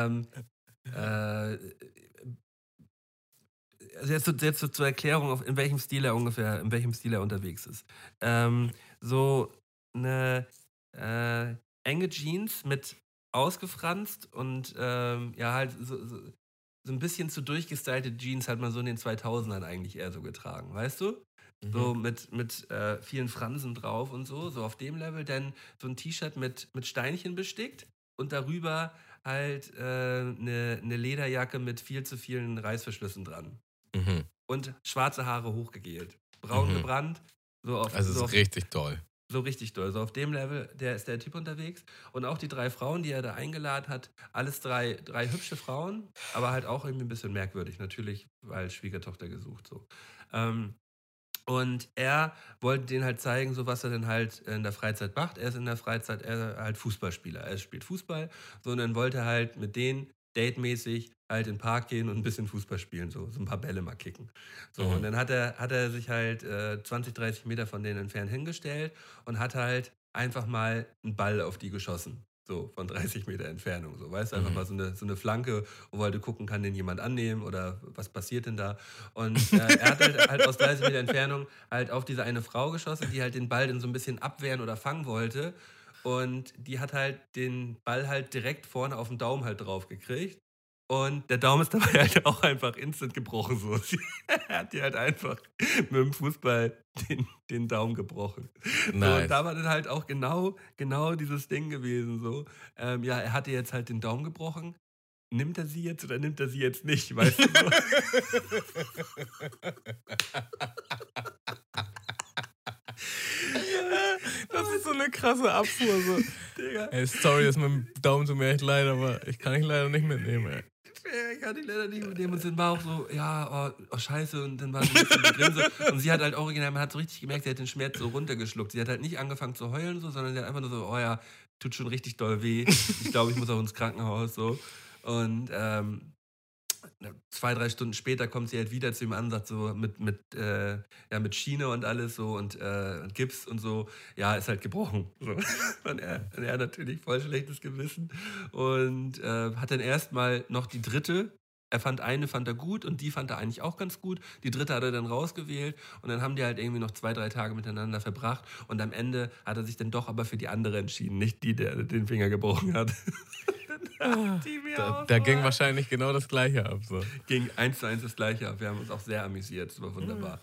also jetzt so zur Erklärung, in welchem Stil er unterwegs ist. So eine enge Jeans mit ausgefranst und ja halt so ein bisschen zu durchgestylte Jeans hat man so in den 2000ern eigentlich eher so getragen, weißt du? So mit vielen Fransen drauf und so auf dem Level. Dann so ein T-Shirt mit Steinchen bestickt und darüber halt eine Lederjacke mit viel zu vielen Reißverschlüssen dran. Mhm. Und schwarze Haare hochgegelt. Braun gebrannt. Also ist richtig toll. So richtig doll. So auf dem Level, ist der Typ unterwegs. Und auch die 3 Frauen, die er da eingeladen hat, alles drei hübsche Frauen, aber halt auch irgendwie ein bisschen merkwürdig. Natürlich, weil Schwiegertochter gesucht so. Und er wollte denen halt zeigen, so was er denn halt in der Freizeit macht. Er ist in der Freizeit halt Fußballspieler. Er spielt Fußball. So, und dann wollte er halt mit denen datemäßig halt in den Park gehen und ein bisschen Fußball spielen, so ein paar Bälle mal kicken. So, und dann hat er sich halt 20, 30 Meter von denen entfernt hingestellt und hat halt einfach mal einen Ball auf die geschossen. So, von 30 Meter Entfernung. So, weißt du, einfach mal so eine Flanke, wo halt gucken, kann den jemand annehmen oder was passiert denn da? Und er hat halt aus 30 Meter Entfernung halt auf diese eine Frau geschossen, die halt den Ball dann so ein bisschen abwehren oder fangen wollte. Und die hat halt den Ball halt direkt vorne auf den Daumen halt drauf gekriegt. Und der Daumen ist dabei halt auch einfach instant gebrochen. So. Er hat die halt einfach mit dem Fußball den Daumen gebrochen. So, und Nice. da war dann halt auch genau dieses Ding gewesen. So. Ja, er hatte jetzt halt den Daumen gebrochen. Nimmt er sie jetzt oder nimmt er sie jetzt nicht? Weißt du so? Das ist so eine krasse Abfuhr. So. Digga. Ey, sorry, das mit dem Daumen tut mir echt leid, aber ich kann dich leider nicht mitnehmen, ey. Ich kann die leider nicht mitnehmen. Und dann war auch so, ja, oh scheiße. Und dann war sie ein bisschen mit drin. So. Und sie hat halt original, man hat so richtig gemerkt, sie hat den Schmerz so runtergeschluckt. Sie hat halt nicht angefangen zu heulen, so, sondern sie hat einfach nur so, oh ja, tut schon richtig doll weh. Ich glaube, ich muss auch ins Krankenhaus. So. Und 2-3 Stunden später kommt sie halt wieder zu dem Ansatz, so mit Schiene und alles so und Gips und so. Ja, ist halt gebrochen. So. Und er natürlich voll schlechtes Gewissen und hat dann erstmal noch die dritte. Fand er gut und die fand er eigentlich auch ganz gut. Die dritte hat er dann rausgewählt und dann haben die halt irgendwie noch 2-3 Tage miteinander verbracht und am Ende hat er sich dann doch aber für die andere entschieden, nicht die, der den Finger gebrochen hat. Da ging wahrscheinlich genau das Gleiche ab. So. Ging 1:1 das Gleiche ab. Wir haben uns auch sehr amüsiert. Das war wunderbar.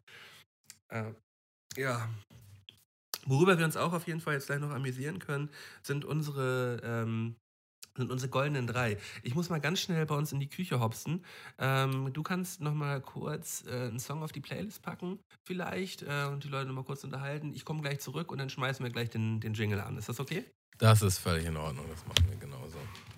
Ja. Worüber wir uns auch auf jeden Fall jetzt gleich noch amüsieren können, sind unsere goldenen 3. Ich muss mal ganz schnell bei uns in die Küche hopsen. Du kannst noch mal kurz einen Song auf die Playlist packen, vielleicht, und die Leute noch mal kurz unterhalten. Ich komme gleich zurück und dann schmeißen wir gleich den Jingle an. Ist das okay? Das ist völlig in Ordnung, das machen wir genauso.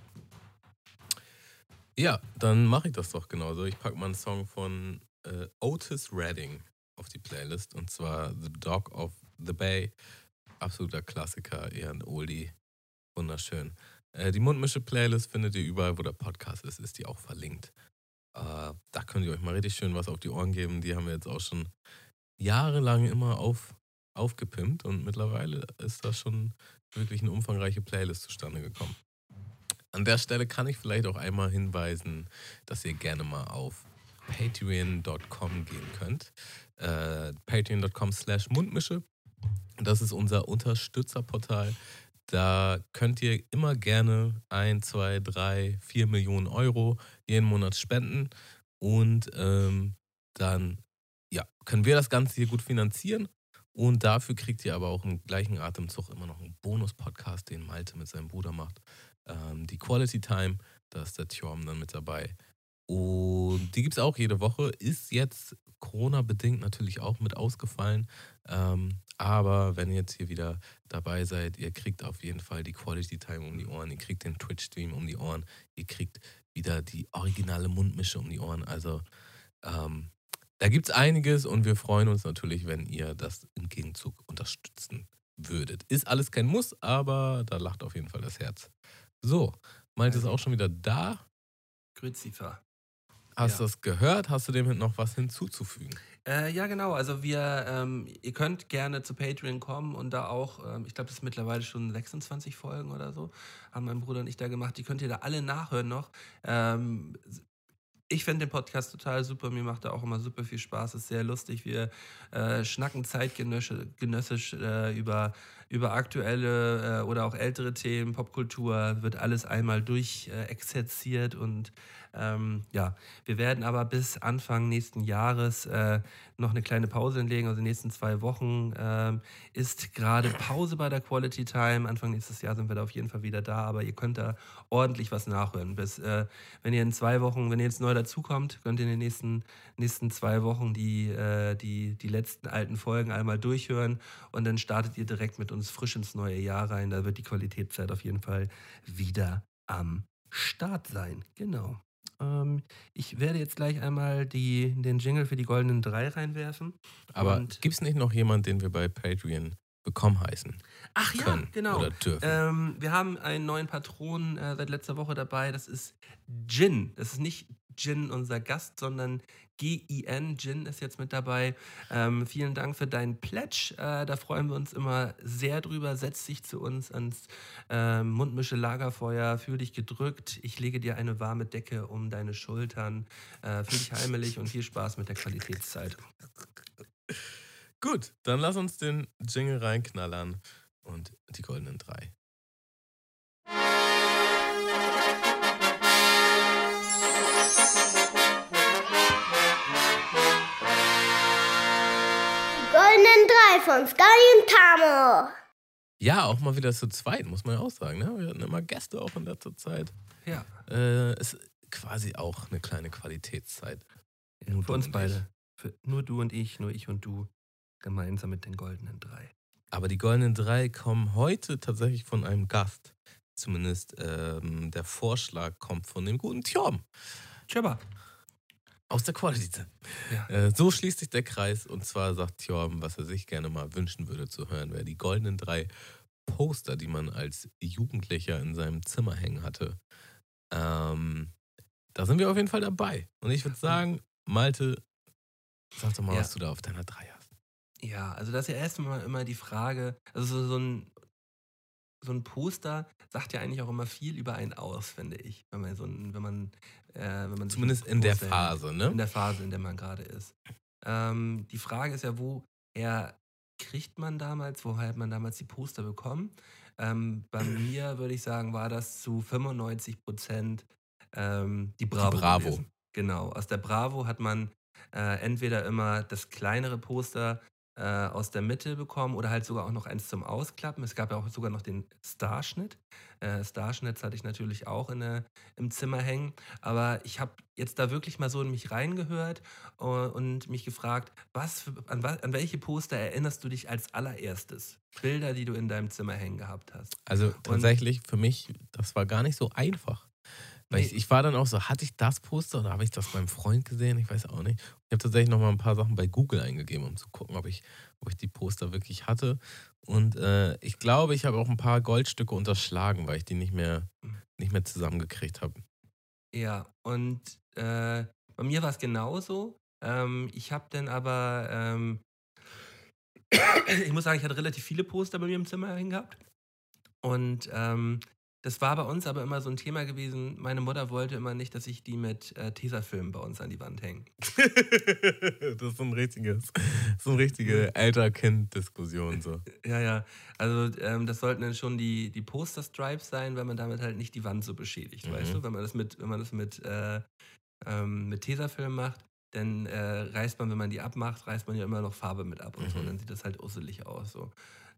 Ja, dann mache ich das doch genauso. Ich packe mal einen Song von Otis Redding auf die Playlist und zwar The Dog of the Bay. Absoluter Klassiker, eher ein Oldie. Wunderschön. Die Mundmische-Playlist findet ihr überall, wo der Podcast ist die auch verlinkt. Da könnt ihr euch mal richtig schön was auf die Ohren geben. Die haben wir jetzt auch schon jahrelang immer aufgepimpt und mittlerweile ist da schon wirklich eine umfangreiche Playlist zustande gekommen. An der Stelle kann ich vielleicht auch einmal hinweisen, dass ihr gerne mal auf patreon.com gehen könnt. Patreon.com/Mundmische. Das ist unser Unterstützerportal. Da könnt ihr immer gerne 1, 2, 3, 4 Millionen Euro jeden Monat spenden und dann können wir das Ganze hier gut finanzieren und dafür kriegt ihr aber auch im gleichen Atemzug immer noch einen Bonus-Podcast, den Malte mit seinem Bruder macht. Die Quality Time, da ist der Tjorm dann mit dabei. Und die gibt es auch jede Woche, ist jetzt Corona-bedingt natürlich auch mit ausgefallen. Aber wenn ihr jetzt hier wieder dabei seid, ihr kriegt auf jeden Fall die Quality Time um die Ohren, ihr kriegt den Twitch-Stream um die Ohren, ihr kriegt wieder die originale Mundmische um die Ohren. Also da gibt es einiges und wir freuen uns natürlich, wenn ihr das im Gegenzug unterstützen würdet. Ist alles kein Muss, aber da lacht auf jeden Fall das Herz. So, Malte ist auch schon wieder da. Grüzifer. Hast du das gehört? Hast du dem noch was hinzuzufügen? Ja, genau. Also ihr könnt gerne zu Patreon kommen und da auch, ich glaube, das ist mittlerweile schon 26 Folgen oder so, haben mein Bruder und ich da gemacht. Die könnt ihr da alle nachhören noch. Ich finde den Podcast total super. Mir macht er auch immer super viel Spaß. Ist sehr lustig. Wir schnacken zeitgenössisch über aktuelle oder auch ältere Themen, Popkultur. Wird alles einmal durchexerziert und wir werden aber bis Anfang nächsten Jahres noch eine kleine Pause hinlegen. Also die nächsten 2 Wochen ist gerade Pause bei der Quality Time. Anfang nächstes Jahr sind wir da auf jeden Fall wieder da, aber ihr könnt da ordentlich was nachhören. Wenn ihr in 2 Wochen, wenn ihr jetzt neu dazukommt, könnt ihr in den nächsten 2 Wochen die letzten alten Folgen einmal durchhören und dann startet ihr direkt mit uns frisch ins neue Jahr rein. Da wird die Qualitätszeit auf jeden Fall wieder am Start sein. Genau. Ich werde jetzt gleich einmal den Jingle für die goldenen 3 reinwerfen. Aber gibt es nicht noch jemanden, den wir bei Patreon willkommen heißen? Ach ja, können genau. Oder dürfen? Wir haben einen neuen Patron seit letzter Woche dabei. Das ist Gin. Das ist nicht Gin, unser Gast, sondern GIN. Gin ist jetzt mit dabei. Vielen Dank für deinen Pledge. Da freuen wir uns immer sehr drüber. Setz dich zu uns ans Mundmische-Lagerfeuer. Fühl dich gedrückt. Ich lege dir eine warme Decke um deine Schultern. Fühl dich heimelig und viel Spaß mit der Qualitätszeit. Gut, dann lass uns den Jingle reinknallern und die goldenen 3 von Sky und Tamo. Ja, auch mal wieder zu zweit, muss man ja auch sagen. Ne? Wir hatten immer Gäste auch in letzter Zeit. Ja, Ist quasi auch eine kleine Qualitätszeit. Nur für du uns und beide. Nur du und ich, nur ich und du. Gemeinsam mit den goldenen 3. Aber die Goldenen 3 kommen heute tatsächlich von einem Gast. Zumindest der Vorschlag kommt von dem guten Tjorm Tschöber. aus der Quality. Ja. So schließt sich der Kreis. Und zwar sagt Tjorm, was er sich gerne mal wünschen würde zu hören, wäre die Goldenen 3 Poster, die man als Jugendlicher in seinem Zimmer hängen hatte. Da sind wir auf jeden Fall dabei. Und ich würde sagen, Malte, sag doch mal, Ja. was du da auf deiner 3 hast. Ja, also das ist ja erstmal immer die Frage, also so ein Poster sagt ja eigentlich auch immer viel über einen aus, finde ich, wenn man sich Zumindest ein in der Poster Phase, ne? in der Phase, in der man gerade ist. Die Frage ist ja, woher kriegt man damals, woher hat man damals die Poster bekommen? Bei mir würde ich sagen, war das zu 95% die Bravo. Bravo. Gewesen. Genau, aus der Bravo hat man entweder immer das kleinere Poster aus der Mitte bekommen oder halt sogar auch noch eins zum Ausklappen. Es gab ja auch sogar noch den Starschnitt. Starschnitts hatte ich natürlich auch im Zimmer hängen. Aber ich habe jetzt da wirklich mal so in mich reingehört und mich gefragt, an welche Poster erinnerst du dich als allererstes? Bilder, die du in deinem Zimmer hängen gehabt hast. Also tatsächlich für mich, das war gar nicht so einfach. Weil Nee. ich war dann auch so, hatte ich das Poster oder habe ich das beim Freund gesehen? Ich weiß auch nicht. Ich habe tatsächlich noch mal ein paar Sachen bei Google eingegeben, um zu gucken, ob ich die Poster wirklich hatte. Und ich glaube, ich habe auch ein paar Goldstücke unterschlagen, weil ich die nicht mehr zusammengekriegt habe. Ja, und bei mir war es genauso. Ich habe dann aber, ich muss sagen, ich hatte relativ viele Poster bei mir im Zimmer hängen gehabt. Und das war bei uns aber immer so ein Thema gewesen. Meine Mutter wollte immer nicht, dass ich die mit Tesafilm bei uns an die Wand hänge. Das ist so eine richtige Elter-Kind-Diskussion. So. Ja. Also das sollten dann schon die Poster-Stripes sein, weil man damit halt nicht die Wand so beschädigt, weißt du? Wenn man das mit Tesafilm macht, dann reißt man, wenn man die abmacht, reißt man ja immer noch Farbe mit ab und so. Und dann sieht das halt usselig aus. So.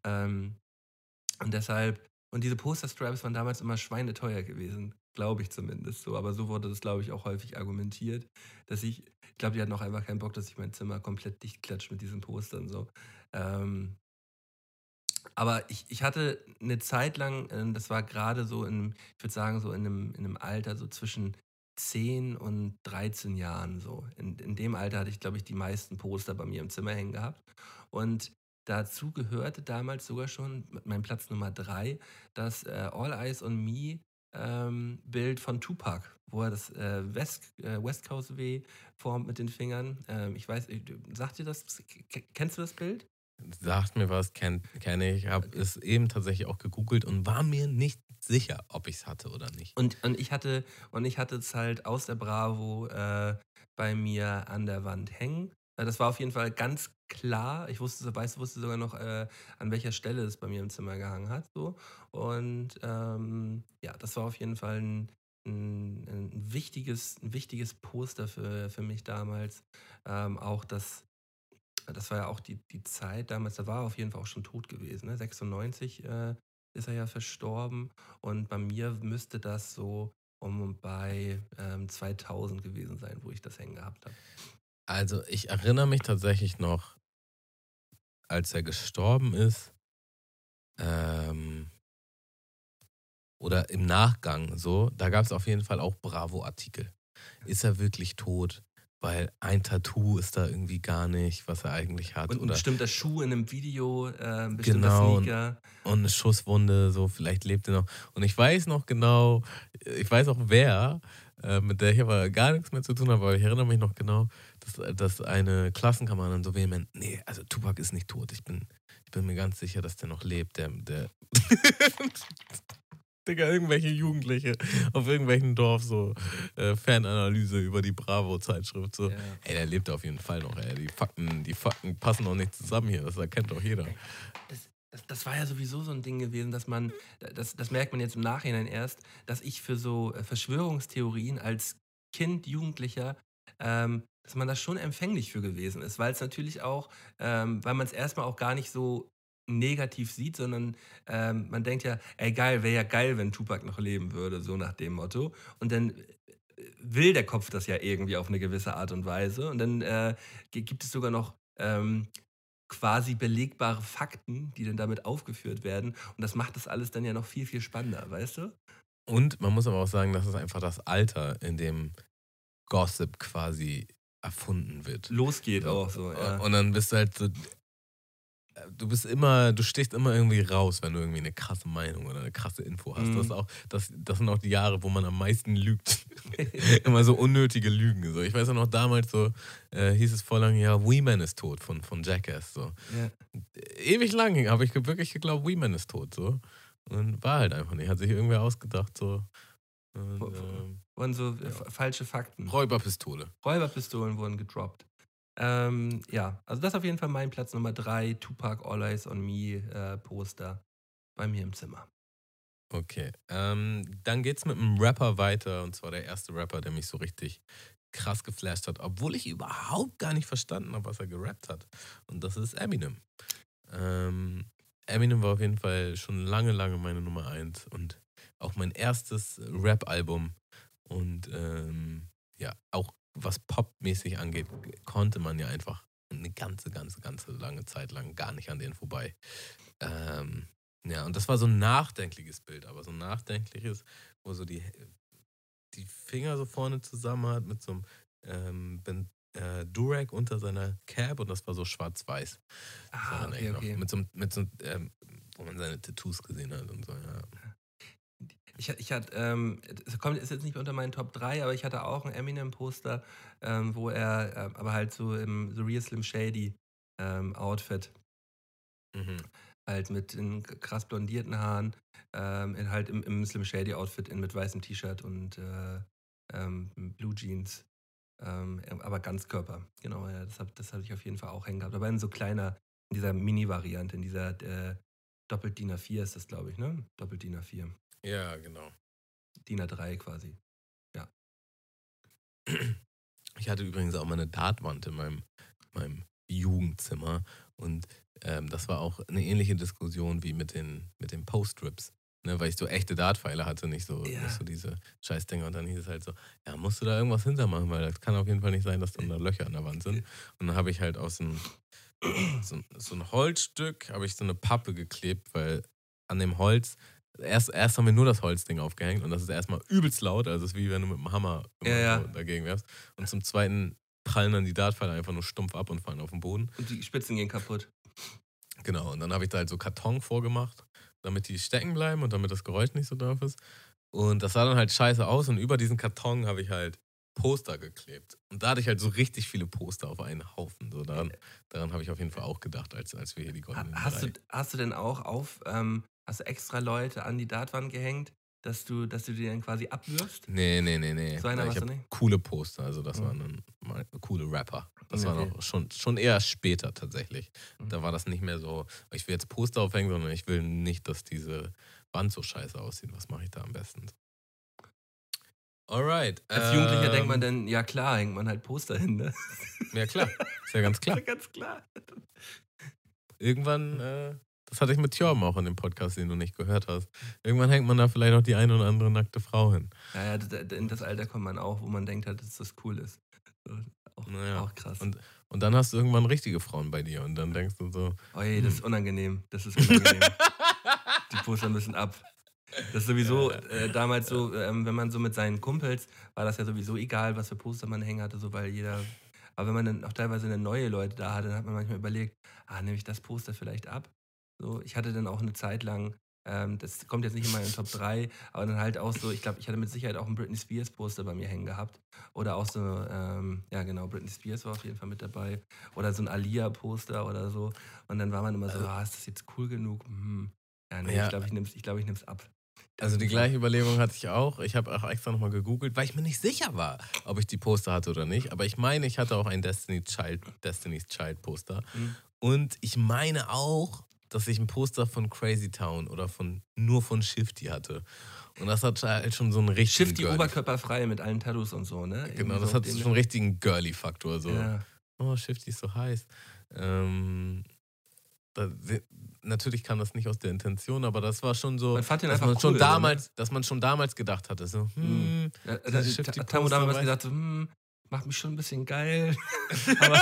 Und deshalb, und diese Poster-Stripes waren damals immer schweineteuer gewesen, glaube ich zumindest so. Aber so wurde das, glaube ich, auch häufig argumentiert, dass ich glaube, die hatten auch einfach keinen Bock, dass ich mein Zimmer komplett dicht klatsche mit diesen Postern so. Aber ich hatte eine Zeit lang, das war gerade so ich würde sagen, so in einem Alter so zwischen 10 und 13 Jahren so. In dem Alter hatte ich, glaube ich, die meisten Poster bei mir im Zimmer hängen gehabt. Und dazu gehörte damals sogar schon mein Platz Nummer 3 das All Eyes on Me Bild von Tupac, wo er das West Coast W formt mit den Fingern. Ich weiß, sagt dir das? Kennst du das Bild? Sagt mir was, kenne ich. Habe es eben tatsächlich auch gegoogelt und war mir nicht sicher, ob ich es hatte oder nicht. Und ich hatte es halt aus der Bravo bei mir an der Wand hängen. Das war auf jeden Fall ganz klar. Ich wusste sogar noch, an welcher Stelle es bei mir im Zimmer gehangen hat. So. Und ja, das war auf jeden Fall ein wichtiges Poster für mich damals. Auch das war ja auch die Zeit damals, da war er auf jeden Fall auch schon tot gewesen. Ne? 96 ist er ja verstorben. Und bei mir müsste das so bei 2000 gewesen sein, wo ich das hängen gehabt habe. Also ich erinnere mich tatsächlich noch, als er gestorben ist, oder im Nachgang so, da gab es auf jeden Fall auch Bravo-Artikel. Ist er wirklich tot? Weil ein Tattoo ist da irgendwie gar nicht, was er eigentlich hat. Und ein oder bestimmter Schuh in einem Video, ein bestimmter Genau, Sneaker. und eine Schusswunde, so vielleicht lebt er noch. Und ich weiß noch genau, ich weiß auch wer, mit der ich aber gar nichts mehr zu tun habe, aber ich erinnere mich noch genau, dass eine Klassenkameradin so vehement, nee, also Tupac ist nicht tot. Ich bin mir ganz sicher, dass der noch lebt. Der Digga, irgendwelche Jugendliche auf irgendwelchen Dorf so Fananalyse über die Bravo-Zeitschrift. So, Ja. ey, der lebt auf jeden Fall noch, ey. Die Fakten passen auch nicht zusammen hier, das erkennt doch jeder. Das war ja sowieso so ein Ding gewesen, dass man, das merkt man jetzt im Nachhinein erst, dass ich für so Verschwörungstheorien als Kind, Jugendlicher da schon empfänglich für gewesen ist, weil es natürlich auch, weil man es erstmal auch gar nicht so negativ sieht, sondern man denkt ja, ey geil, wäre ja geil, wenn Tupac noch leben würde, so nach dem Motto. Und dann will der Kopf das ja irgendwie auf eine gewisse Art und Weise. Und dann gibt es sogar noch quasi belegbare Fakten, die dann damit aufgeführt werden. Und das macht das alles dann ja noch viel, viel spannender, weißt du? Und man muss aber auch sagen, das ist einfach das Alter, in dem Gossip quasi erfunden wird. Losgeht auch so, ja. Und dann bist du halt so, du stichst immer irgendwie raus, wenn du irgendwie eine krasse Meinung oder eine krasse Info hast. Das sind auch die Jahre, wo man am meisten lügt. Immer so unnötige Lügen. So. Ich weiß auch noch damals so, hieß es vor langem, ja, Wee-Man ist tot von Jackass. So. Ja. Ewig lang habe ich wirklich geglaubt, Wee-Man ist tot. So. Und war halt einfach nicht. Hat sich irgendwer ausgedacht. So. Und so falsche Fakten. Räuberpistole. Räuberpistolen wurden gedroppt. Ja, also das ist auf jeden Fall mein Platz Nummer 3, Tupac All Eyes on Me Poster bei mir im Zimmer. Okay, dann geht's mit einem Rapper weiter, und zwar der erste Rapper, der mich so richtig krass geflasht hat, obwohl ich überhaupt gar nicht verstanden habe, was er gerappt hat. Und das ist Eminem. Eminem war auf jeden Fall schon lange meine Nummer 1 und auch mein erstes Rap-Album. Und ja, auch was popmäßig angeht, konnte man ja einfach eine ganze lange Zeit lang gar nicht an denen vorbei. Ja, und das war so ein nachdenkliches Bild, aber so ein nachdenkliches, wo so die Finger so vorne zusammen hat mit so einem Durag unter seiner Cap, und das war so schwarz-weiß. Okay. Mit so wo man seine Tattoos gesehen hat und so, ja. Ich hatte, ist jetzt nicht unter meinen Top 3, aber ich hatte auch ein Eminem-Poster, wo er aber halt so im The Real Slim Shady Outfit, halt mit den krass blondierten Haaren, halt im Slim Shady Outfit mit weißem T-Shirt und Blue Jeans, aber Ganzkörper. Genau, ja, das habe ich auf jeden Fall auch hängen gehabt. Aber in so kleiner, in dieser Mini-Variante, in dieser doppelt DIN A4 ist das, glaube ich, ne? Doppelt DIN A4. Ja, genau. DIN A3 quasi. Ja. Ich hatte übrigens auch mal eine Dartwand in meinem Jugendzimmer, und das war auch eine ähnliche Diskussion wie mit den Post-Rips. Ne, weil ich so echte Dartpfeile hatte, nicht so diese Scheißdinger. Und dann hieß es halt so, ja, musst du da irgendwas hintermachen, weil das kann auf jeden Fall nicht sein, dass dann da Löcher an der Wand sind. Und dann habe ich halt aus so ein Holzstück, habe ich so eine Pappe geklebt, weil an dem Holz, erst haben wir nur das Holzding aufgehängt, und das ist erstmal übelst laut, also es ist wie wenn du mit dem Hammer immer so dagegen wärst. Und zum Zweiten prallen dann die Dartpfeile einfach nur stumpf ab und fallen auf den Boden. Und die Spitzen gehen kaputt. Genau, und dann habe ich da halt so Karton vorgemacht, damit die stecken bleiben und damit das Geräusch nicht so drauf ist. Und das sah dann halt scheiße aus, und über diesen Karton habe ich halt Poster geklebt. Und da hatte ich halt so richtig viele Poster auf einen Haufen. So daran habe ich auf jeden Fall auch gedacht, als wir hier die goldenen Hast du denn auch hast du extra Leute an die Dartwand gehängt, dass du die dann quasi abwirfst? Nee. So einer ich warst du habe nicht? coole Poster, also das waren dann mal coole Rapper. Das war noch schon eher später tatsächlich. Da war das nicht mehr so, ich will jetzt Poster aufhängen, sondern ich will nicht, dass diese Wand so scheiße aussieht. Was mache ich da am besten? Alright. Als Jugendlicher denkt man dann, ja klar, hängt man halt Poster hin, ne? Ja klar, ist ja ganz klar. Ist ja ganz klar. Irgendwann, das hatte ich mit Thjörm auch in dem Podcast, den du nicht gehört hast. Irgendwann hängt man da vielleicht auch die eine oder andere nackte Frau hin. Ja, in das Alter kommt man auch, wo man denkt halt, dass das cool ist. So, auch krass. Und dann hast du irgendwann richtige Frauen bei dir, und dann denkst du so, Oje, das ist unangenehm. Die Poster müssen ab. Das ist sowieso damals so, wenn man so mit seinen Kumpels, war das ja sowieso egal, was für Poster man hängen hatte, so weil jeder. Aber wenn man dann auch teilweise neue Leute da hatte, dann hat man manchmal überlegt, nehme ich das Poster vielleicht ab? So, ich hatte dann auch eine Zeit lang, das kommt jetzt nicht in meinen Top 3, aber dann halt auch so, ich glaube, ich hatte mit Sicherheit auch ein Britney Spears Poster bei mir hängen gehabt. Oder auch so, ja genau, Britney Spears war auf jeden Fall mit dabei. Oder so ein Alia Poster oder so. Und dann war man immer so, ist das jetzt cool genug? Ja, nee, ich glaube, ich nehme es ab. Also die gleiche Überlegung hatte ich auch. Ich habe auch extra nochmal gegoogelt, weil ich mir nicht sicher war, ob ich die Poster hatte oder nicht. Aber ich meine, ich hatte auch ein Destiny's Child Poster. Und ich meine auch, dass ich ein Poster von Crazy Town oder nur von Shifty hatte. Und das hat halt schon so einen richtigen Shifty oberkörperfrei mit allen Tattoos und so, ne? Genau, Irgendwie das so hat den- schon einen richtigen Girly-Faktor. So, Ja. oh, Shifty ist so heiß. Da, natürlich kam das nicht aus der Intention, aber das war schon so, Man fand den dass einfach man schon cool, damals, dass man schon damals gedacht hatte, so, Das Shifty Tamu damals Poster, gedacht, so, macht mich schon ein bisschen geil. Aber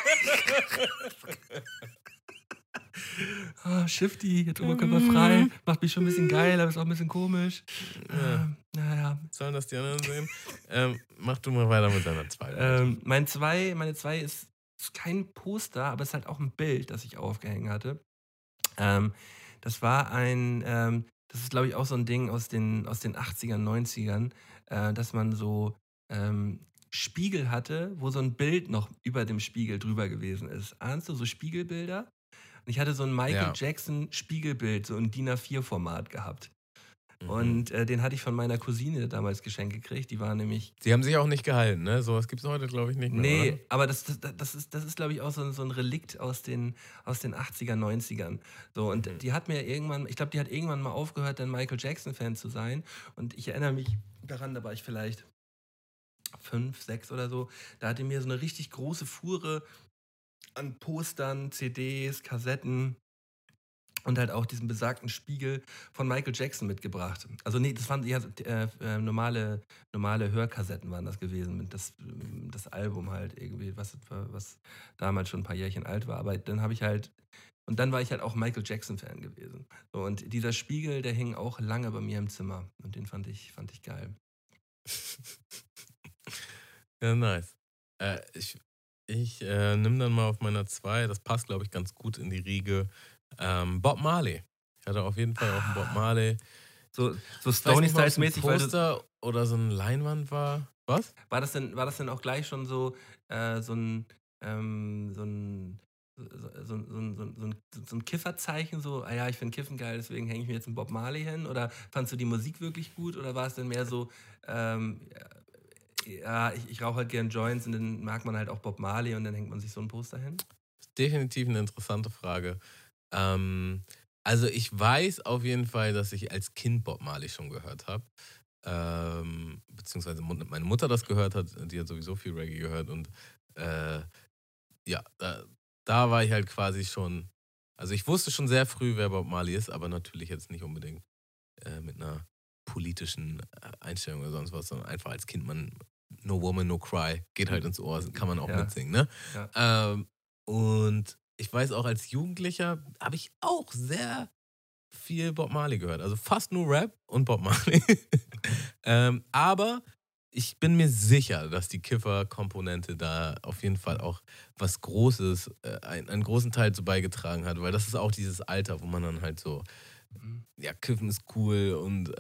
Shifty, jetzt oberkörperfrei, macht mich schon ein bisschen geil, aber ist auch ein bisschen komisch. Naja. Sollen das die anderen sehen? Mach du mal weiter mit deiner zweiten. Meine zwei ist kein Poster, aber es ist halt auch ein Bild, das ich aufgehängt hatte. Das war das ist glaube ich auch so ein Ding aus den 80ern, 90ern, dass man so Spiegel hatte, wo so ein Bild noch über dem Spiegel drüber gewesen ist. Ahnst du, so Spiegelbilder? Und ich hatte so ein Michael Ja. Jackson Spiegelbild, so ein DIN A4-Format gehabt. Mhm. Und den hatte ich von meiner Cousine damals geschenkt gekriegt. Die war nämlich. Die haben sich auch nicht gehalten, ne? Sowas gibt es heute, glaube ich, nicht mehr. Nee, Oder? aber das ist glaube ich, auch so ein Relikt aus den 80er, 90ern. So, und die hat mir irgendwann, ich glaube, die hat irgendwann mal aufgehört, dann Michael Jackson-Fan zu sein. Und ich erinnere mich daran, da war ich vielleicht 5, 6 oder so. Da hat die mir so eine richtig große Fuhre an Postern, CDs, Kassetten und halt auch diesen besagten Spiegel von Michael Jackson mitgebracht. Also nee, das waren ja normale Hörkassetten waren das gewesen, mit das Album halt irgendwie, was damals schon ein paar Jährchen alt war. Aber dann habe ich halt, und dann war ich halt auch Michael Jackson-Fan gewesen. So, und dieser Spiegel, der hing auch lange bei mir im Zimmer und den fand ich geil. Ja, nice. Ich nehme dann mal auf meiner 2, das passt, glaube ich, ganz gut in die Riege, Bob Marley. Ich hatte auf jeden Fall auch einen Bob Marley. So Ich weiß nicht mal, ob es Stony-Styles-mäßig, ein weil du, Poster oder so eine Leinwand war. Was? war das denn auch gleich schon so so ein Kifferzeichen, so, ah ja, ich finde Kiffen geil, deswegen hänge ich mir jetzt einen Bob Marley hin? Oder fandst du die Musik wirklich gut? Oder war es denn mehr so, ja, ich rauche halt gern Joints und dann mag man halt auch Bob Marley und dann hängt man sich so ein Poster hin? Definitiv eine interessante Frage. Also ich weiß auf jeden Fall, dass ich als Kind Bob Marley schon gehört habe. Beziehungsweise meine Mutter das gehört hat, die hat sowieso viel Reggae gehört und ja, da war ich halt quasi schon, also ich wusste schon sehr früh, wer Bob Marley ist, aber natürlich jetzt nicht unbedingt mit einer politischen Einstellung oder sonst was, sondern einfach als Kind, No Woman, No Cry, geht halt ins Ohr, kann man auch Ja. mitsingen, ne? Ja. Und ich weiß auch, als Jugendlicher habe ich auch sehr viel Bob Marley gehört. Also fast nur Rap und Bob Marley. Aber ich bin mir sicher, dass die Kiffer-Komponente da auf jeden Fall auch was Großes, einen großen Teil zu beigetragen hat, weil das ist auch dieses Alter, wo man dann halt so, ja, Kiffen ist cool und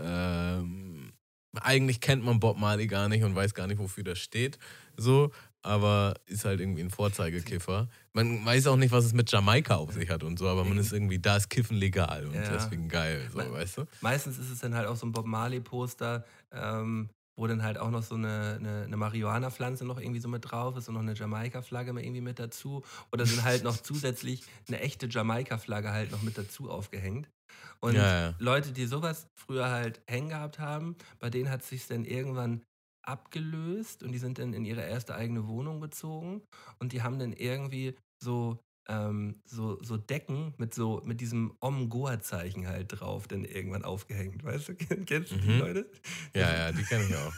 eigentlich kennt man Bob Marley gar nicht und weiß gar nicht, wofür das steht, so, aber ist halt irgendwie ein Vorzeigekiffer. Man weiß auch nicht, was es mit Jamaika auf sich hat und so, aber man ist irgendwie, da ist Kiffen legal und Ja. deswegen geil, so, weißt du? Meistens ist es dann halt auch so ein Bob Marley-Poster, wo dann halt auch noch so eine Marihuana-Pflanze noch irgendwie so mit drauf ist und noch eine Jamaika-Flagge mal irgendwie mit dazu. Oder sind halt noch zusätzlich eine echte Jamaika-Flagge halt noch mit dazu aufgehängt. Und Ja. Leute, die sowas früher halt hängen gehabt haben, bei denen hat es sich dann irgendwann abgelöst und die sind dann in ihre erste eigene Wohnung gezogen und die haben dann irgendwie so Decken mit diesem Om-Goa-Zeichen halt drauf dann irgendwann aufgehängt, weißt du? Kennst du die Mhm. Leute? Ja, die kenne ich auch.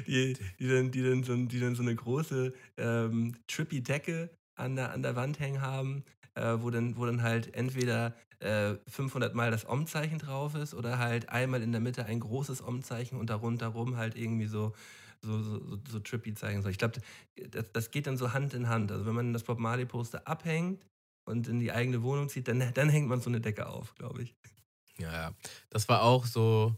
Die dann so eine große trippy Decke an der Wand hängen haben, wo dann halt entweder 500 Mal das Om-Zeichen drauf ist oder halt einmal in der Mitte ein großes Om-Zeichen und darunter rum halt irgendwie so trippy Zeichen. So, ich glaube, das geht dann so Hand in Hand. Also wenn man das Bob Marley-Poster abhängt und in die eigene Wohnung zieht, dann hängt man so eine Decke auf, glaube ich. Ja. Das war auch so,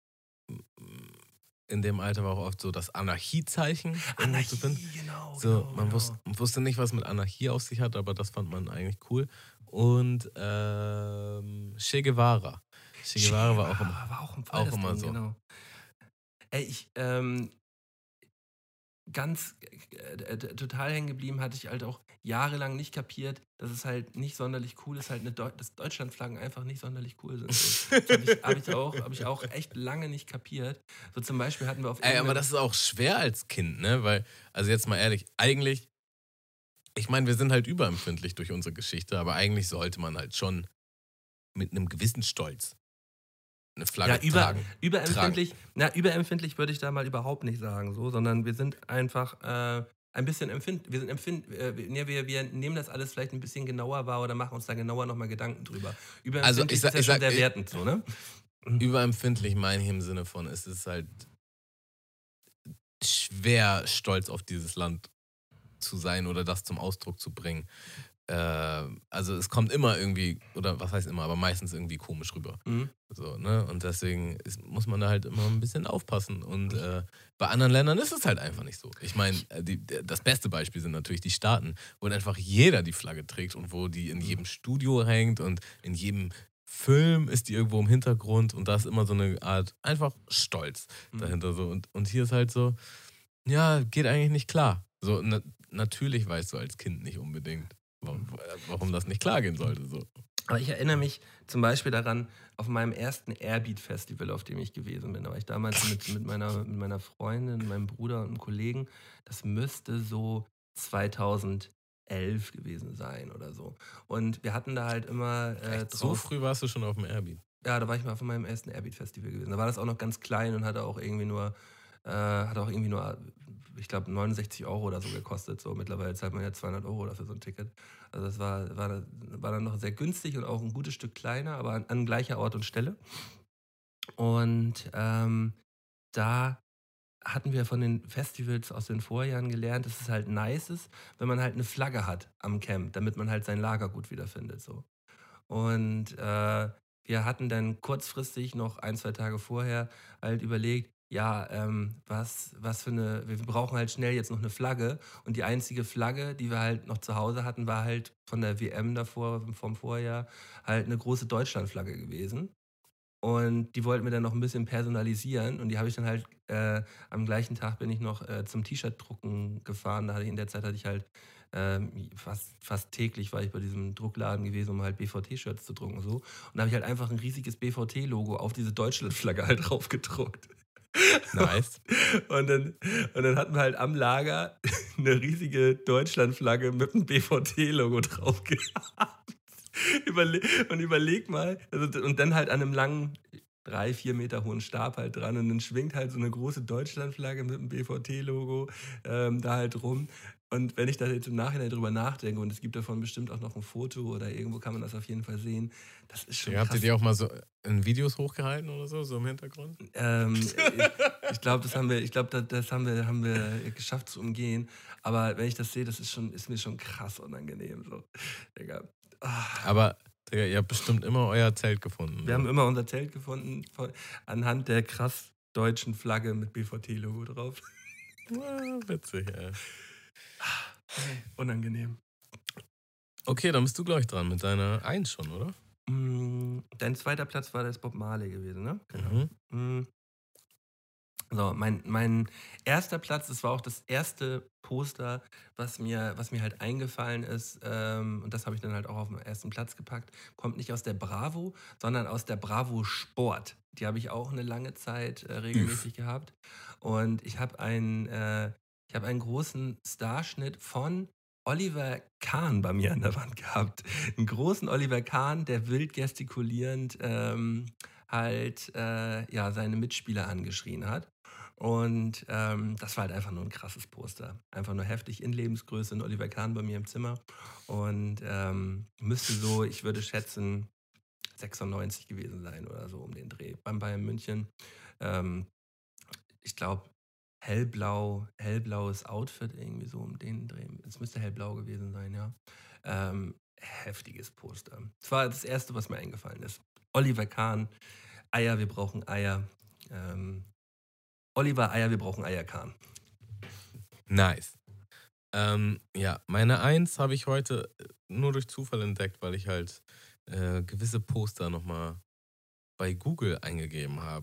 in dem Alter war auch oft so das Anarchiezeichen irgendwie zu finden. genau. So, genau, man genau. wusste nicht, was mit Anarchie auf sich hat, aber das fand man eigentlich cool. Und Che Guevara. Che Guevara war auch immer voll das so. Ding, genau. Ey, ganz total hängen geblieben, hatte ich halt auch jahrelang nicht kapiert, dass es halt nicht sonderlich cool ist, halt dass Deutschlandflaggen einfach nicht sonderlich cool sind. So. Das hab ich auch echt lange nicht kapiert. So zum Beispiel hatten wir auf Ey, aber das ist auch schwer als Kind, ne? Weil, also jetzt mal ehrlich, eigentlich, ich meine, wir sind halt überempfindlich durch unsere Geschichte, aber eigentlich sollte man halt schon mit einem gewissen Stolz eine Flagge tragen. Überempfindlich würde ich da mal überhaupt nicht sagen, so, sondern wir sind einfach ein bisschen empfindlich. Wir nehmen das alles vielleicht ein bisschen genauer wahr oder machen uns da genauer nochmal Gedanken drüber. Überempfindlich ist ja schon sehr wertend, so, ne? Überempfindlich meine ich im Sinne von, es ist halt schwer, stolz auf dieses Land zu sein oder das zum Ausdruck zu bringen. Also es kommt immer irgendwie, oder was heißt immer, aber meistens irgendwie komisch rüber. Mhm. So, ne? Und deswegen muss man da halt immer ein bisschen aufpassen. Und bei anderen Ländern ist es halt einfach nicht so. Ich meine, das beste Beispiel sind natürlich die Staaten, wo einfach jeder die Flagge trägt und wo die in jedem Studio hängt und in jedem Film ist die irgendwo im Hintergrund und da ist immer so eine Art einfach Stolz dahinter. So. Und hier ist halt so, ja, geht eigentlich nicht klar. So, natürlich weißt du als Kind nicht unbedingt, warum das nicht klar gehen sollte. So. Aber ich erinnere mich zum Beispiel daran, auf meinem ersten Airbeat-Festival, auf dem ich gewesen bin. Da war ich damals mit meiner Freundin, meinem Bruder und einem Kollegen. Das müsste so 2011 gewesen sein oder so. Und wir hatten da halt immer So früh warst du schon auf dem Airbeat? Ja, da war ich mal auf meinem ersten Airbeat-Festival gewesen. Da war das auch noch ganz klein und hatte auch irgendwie nur, ich glaube, 69 € oder so gekostet. So mittlerweile zahlt man ja 200 € dafür so ein Ticket. Also das war dann noch sehr günstig und auch ein gutes Stück kleiner, aber an gleicher Ort und Stelle. Und da hatten wir von den Festivals aus den Vorjahren gelernt, dass es halt nice ist, wenn man halt eine Flagge hat am Camp, damit man halt sein Lager gut wiederfindet. So. Und wir hatten dann kurzfristig noch 1-2 Tage vorher halt überlegt, ja, wir brauchen halt schnell jetzt noch eine Flagge. Und die einzige Flagge, die wir halt noch zu Hause hatten, war halt von der WM davor, vom Vorjahr, halt eine große Deutschlandflagge gewesen. Und die wollten wir dann noch ein bisschen personalisieren. Und die habe ich dann halt, am gleichen Tag bin ich noch zum T-Shirt-Drucken gefahren. In der Zeit hatte ich halt fast täglich war ich bei diesem Druckladen gewesen, um halt BVT-Shirts zu drucken. So. Und da habe ich halt einfach ein riesiges BVT-Logo auf diese Deutschlandflagge halt drauf gedruckt. Nice. Und dann hatten wir halt am Lager eine riesige Deutschlandflagge mit einem BVT-Logo drauf gehabt. Überleg mal, und dann halt an einem langen 3-4 Meter hohen Stab halt dran und dann schwingt halt so eine große Deutschlandflagge mit einem BVT-Logo da halt rum. Und wenn ich da jetzt im Nachhinein drüber nachdenke, und es gibt davon bestimmt auch noch ein Foto oder irgendwo kann man das auf jeden Fall sehen, das ist schon krass. Habt ihr die auch mal so in Videos hochgehalten oder so im Hintergrund? Ich glaube, das haben wir geschafft zu umgehen. Aber wenn ich das sehe, ist mir schon krass unangenehm. So. Digga. Aber Digga, ihr habt bestimmt immer euer Zelt gefunden. Wir haben immer unser Zelt gefunden, anhand der krass deutschen Flagge mit BVT-Logo drauf. Witzig, ey. Unangenehm. Okay, dann bist du, glaube ich, dran mit deiner 1 schon, oder? Dein zweiter Platz war das Bob Marley gewesen, ne? Genau. So, mein erster Platz, das war auch das erste Poster, was mir halt eingefallen ist, und das habe ich dann halt auch auf den ersten Platz gepackt, kommt nicht aus der Bravo, sondern aus der Bravo Sport. Die habe ich auch eine lange Zeit regelmäßig gehabt. Und ich habe einen großen Starschnitt von Oliver Kahn bei mir an der Wand gehabt. Einen großen Oliver Kahn, der wild gestikulierend seine Mitspieler angeschrien hat. Und das war halt einfach nur ein krasses Poster. Einfach nur heftig in Lebensgröße, ein Oliver Kahn bei mir im Zimmer. Und müsste so, ich würde schätzen, 96 gewesen sein oder so um den Dreh. Beim Bayern München. Ich glaube, hellblaues Outfit, irgendwie so um den Dreh. Es müsste hellblau gewesen sein, ja. Heftiges Poster. Das war das Erste, was mir eingefallen ist. Oliver Kahn, Eier, wir brauchen Eier. Oliver Eier, wir brauchen Eier, Kahn. Nice. Meine 1 habe ich heute nur durch Zufall entdeckt, weil ich halt gewisse Poster nochmal bei Google eingegeben habe.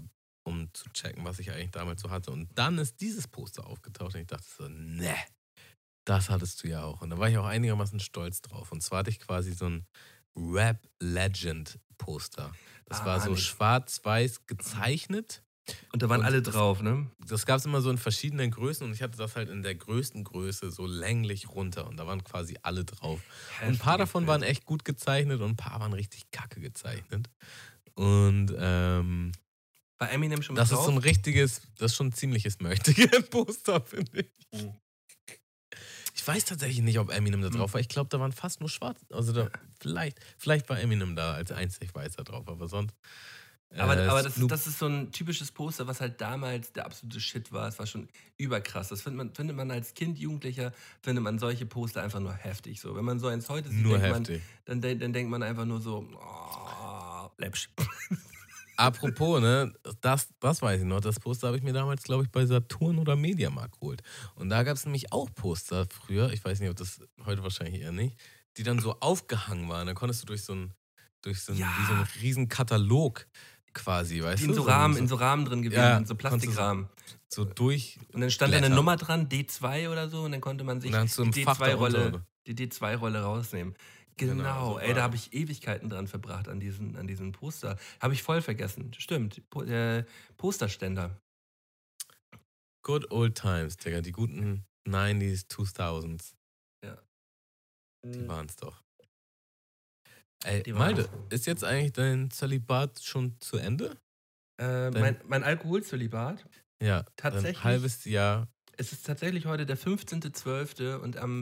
um zu checken, was ich eigentlich damals so hatte. Und dann ist dieses Poster aufgetaucht und ich dachte so, ne, das hattest du ja auch. Und da war ich auch einigermaßen stolz drauf. Und zwar hatte ich quasi so ein Rap-Legend-Poster. Das war so nicht. schwarz-weiß gezeichnet. Und da waren Und alle das- drauf, ne? Das gab es immer so in verschiedenen Größen und ich hatte das halt in der größten Größe so länglich runter und da waren quasi alle drauf. Und ein paar davon waren echt gut gezeichnet und ein paar waren richtig kacke gezeichnet. Und Bei Eminem schon mit das ist drauf? so ein richtiges, das ist schon ein ziemliches Möchtegern-Poster, finde ich. Mhm. Ich weiß tatsächlich nicht, ob Eminem da drauf war. Ich glaube, da waren fast nur schwarz. Also da, vielleicht war Eminem da als einzig Weißer drauf, aber sonst. Aber Snoop- das ist so ein typisches Poster, was halt damals der absolute Shit war. Es war schon überkrass. Das findet man als Kind, Jugendlicher, findet man solche Poster einfach nur heftig. So, wenn man so eins heute sieht, nur denkt man, heftig. dann denkt man einfach nur so, oh, läppsch. Apropos, ne, das weiß ich noch. Das Poster habe ich mir damals, glaube ich, bei Saturn oder Mediamarkt geholt. Und da gab es nämlich auch Poster früher, ich weiß nicht, ob das heute wahrscheinlich eher nicht, die dann so aufgehangen waren. Da konntest du durch so einen wie so einen riesen Katalog quasi, weißt Die du? in so Rahmen drin gewesen, Ja, in so Plastikrahmen. so durch. Und dann stand da eine Blätter. Nummer dran, D2 oder so, und dann konnte man sich Und dann hast du die im Fach darunter, D2-Rolle die D2-Rolle rausnehmen. Genau, Genau, so ey, da war habe ich Ewigkeiten dran verbracht an diesen Poster. Habe ich voll vergessen. Stimmt, Posterständer. Good old times, Digga. Die guten 90s, 2000s. Ja. Die waren's doch. Ey, Die waren's. Malte, ist jetzt eigentlich dein Zölibat schon zu Ende? Mein Alkoholzölibat. Ja, Tatsächlich? ein halbes Jahr. Es ist tatsächlich heute der 15.12. und am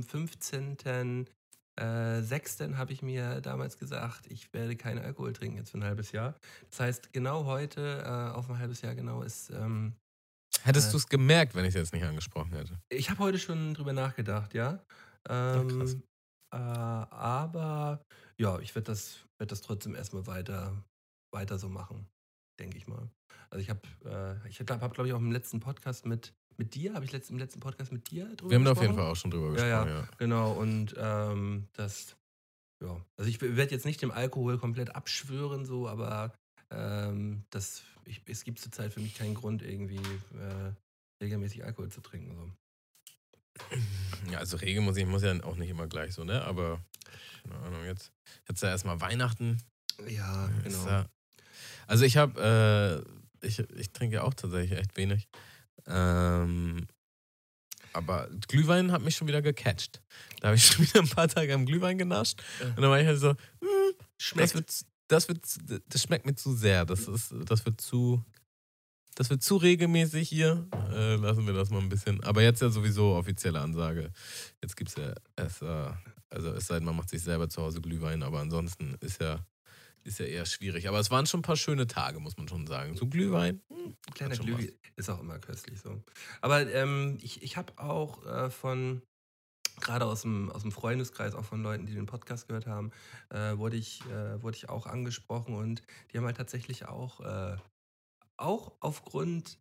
15.06. habe ich mir damals gesagt, ich werde keinen Alkohol trinken jetzt für ein halbes Jahr. Das heißt, genau heute, auf ein halbes Jahr genau, ist... Hättest du es gemerkt, wenn ich es jetzt nicht angesprochen hätte? Ich habe heute schon drüber nachgedacht, ja. krass. Aber ja, ich werde das trotzdem erstmal weiter so machen, denke ich mal. Also ich habe, glaube ich, auch im letzten Podcast mit dir, habe ich im letzten Podcast mit dir drüber Wir haben da auf gesprochen? jeden Fall auch schon drüber Ja, gesprochen, ja. genau. Und also ich werde jetzt nicht dem Alkohol komplett abschwören, so, aber es gibt zurzeit für mich keinen Grund, irgendwie regelmäßig Alkohol zu trinken. So. Ja, also Regel muss ja auch nicht immer gleich so, ne? Aber, keine Ahnung, jetzt ja erstmal Weihnachten. Ja, Ist genau. ja, also ich ich trinke auch tatsächlich echt wenig. Aber Glühwein hat mich schon wieder gecatcht. Da habe ich schon wieder ein paar Tage am Glühwein genascht. Und dann war ich halt so, Schmeckt. das schmeckt mir zu sehr. Das wird zu regelmäßig hier. Lassen wir das mal ein bisschen. Aber jetzt ja sowieso offizielle Ansage. Jetzt gibt es ja also es sei denn, man macht sich selber zu Hause Glühwein, aber ansonsten ist ja eher schwierig. Aber es waren schon ein paar schöne Tage, muss man schon sagen. So Glühwein. Ein kleiner schon Glühwein ist auch immer köstlich so. Aber ich habe auch gerade aus dem Freundeskreis, auch von Leuten, die den Podcast gehört haben, wurde ich auch angesprochen und die haben halt tatsächlich auch aufgrund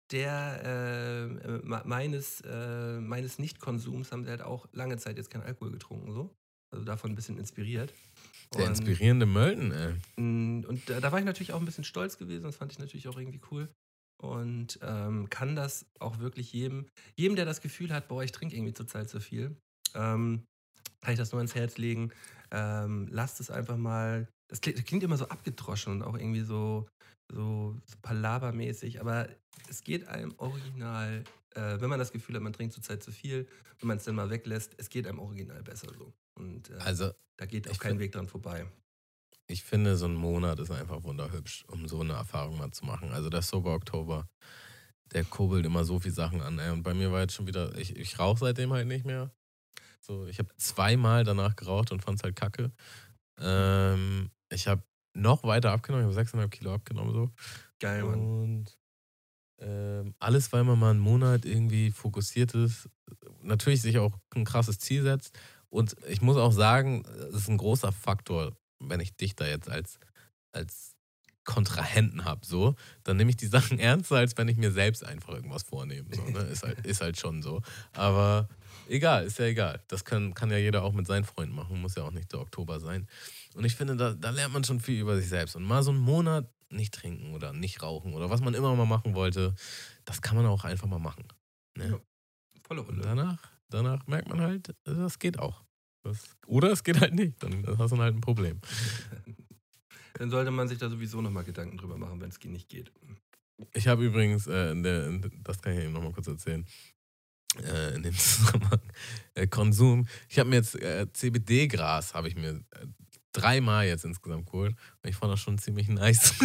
meines Nicht-Konsums haben sie halt auch lange Zeit jetzt keinen Alkohol getrunken, so. Also davon ein bisschen inspiriert. Der Und- inspirierende Mölten, ey. Und da war ich natürlich auch ein bisschen stolz gewesen, das fand ich natürlich auch irgendwie cool. Und kann das auch wirklich jedem, der das Gefühl hat, boah, ich trinke irgendwie zurzeit zu viel, kann ich das nur ans Herz legen. Lasst es einfach mal, das klingt immer so abgedroschen und auch irgendwie so palabermäßig, aber es geht einem original, wenn man das Gefühl hat, man trinkt zurzeit zu viel, wenn man es dann mal weglässt, es geht einem original besser so. Und Also, da geht auch ich kein find- Weg dran vorbei. ich finde, so ein Monat ist einfach wunderhübsch, um so eine Erfahrung mal zu machen. Also der Sober Oktober, der kurbelt immer so viele Sachen an, ey. Und bei mir war jetzt schon wieder, ich rauche seitdem halt nicht mehr. So, ich habe 2-mal danach geraucht und fand es halt kacke. Ich habe noch weiter abgenommen, ich habe 6,5 Kilo abgenommen so. Geil, Mann. Und alles, weil man mal einen Monat irgendwie fokussiert ist, natürlich sich auch ein krasses Ziel setzt. Und ich muss auch sagen, es ist ein großer Faktor, wenn ich dich da jetzt als Kontrahenten habe, so, dann nehme ich die Sachen ernster, als wenn ich mir selbst einfach irgendwas vornehme. So, ne? Ist halt schon so. Aber egal, ist ja egal. Das kann ja jeder auch mit seinen Freunden machen, muss ja auch nicht der Oktober sein. Und ich finde, da lernt man schon viel über sich selbst. Und mal so einen Monat nicht trinken oder nicht rauchen oder was man immer mal machen wollte, das kann man auch einfach mal machen. Ne? Ja, volle Und Rolle. danach merkt man halt, das geht auch. Oder es geht halt nicht, dann hast du halt ein Problem. Dann sollte man sich da sowieso nochmal Gedanken drüber machen, wenn es nicht geht. Ich habe übrigens, das kann ich eben nochmal kurz erzählen, in dem Zusammenhang, Konsum. Ich habe mir jetzt CBD-Gras, habe ich mir 3-mal jetzt insgesamt geholt. Und ich fand das schon ziemlich nice.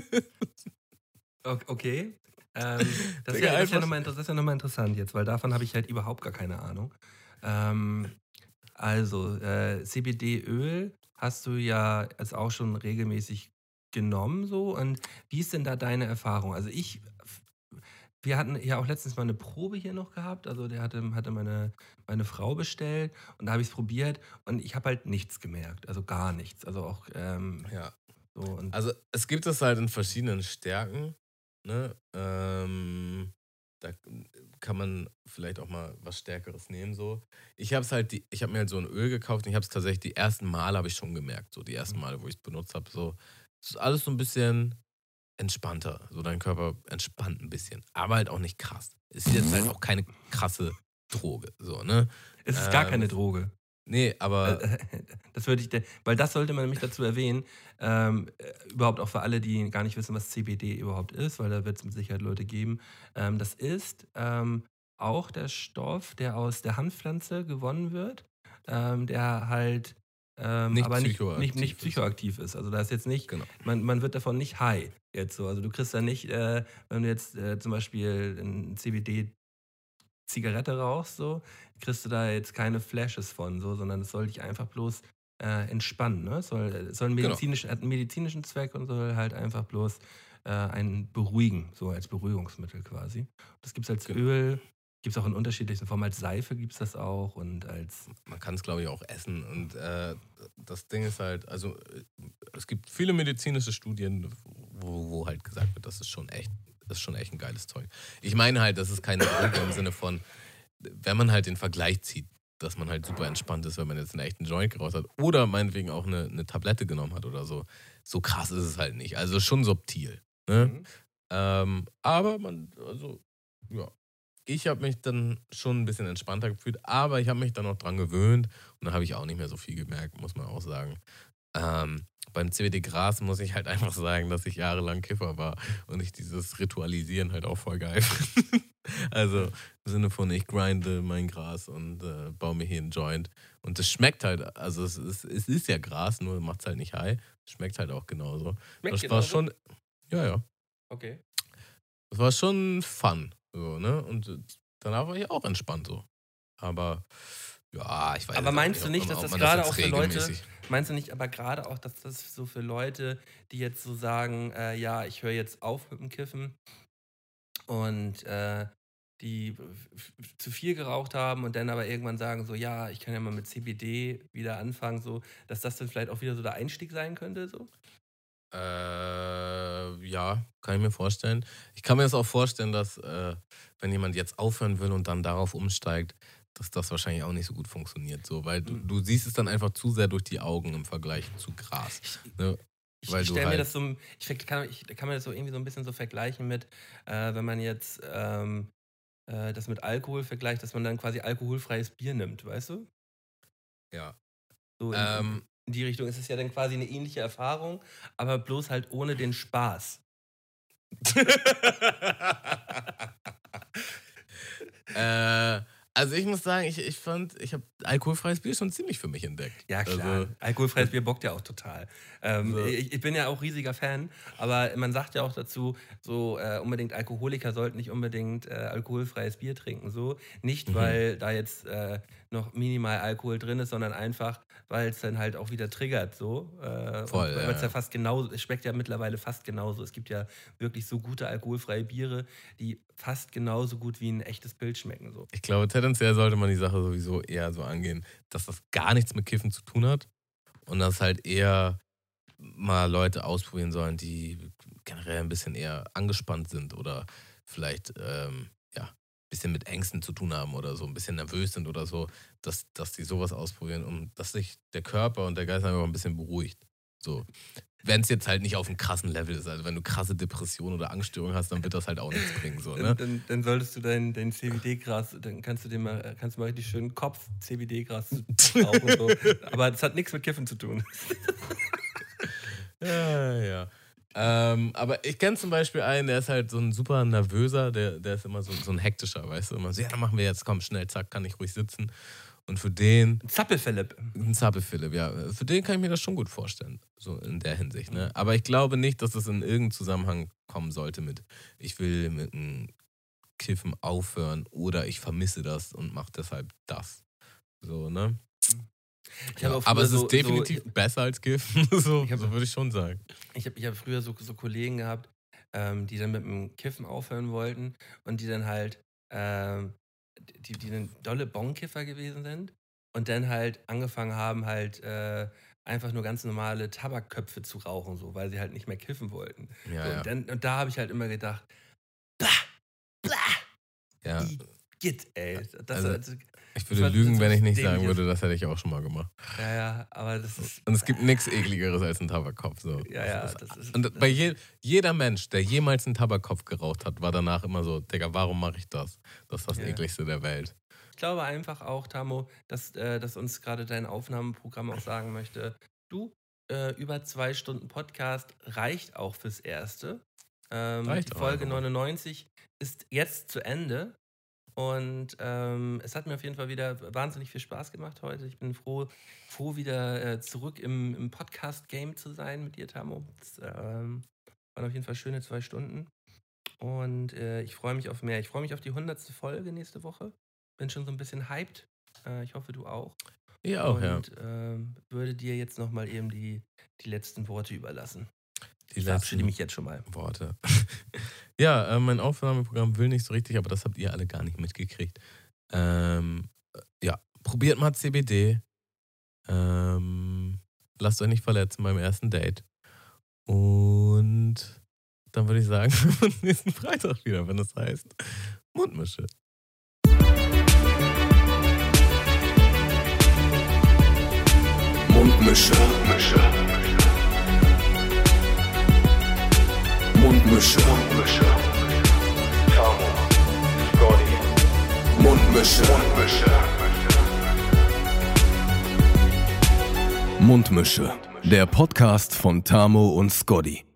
Okay. Das ist Digga, ja einfach- nochmal interessant jetzt, weil davon habe ich halt überhaupt gar keine Ahnung. Also, CBD-Öl hast du ja jetzt auch schon regelmäßig genommen so. Und wie ist denn da deine Erfahrung? Also wir hatten ja auch letztens mal eine Probe hier noch gehabt. Also der hatte meine Frau bestellt und da habe ich es probiert und ich habe halt nichts gemerkt. Also gar nichts. Also auch Ja. so und Also es gibt es halt in verschiedenen Stärken. Ne? Da kann man vielleicht auch mal was Stärkeres nehmen. So. Ich habe mir halt so ein Öl gekauft und ich habe es tatsächlich die ersten Male habe ich schon gemerkt. So die ersten Male, wo ich es benutzt habe. So, es ist alles so ein bisschen entspannter. So dein Körper entspannt ein bisschen. Aber halt auch nicht krass. Es ist jetzt halt auch keine krasse Droge. So, ne? es ist gar keine Ähm, Droge. Nee, aber Das würde ich, weil das sollte man nämlich dazu erwähnen, überhaupt auch für alle, die gar nicht wissen, was CBD überhaupt ist, weil da wird es mit Sicherheit Leute geben. Das ist auch der Stoff, der aus der Hanfpflanze gewonnen wird, der halt nicht aber nicht psychoaktiv ist. psychoaktiv ist. Also da ist jetzt nicht, Genau. man wird davon nicht high jetzt so. Also du kriegst da nicht, wenn du jetzt zum Beispiel ein CBD Zigarette rauchst, so, kriegst du da jetzt keine Flashes von, so, sondern es soll dich einfach bloß entspannen. Ne? Es soll einen Genau. hat einen medizinischen Zweck und soll halt einfach bloß einen beruhigen, so als Beruhigungsmittel quasi. Das gibt es als Genau. Öl, gibt es auch in unterschiedlichen Formen. Als Seife gibt es das auch und als. Man kann es, glaube ich, auch essen. Und das Ding ist halt, also es gibt viele medizinische Studien, wo halt gesagt wird, das ist schon echt ein geiles Zeug. Ich meine halt, das ist keine Droge im Sinne von, wenn man halt den Vergleich zieht, dass man halt super entspannt ist, wenn man jetzt einen echten Joint geraucht hat oder meinetwegen auch eine Tablette genommen hat oder so. So krass ist es halt nicht. Also schon subtil. Ne? Aber ja. Ich habe mich dann schon ein bisschen entspannter gefühlt, aber ich habe mich dann auch dran gewöhnt und dann habe ich auch nicht mehr so viel gemerkt, muss man auch sagen. Beim CBD-Gras muss ich halt einfach sagen, dass ich jahrelang Kiffer war und ich dieses Ritualisieren halt auch voll geil finde. Also im Sinne von, ich grinde mein Gras und baue mir hier einen Joint. Und es schmeckt halt, also es ist ja Gras, nur macht es halt nicht high. Es schmeckt halt auch genauso. Schmeckt Das war genauso? schon, ja. Okay. Das war schon fun. So, ne? Und danach war ich auch entspannt so. Aber ja, ich weiß Aber jetzt auch meinst du nicht, dass ob das man gerade jetzt auch für Leute, regelmäßig- meinst du nicht aber gerade auch, dass das so für Leute, die jetzt so sagen, ja, ich höre jetzt auf mit dem Kiffen und die zu viel geraucht haben und dann aber irgendwann sagen so, ja, ich kann ja mal mit CBD wieder anfangen, so, dass das dann vielleicht auch wieder so der Einstieg sein könnte, so? Ja, kann ich mir vorstellen. Ich kann mir das auch vorstellen, dass wenn jemand jetzt aufhören will und dann darauf umsteigt, dass das wahrscheinlich auch nicht so gut funktioniert. So, weil du siehst es dann einfach zu sehr durch die Augen im Vergleich zu Gras. Ne? Ich Weil du stelle mir halt- das so, kann mir das so irgendwie so ein bisschen so vergleichen mit, wenn man jetzt das mit Alkohol vergleicht, dass man dann quasi alkoholfreies Bier nimmt, weißt du? Ja. So in die Richtung ist es ja dann quasi eine ähnliche Erfahrung, aber bloß halt ohne den Spaß. Also ich muss sagen, ich habe alkoholfreies Bier schon ziemlich für mich entdeckt. Ja, klar. Also, Alkoholfreies Bier bockt ja auch total. So. Ich bin ja auch riesiger Fan, aber man sagt ja auch dazu, so unbedingt Alkoholiker sollten nicht unbedingt alkoholfreies Bier trinken. So. Nicht, weil da jetzt noch minimal Alkohol drin ist, sondern einfach, weil es dann halt auch wieder triggert. So. Voll, weil es ja. ja fast genauso, es schmeckt ja mittlerweile fast genauso. Es gibt ja wirklich so gute alkoholfreie Biere, die fast genauso gut wie ein echtes Pilz schmecken. So. Ich glaube, tendenziell sollte man die Sache sowieso eher so angehen, dass das gar nichts mit Kiffen zu tun hat und dass halt eher mal Leute ausprobieren sollen, die generell ein bisschen eher angespannt sind oder vielleicht ein bisschen mit Ängsten zu tun haben oder so, ein bisschen nervös sind oder so, dass die sowas ausprobieren, um dass sich der Körper und der Geist einfach ein bisschen beruhigt. So. wenn es jetzt halt nicht auf einem krassen Level ist. Also wenn du krasse Depressionen oder Angststörungen hast, dann wird das halt auch nichts bringen. So, ne? Dann solltest du dein CBD-Gras, dann kannst du mal richtig schön Kopf-CBD-Gras rauchen. So. Aber das hat nichts mit Kiffen zu tun. Ja. Aber ich kenne zum Beispiel einen, der ist halt so ein super nervöser, der ist immer so ein hektischer, weißt du? Immer so, ja, dann machen wir jetzt, komm, schnell, zack, kann ich ruhig sitzen. Und für den... Ein Zappel-Philipp, ja. Für den kann ich mir das schon gut vorstellen, so in der Hinsicht, ne? Aber ich glaube nicht, dass das in irgendeinem Zusammenhang kommen sollte mit, ich will mit dem Kiffen aufhören oder ich vermisse das und mache deshalb das. So, ne? Aber es ist definitiv besser als Kiffen, so würde ich schon sagen. Ich hab früher so Kollegen gehabt, die dann mit dem Kiffen aufhören wollten und die dann halt, die dann dolle Bonkiffer gewesen sind und dann halt angefangen haben, halt einfach nur ganz normale Tabakköpfe zu rauchen, so, weil sie halt nicht mehr kiffen wollten. Ja, so, und da habe ich halt immer gedacht, ja. ey. Ich würde lügen, wenn ich nicht sagen würde, das hätte ich auch schon mal gemacht. Ja, aber das ist... Und es gibt nichts Ekligeres als ein Tabakkopf. So. Ja, und bei jeder Mensch, der jemals einen Tabakkopf geraucht hat, war danach immer so, Digga, warum mache ich das? Das ist das Ekligste der Welt. Ich glaube einfach auch, Tamo, dass uns gerade dein Aufnahmeprogramm auch sagen möchte, du, über 2 Stunden Podcast reicht auch fürs Erste. Die Folge 99 ist jetzt zu Ende. Und es hat mir auf jeden Fall wieder wahnsinnig viel Spaß gemacht heute. Ich bin froh wieder zurück im Podcast-Game zu sein mit dir, Tamo. Das waren auf jeden Fall schöne 2 Stunden. Und ich freue mich auf mehr. Ich freue mich auf die 100. Folge nächste Woche. Bin schon so ein bisschen hyped. Ich hoffe, du auch. Ich auch, und, würde dir jetzt nochmal eben die letzten Worte überlassen. Ich verabschiede mich jetzt schon mal. Worte. Ja, mein Aufnahmeprogramm will nicht so richtig, aber das habt ihr alle gar nicht mitgekriegt. Probiert mal CBD. Lasst euch nicht verletzen beim ersten Date. Und dann würde ich sagen, wir sehen uns nächsten Freitag wieder, wenn das heißt Mundmische. Mundmische. Tamo, Scotty. Mundmische. Der Podcast von Tamo und Scotty.